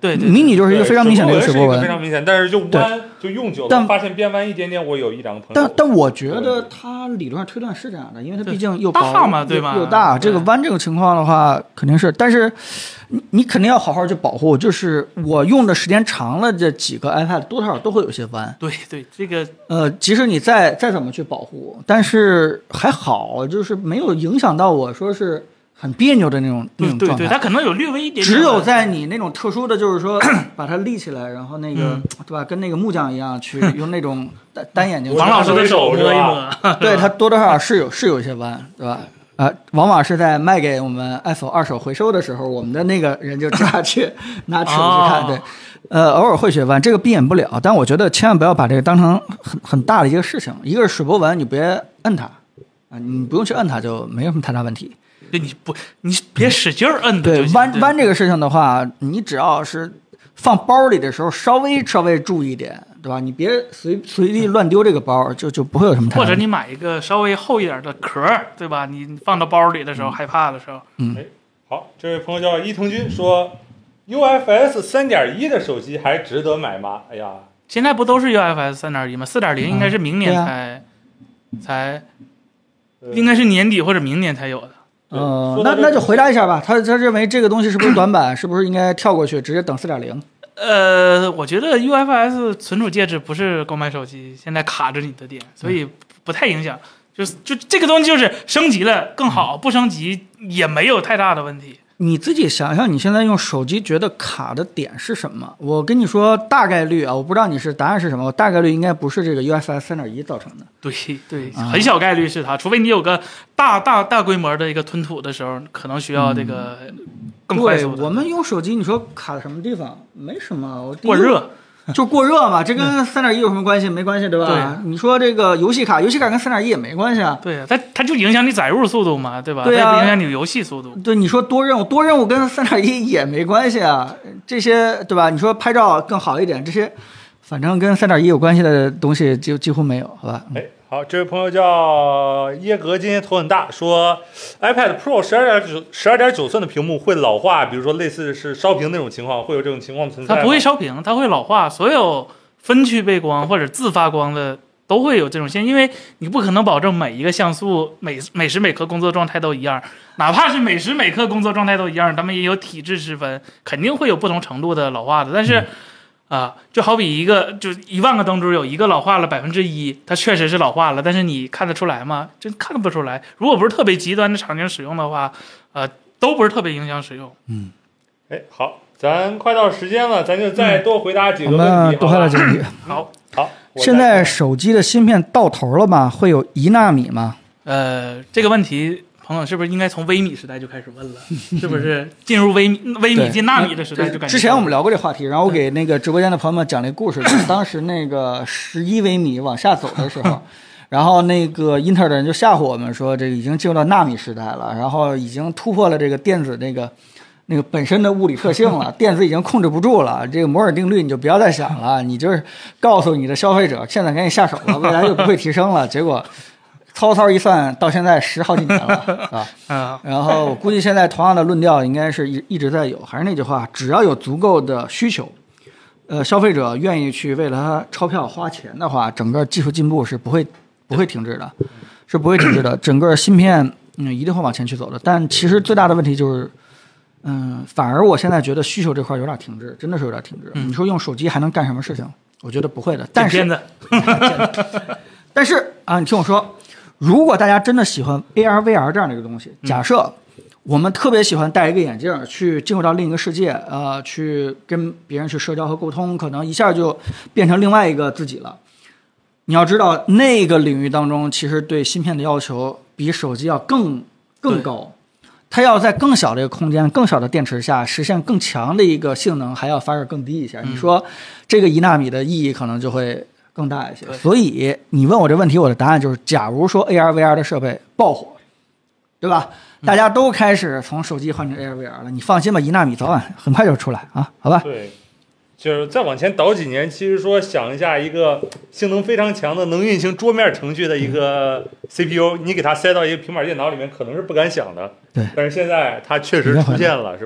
对对 ，mini 就是一个非常明显的一个水波纹，非纹。 常明显，但是就弯就用久了，发现边弯一点点。我有一两个朋友， 但但我觉得它理论上推断是这样的，因为它毕竟又薄大嘛，对吧？ 又大，这个弯这个情况的话肯定是，但是你你肯定要好好去保护。就是我用的时间长了，这几个 iPad 多多少少都会有些弯。 对对，这个呃，即使你再再怎么去保护，但是还好，就是没有影响到我说是很别扭的那种那种状态。 对对，它可能有略微一点点。 只有在你那种特殊的，就是说把它立起来，然后那个、嗯、对吧，跟那个木匠一样去用那种单单眼睛。 王老师的手摸一摸， 对，它多多少少是有是有一些弯，对吧？啊、呃，往往是在卖给我们 Apple 二手回收的时候，我们的那个人就抓去拿尺去看，对，呃，偶尔会学弯，这个避免不了，但我觉得千万不要把这个当成很很大的一个事情。一个是水波纹，你别摁它啊，你不用去摁它，就没有什么太大问题。 对，你不，你别使劲摁。 对，弯弯这个事情的话，你只要是放包里的时候稍微稍微注意点，对吧？你别随随地乱丢这个包，就就不会有什么太大。 或者你买一个稍微厚一点的壳，对吧？你放到包里的时候，嗯、害怕的时候。 嗯。 哎，好，这位朋友叫伊藤君说 ，U F S 三点一的手机还值得买吗？哎呀， 现在不都是 U F S 三点一吗？四点零应该是明年才、嗯啊、才，应该是年底或者明年才有的。 呃，那那就回答一下吧。他他认为这个东西是不是短板？是不是应该跳过去，直接等四点零？ 呃，我觉得 U F S 存储介质不是购买手机现在卡着你的点，所以不太影响。就是就这个东西就是升级了更好，不升级也没有太大的问题。 你自己想想，你现在用手机觉得卡的点是什么？我跟你说，大概率啊，我不知道你是答案是什么，我大概率应该不是这个 U F S 三点一造成的。 对对，很小概率是它，除非你有个大大大规模的一个吞吐的时候，可能需要这个更快速的。 对，我们用手机，你说卡什么地方？没什么，我过热。 就过热嘛，这跟三点一有什么关系？没关系，对吧？ 对， 你说这个游戏卡，游戏卡跟三点一也没关系啊。 对啊，它它就影响你载入速度嘛，对吧？ 对啊， 它不影响你游戏速度。 对，你说多任务，多任务跟三点一也没关系啊。这些对吧？你说拍照更好一点，这些反正跟三点一有关系的东西就几乎没有，好吧？ 哎，好，这位朋友叫耶格，今天头很大，说 iPad Pro 十二点九十二点九寸的屏幕会老化，比如说类似是烧屏那种情况，会有这种情况存在吗？ 它不会烧屏，它会老化。所有分区背光或者自发光的都会有这种现象，因为你不可能保证每一个像素每每时每刻工作状态都一样，哪怕是每时每刻工作状态都一样，他们也有体质之分，肯定会有不同程度的老化的。但是，啊、呃，就好比一个就一万个灯珠有一个老化了百分之一，它确实是老化了，但是你看得出来吗？真看不出来。如果不是特别极端的场景使用的话，呃，都不是特别影响使用。 嗯， 哎，好。咱快到时间了，咱就再多回答几个问题。 嗯、多回答几个问题。 好，好。 现在手机的芯片到头了吗？会有一纳米吗？ 呃，这个问题，朋友是不是应该从微米时代就开始问了？是不是进入微米、微米进纳米的时代就感觉？ 之前我们聊过这话题，然后我给那个直播间的朋友们讲了一个故事，就是当时那个十一微米往下走的时候。然后那个英特尔的人就吓唬我们说，这个已经进入到纳米时代了，然后已经突破了这个电子那个。那个本身的物理特性了，电子已经控制不住了。这个摩尔定律你就不要再想了，你就是告诉你的消费者，现在赶紧下手了，未来就不会提升了。结果操操一算，到现在十好几年了，是吧？ 嗯。 然后我估计现在同样的论调应该是一一直在有。还是那句话，只要有足够的需求，呃，消费者愿意去为了他钞票花钱的话，整个技术进步是不会不会停滞的，是不会停滞的。整个芯片嗯一定会往前去走的。但其实最大的问题就是。嗯，反而我现在觉得需求这块有点停滞，真的是有点停滞。嗯、你说用手机还能干什么事情？我觉得不会的。但是，但是啊，你听我说，如果大家真的喜欢 A R V R 这样的一个东西，假设我们特别喜欢戴一个眼镜去进入到另一个世界，呃，去跟别人去社交和沟通，可能一下就变成另外一个自己了。你要知道，那个领域当中，其实对芯片的要求比手机要更更高。它要在更小的一个空间、更小的电池下实现更强的一个性能，还要反而更低一些。嗯、你说这个一纳米的意义可能就会更大一些。所以你问我这问题，我的答案就是：假如说 A R V R 的设备爆火，对吧？大家都开始从手机换成 A R V R 了，你放心吧，一纳米早晚很快就出来啊，好吧？ 对。就是再往前倒几年，其实说想一下一个性能非常强的能运行桌面程序的一个 C P U， 你给它塞到一个平板电脑里面，可能是不敢想的。 对。 但是现在它确实出现了，是吧？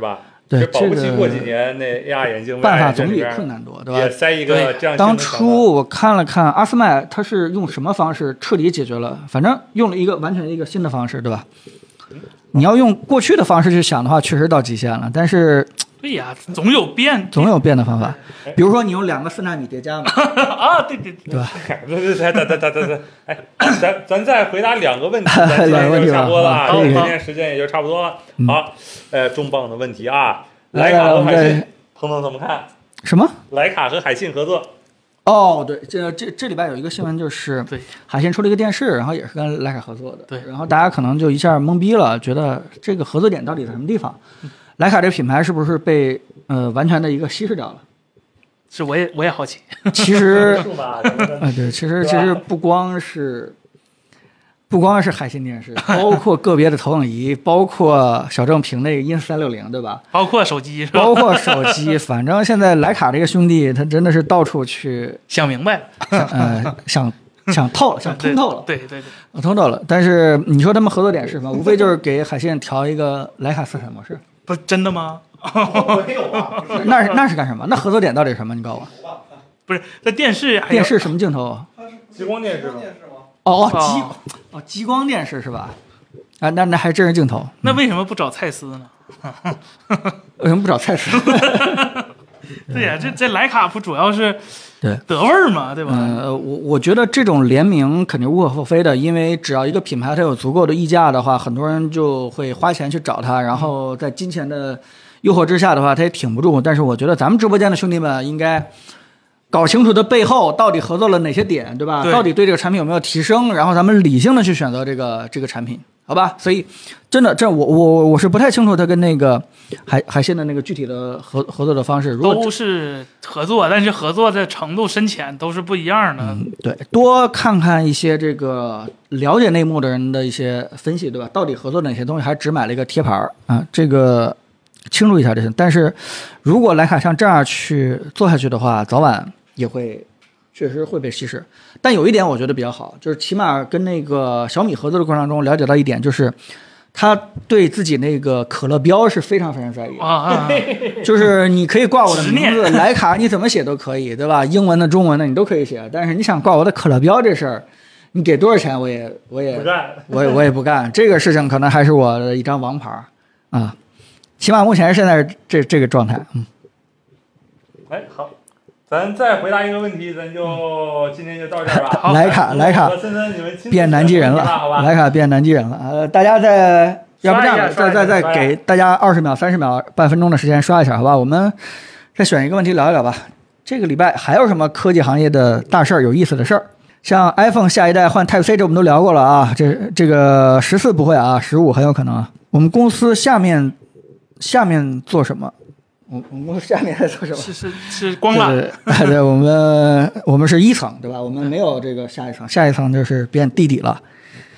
对， 这保不齐这个过几年那 A R 眼镜办法总比困难多，对吧？ 也塞一个这样。 当初我看了看阿斯麦，它是用什么方式彻底解决了？反正用了一个完全一个新的方式，对吧？你要用过去的方式去想的话，确实到极限了。但是， 对呀，总有变， 总有变的方法。比如说，你用两个四纳米叠加嘛， 啊，对对对吧？ 对对对对对对对，哎，咱咱再回答两个问题，咱今天就差不多了啊，今天时间也就差不多了。好，呃，重磅的问题啊，徕卡和海信，彭总怎么看？ 什么？ 徕卡和海信合作？ 哦，对，这这这礼拜有一个新闻，就是对海信出了一个电视，然后也是跟徕卡合作的。 对， 然后大家可能就一下懵逼了，觉得这个合作点到底在什么地方？徕卡这个品牌是不是被呃完全的一个稀释掉了？ 是，我也我也好奇。 其实， 啊、 呃，对，其实其实不光是。不光是海信电视，包括个别的投影仪，包括小正屏那个 ins 三六零，对吧？ 包括手机， 包括手机，反正现在徕卡这个兄弟，他真的是到处去想明白了， 呃，想想透了，想通透了， 对对对， 通透了。但是你说他们合作点是什么？无非就是给海信调一个徕卡色彩模式。 不是真的吗？ 没有啊， 那是那是干什么？那合作点到底是什么？你告诉我。 不是在电视， 电视什么镜头？ 激光电视吗？ 哦，激哦激光电视是吧？啊，那那还真是镜头。 那为什么不找蔡司呢？ 为什么不找蔡司？ 对呀，这这徕卡不主要是对德味儿嘛，对吧？ 呃，我我觉得这种联名肯定无可厚非的，因为只要一个品牌它有足够的溢价的话，很多人就会花钱去找它，然后在金钱的诱惑之下的话，它也挺不住。但是我觉得咱们直播间的兄弟们应该搞清楚的背后到底合作了哪些点，对吧？ 对到底对这个产品有没有提升，然后咱们理性的去选择这个这个产品，好吧？所以真的，这我我我是不太清楚它跟那个海海信的那个具体的合合作的方式，如果都是合作，但是合作的程度深浅都是不一样的。 嗯，对，多看看一些这个了解内幕的人的一些分析，对吧？到底合作哪些东西，还只买了一个贴牌啊？这个清楚一下这些。但是如果徕卡像这样去做下去的话，早晚也会确实会被稀释。但有一点我觉得比较好，就是起码跟那个小米合作的过程中了解到一点，就是他对自己那个可乐标是非常非常在意的啊啊！ 就是你可以挂我的名字， 执念徕卡你怎么写都可以，对吧？英文的、中文的你都可以写，但是你想挂我的可乐标这事儿，你给多少钱我也我也不干， 我也我也不干。这个事情可能还是我的一张王牌啊，起码目前现在是这这个状态。嗯， 哎，好。咱再回答一个问题，咱就今天就到这儿吧。 徕卡，徕卡和森森，你们变南极人了，徕卡变南极人了。呃，大家再要不这样，再再再给大家二十秒、三十秒、半分钟的时间刷一下，好吧？我们再选一个问题聊一聊吧。这个礼拜还有什么科技行业的大事儿、有意思的事儿？像 iPhone 下一代换 Type C， 这我们都聊过了啊。这这个十四不会啊，十五很有可能啊。我们公司下面下面做什么？我我们下面在做什么？ 是是是光缆， 对, 对，我们我们是一层，对吧？我们没有这个下一层，下一层就是变地底了。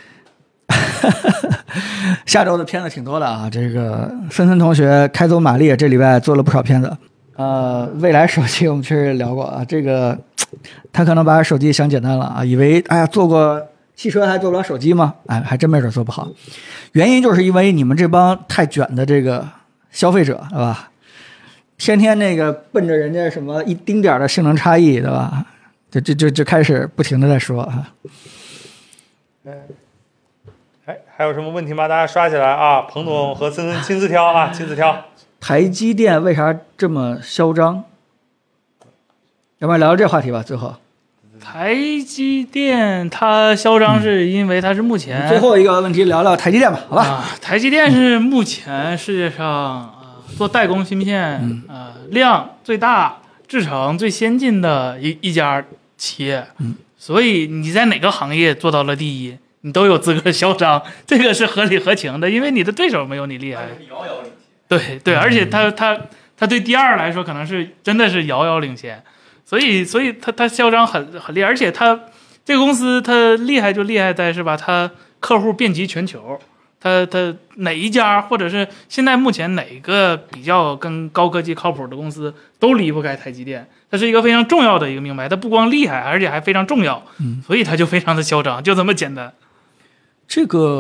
下周的片子挺多的啊，这个森森同学开走玛丽这礼拜做了不少片子。呃，未来手机我们确实聊过啊，这个他可能把手机想简单了啊，以为哎呀做过汽车还做不了手机吗？哎，还真没准做不好。原因就是因为你们这帮太卷的这个消费者，对吧？天天那个奔着人家什么一丁点的性能差异，对吧？就就就就开始不停的在说啊。 嗯，哎，还有什么问题吗？大家刷起来啊！彭总和森森亲自挑啊，亲自挑。 台积电为啥这么嚣张？要不然聊聊这话题吧。最后， 台积电它嚣张是因为它是目前、 嗯、最后一个问题聊聊台积电吧，好吧？ 啊，台积电是目前世界上。做代工芯片， 嗯、 呃，量最大、制程最先进的一一家企业， 嗯， 所以你在哪个行业做到了第一，你都有资格嚣张，这个是合理合情的，因为你的对手没有你厉害。对对，而且他他他对第二来说可能是真的是遥遥领先，所以所以他他嚣张很很厉害，而且他这个公司他厉害就厉害在是吧，他客户遍及全球。它它哪一家，或者是现在目前哪个比较跟高科技靠谱的公司都离不开台积电，它是一个非常重要的一个名牌，它不光厉害，而且还非常重要， 嗯， 所以它就非常的嚣张，就这么简单。 这个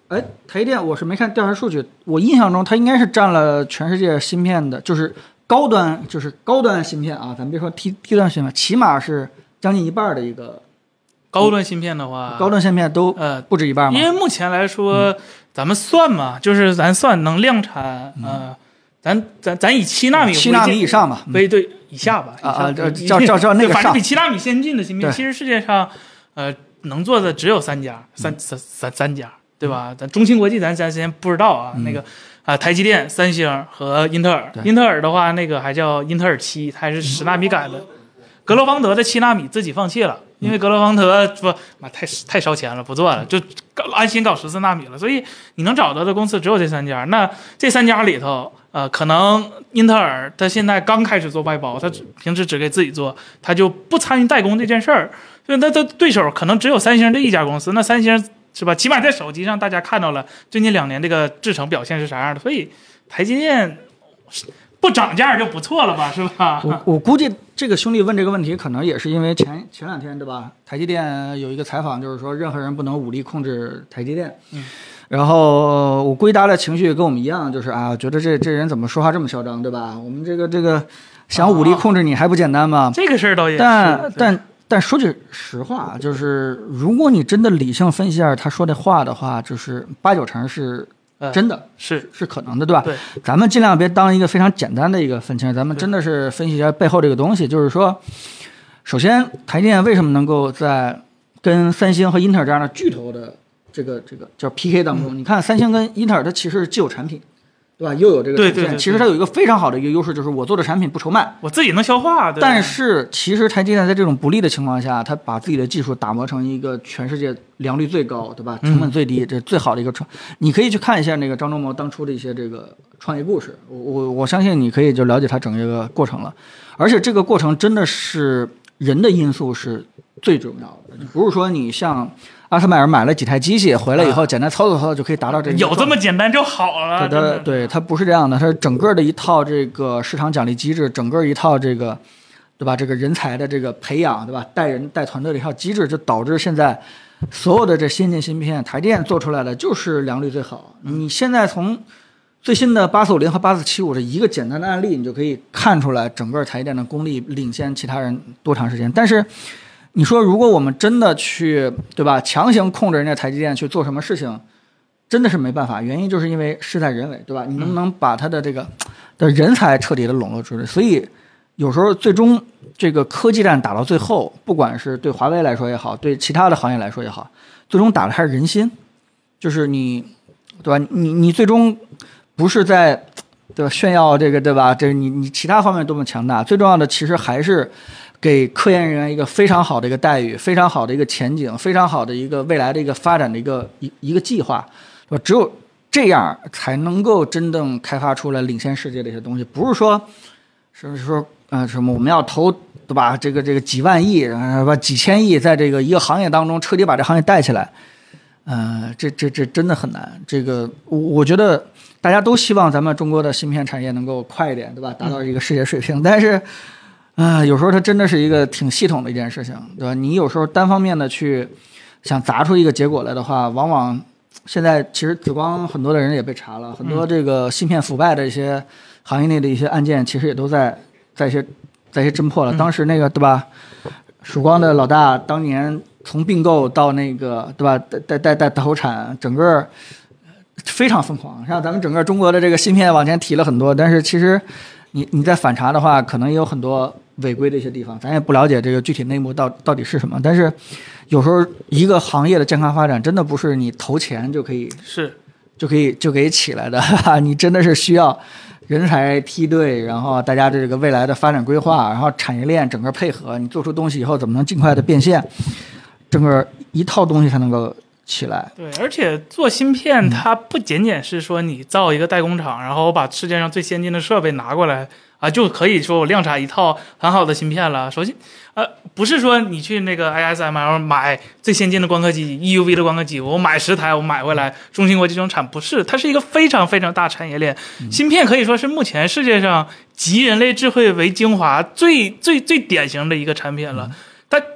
哎，台积电我是没看调查数据，我印象中它应该是占了全世界芯片的，就是高端，就是高端芯片啊，咱别说低低端芯片，起码是将近一半的一个高端芯片的话， 高端芯片都呃不止一半吗？ 因为目前来说，嗯、咱们算嘛，就是咱算能量产，嗯、呃，咱咱咱以七纳米七纳米以上吧， 对对以下吧， 啊啊，照照照那个上， 反正比七纳米先进的芯片，其实世界上呃能做的只有三家，三三三三家。对吧？咱中芯国际咱咱先不知道啊，嗯、那个啊、呃，台积电、三星和英特尔。英特尔的话，那个还叫英特尔七，它还是十纳米改的。格罗方德的七纳米自己放弃了，因为格罗方德不妈太太烧钱了，不做了，就安心搞十四纳米了。所以你能找到的公司只有这三家。那这三家里头，呃，可能英特尔它现在刚开始做外包，它平时只给自己做，它就不参与代工这件事儿。所以它的对手可能只有三星这一家公司。那三星。是吧？起码在手机上，大家看到了最近两年这个制程表现是啥样的，所以台积电不涨价就不错了吧，是吧？ 我我估计这个兄弟问这个问题，可能也是因为前前两天对吧？台积电有一个采访，就是说任何人不能武力控制台积电。 嗯。 然后我估计大家的情绪跟我们一样，就是啊，觉得这这人怎么说话这么嚣张，对吧？我们这个这个想武力控制你还不简单吗？ 啊、这个事儿倒也是。 但但。但说句实话，就是如果你真的理性分析一下他说的话的话，就是八九成是真的， 呃、是是可能的，对吧？ 对， 咱们尽量别当一个非常简单的一个分清，咱们真的是分析一下背后这个东西。就是说，首先台积电为什么能够在跟三星和英特尔这样的巨头的这个这个叫 P K 当中，嗯、你看三星跟英特尔它其实既有产品。对吧？又有这个对对对， 其实它有一个非常好的一个优势，就是我做的产品不愁卖， 我自己能消化。对， 但是其实台积电在这种不利的情况下，它把自己的技术打磨成一个全世界良率最高，对吧？成本最低，嗯、这最好的一个创。你可以去看一下那个张忠谋当初的一些这个创业故事，我我我相信你可以就了解他整个过程了。而且这个过程真的是人的因素是最重要的，不是说你像。阿斯麦尔买了几台机器回来以后，简单操作操作就可以达到这个。 有这么简单就好了。 对它，对它不是这样的，它是整个的一套这个市场奖励机制，整个一套这个，对吧？这个人才的这个培养，对吧？带人带团队的一套机制，就导致现在所有的这先进芯片，台积电做出来的就是良率最好。你现在从最新的八四五零和八四七五这一个简单的案例，你就可以看出来，整个台积电的功力领先其他人多长时间。但是。你说，如果我们真的去，对吧？强行控制人家台积电去做什么事情，真的是没办法。原因就是因为事在人为，对吧？你能不能把他的这个的人才彻底的笼络出来？所以有时候最终这个科技战打到最后，不管是对华为来说也好，对其他的行业来说也好，最终打的还是人心。就是你，对吧？你你最终不是在对吧炫耀这个，对吧？这你你其他方面多么强大，最重要的其实还是。给科研人员一个非常好的一个待遇，非常好的一个前景，非常好的一个未来的一个发展的一个一一个计划，对吧？只有这样才能够真正开发出来领先世界的一些东西，不是说，是说呃什么我们要投对吧？这个这个几万亿，呃吧几千亿，在这个一个行业当中彻底把这行业带起来，呃，这这这真的很难。这个我我觉得大家都希望咱们中国的芯片产业能够快一点，对吧？达到一个世界水平，但是。啊、呃，有时候它真的是一个挺系统的一件事情，对吧？你有时候单方面的去想砸出一个结果来的话，往往现在其实紫光很多的人也被查了，很多这个芯片腐败的一些行业内的一些案件，其实也都在在一些在一些侦破了。当时那个对吧，曙光的老大当年从并购到那个对吧，带带带投产，整个非常疯狂，让咱们整个中国的这个芯片往前提了很多，但是其实你你在反查的话，可能也有很多。违规的一些地方，咱也不了解这个具体内幕到到底是什么。但是，有时候一个行业的健康发展，真的不是你投钱就可以是就可以就可以起来的。你真的是需要人才梯队，然后大家这个未来的发展规划，然后产业链整个配合，你做出东西以后怎么能尽快的变现，整个一套东西才能够起来。 对，而且做芯片，它不仅仅是说你造一个代工厂，然后我把世界上最先进的设备拿过来。啊，就可以说我量产一套很好的芯片了。首先，呃，不是说你去那个 A S M L 买最先进的光刻机 E U V 的光刻机，我买十台，我买回来中芯国际生产，不是，它是一个非常非常大产业链。 嗯、 芯片可以说是目前世界上集人类智慧为精华最最最典型的一个产品了。它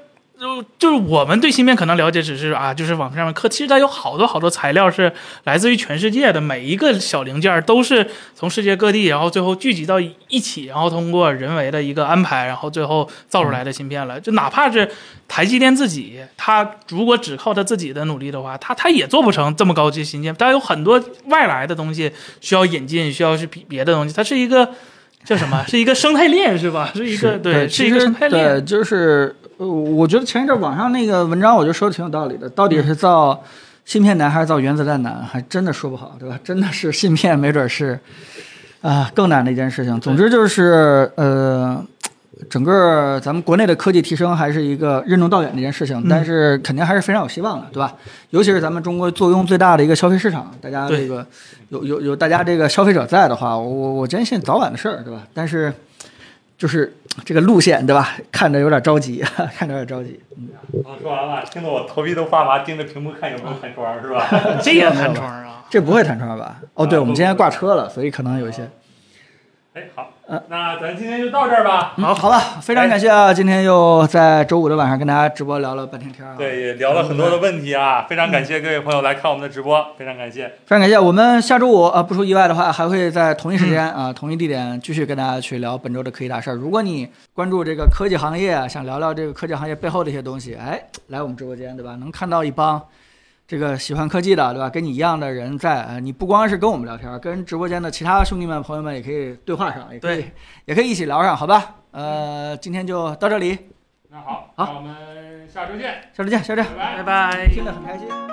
就就是我们对芯片可能了解只是啊，就是往上面刻，其实它有好多好多材料是来自于全世界的，每一个小零件都是从世界各地，然后最后聚集到一起，然后通过人为的一个安排，然后最后造出来的芯片了。就哪怕是台积电自己，它如果只靠它自己的努力的话，它它也做不成这么高级芯片，它有很多外来的东西需要引进，需要是别别的东西，它是一个。叫什么？是一个生态链是吧？是一个是对，是一个生态链。 对，就是呃，我觉得前一阵网上那个文章，我就说的挺有道理的。到底是造芯片难还是造原子弹难，还真的说不好，对吧？真的是芯片没准是啊、呃、更难的一件事情。总之就是呃。整个咱们国内的科技提升还是一个任重道远的一件事情， 嗯、 但是肯定还是非常有希望的，对吧？尤其是咱们中国坐拥最大的一个消费市场，大家这个有有有大家这个消费者在的话，我我坚信早晚的事儿，对吧？但是就是这个路线，对吧？看着有点着急，看着有点着急。嗯， 啊，说完了，听得我头皮都发麻，盯着屏幕看有没有弹窗，是吧？ 这也弹窗啊？ 这不会弹窗吧？哦，对，我们今天挂车了，所以可能有一些。 哎，好，那咱今天就到这儿吧。 好，好吧，非常感谢啊！今天又在周五的晚上跟大家直播聊了半天天啊。 对，也聊了很多的问题啊，非常感谢各位朋友来看我们的直播，非常感谢， 非常感谢。我们下周五啊，不出意外的话，还会在同一时间啊、同一地点继续跟大家去聊本周的科技大事儿。如果你关注这个科技行业，想聊聊这个科技行业背后的一些东西，哎，来我们直播间，对吧？能看到一帮。这个喜欢科技的，对吧？跟你一样的人在，呃，你不光是跟我们聊天，跟直播间的其他兄弟们、朋友们也可以对话上，也可以，也可以一起聊上，好吧？呃，今天就到这里。 那好， 好， 那我们下周见。 下周见，下周见， 拜拜， 听得很开心。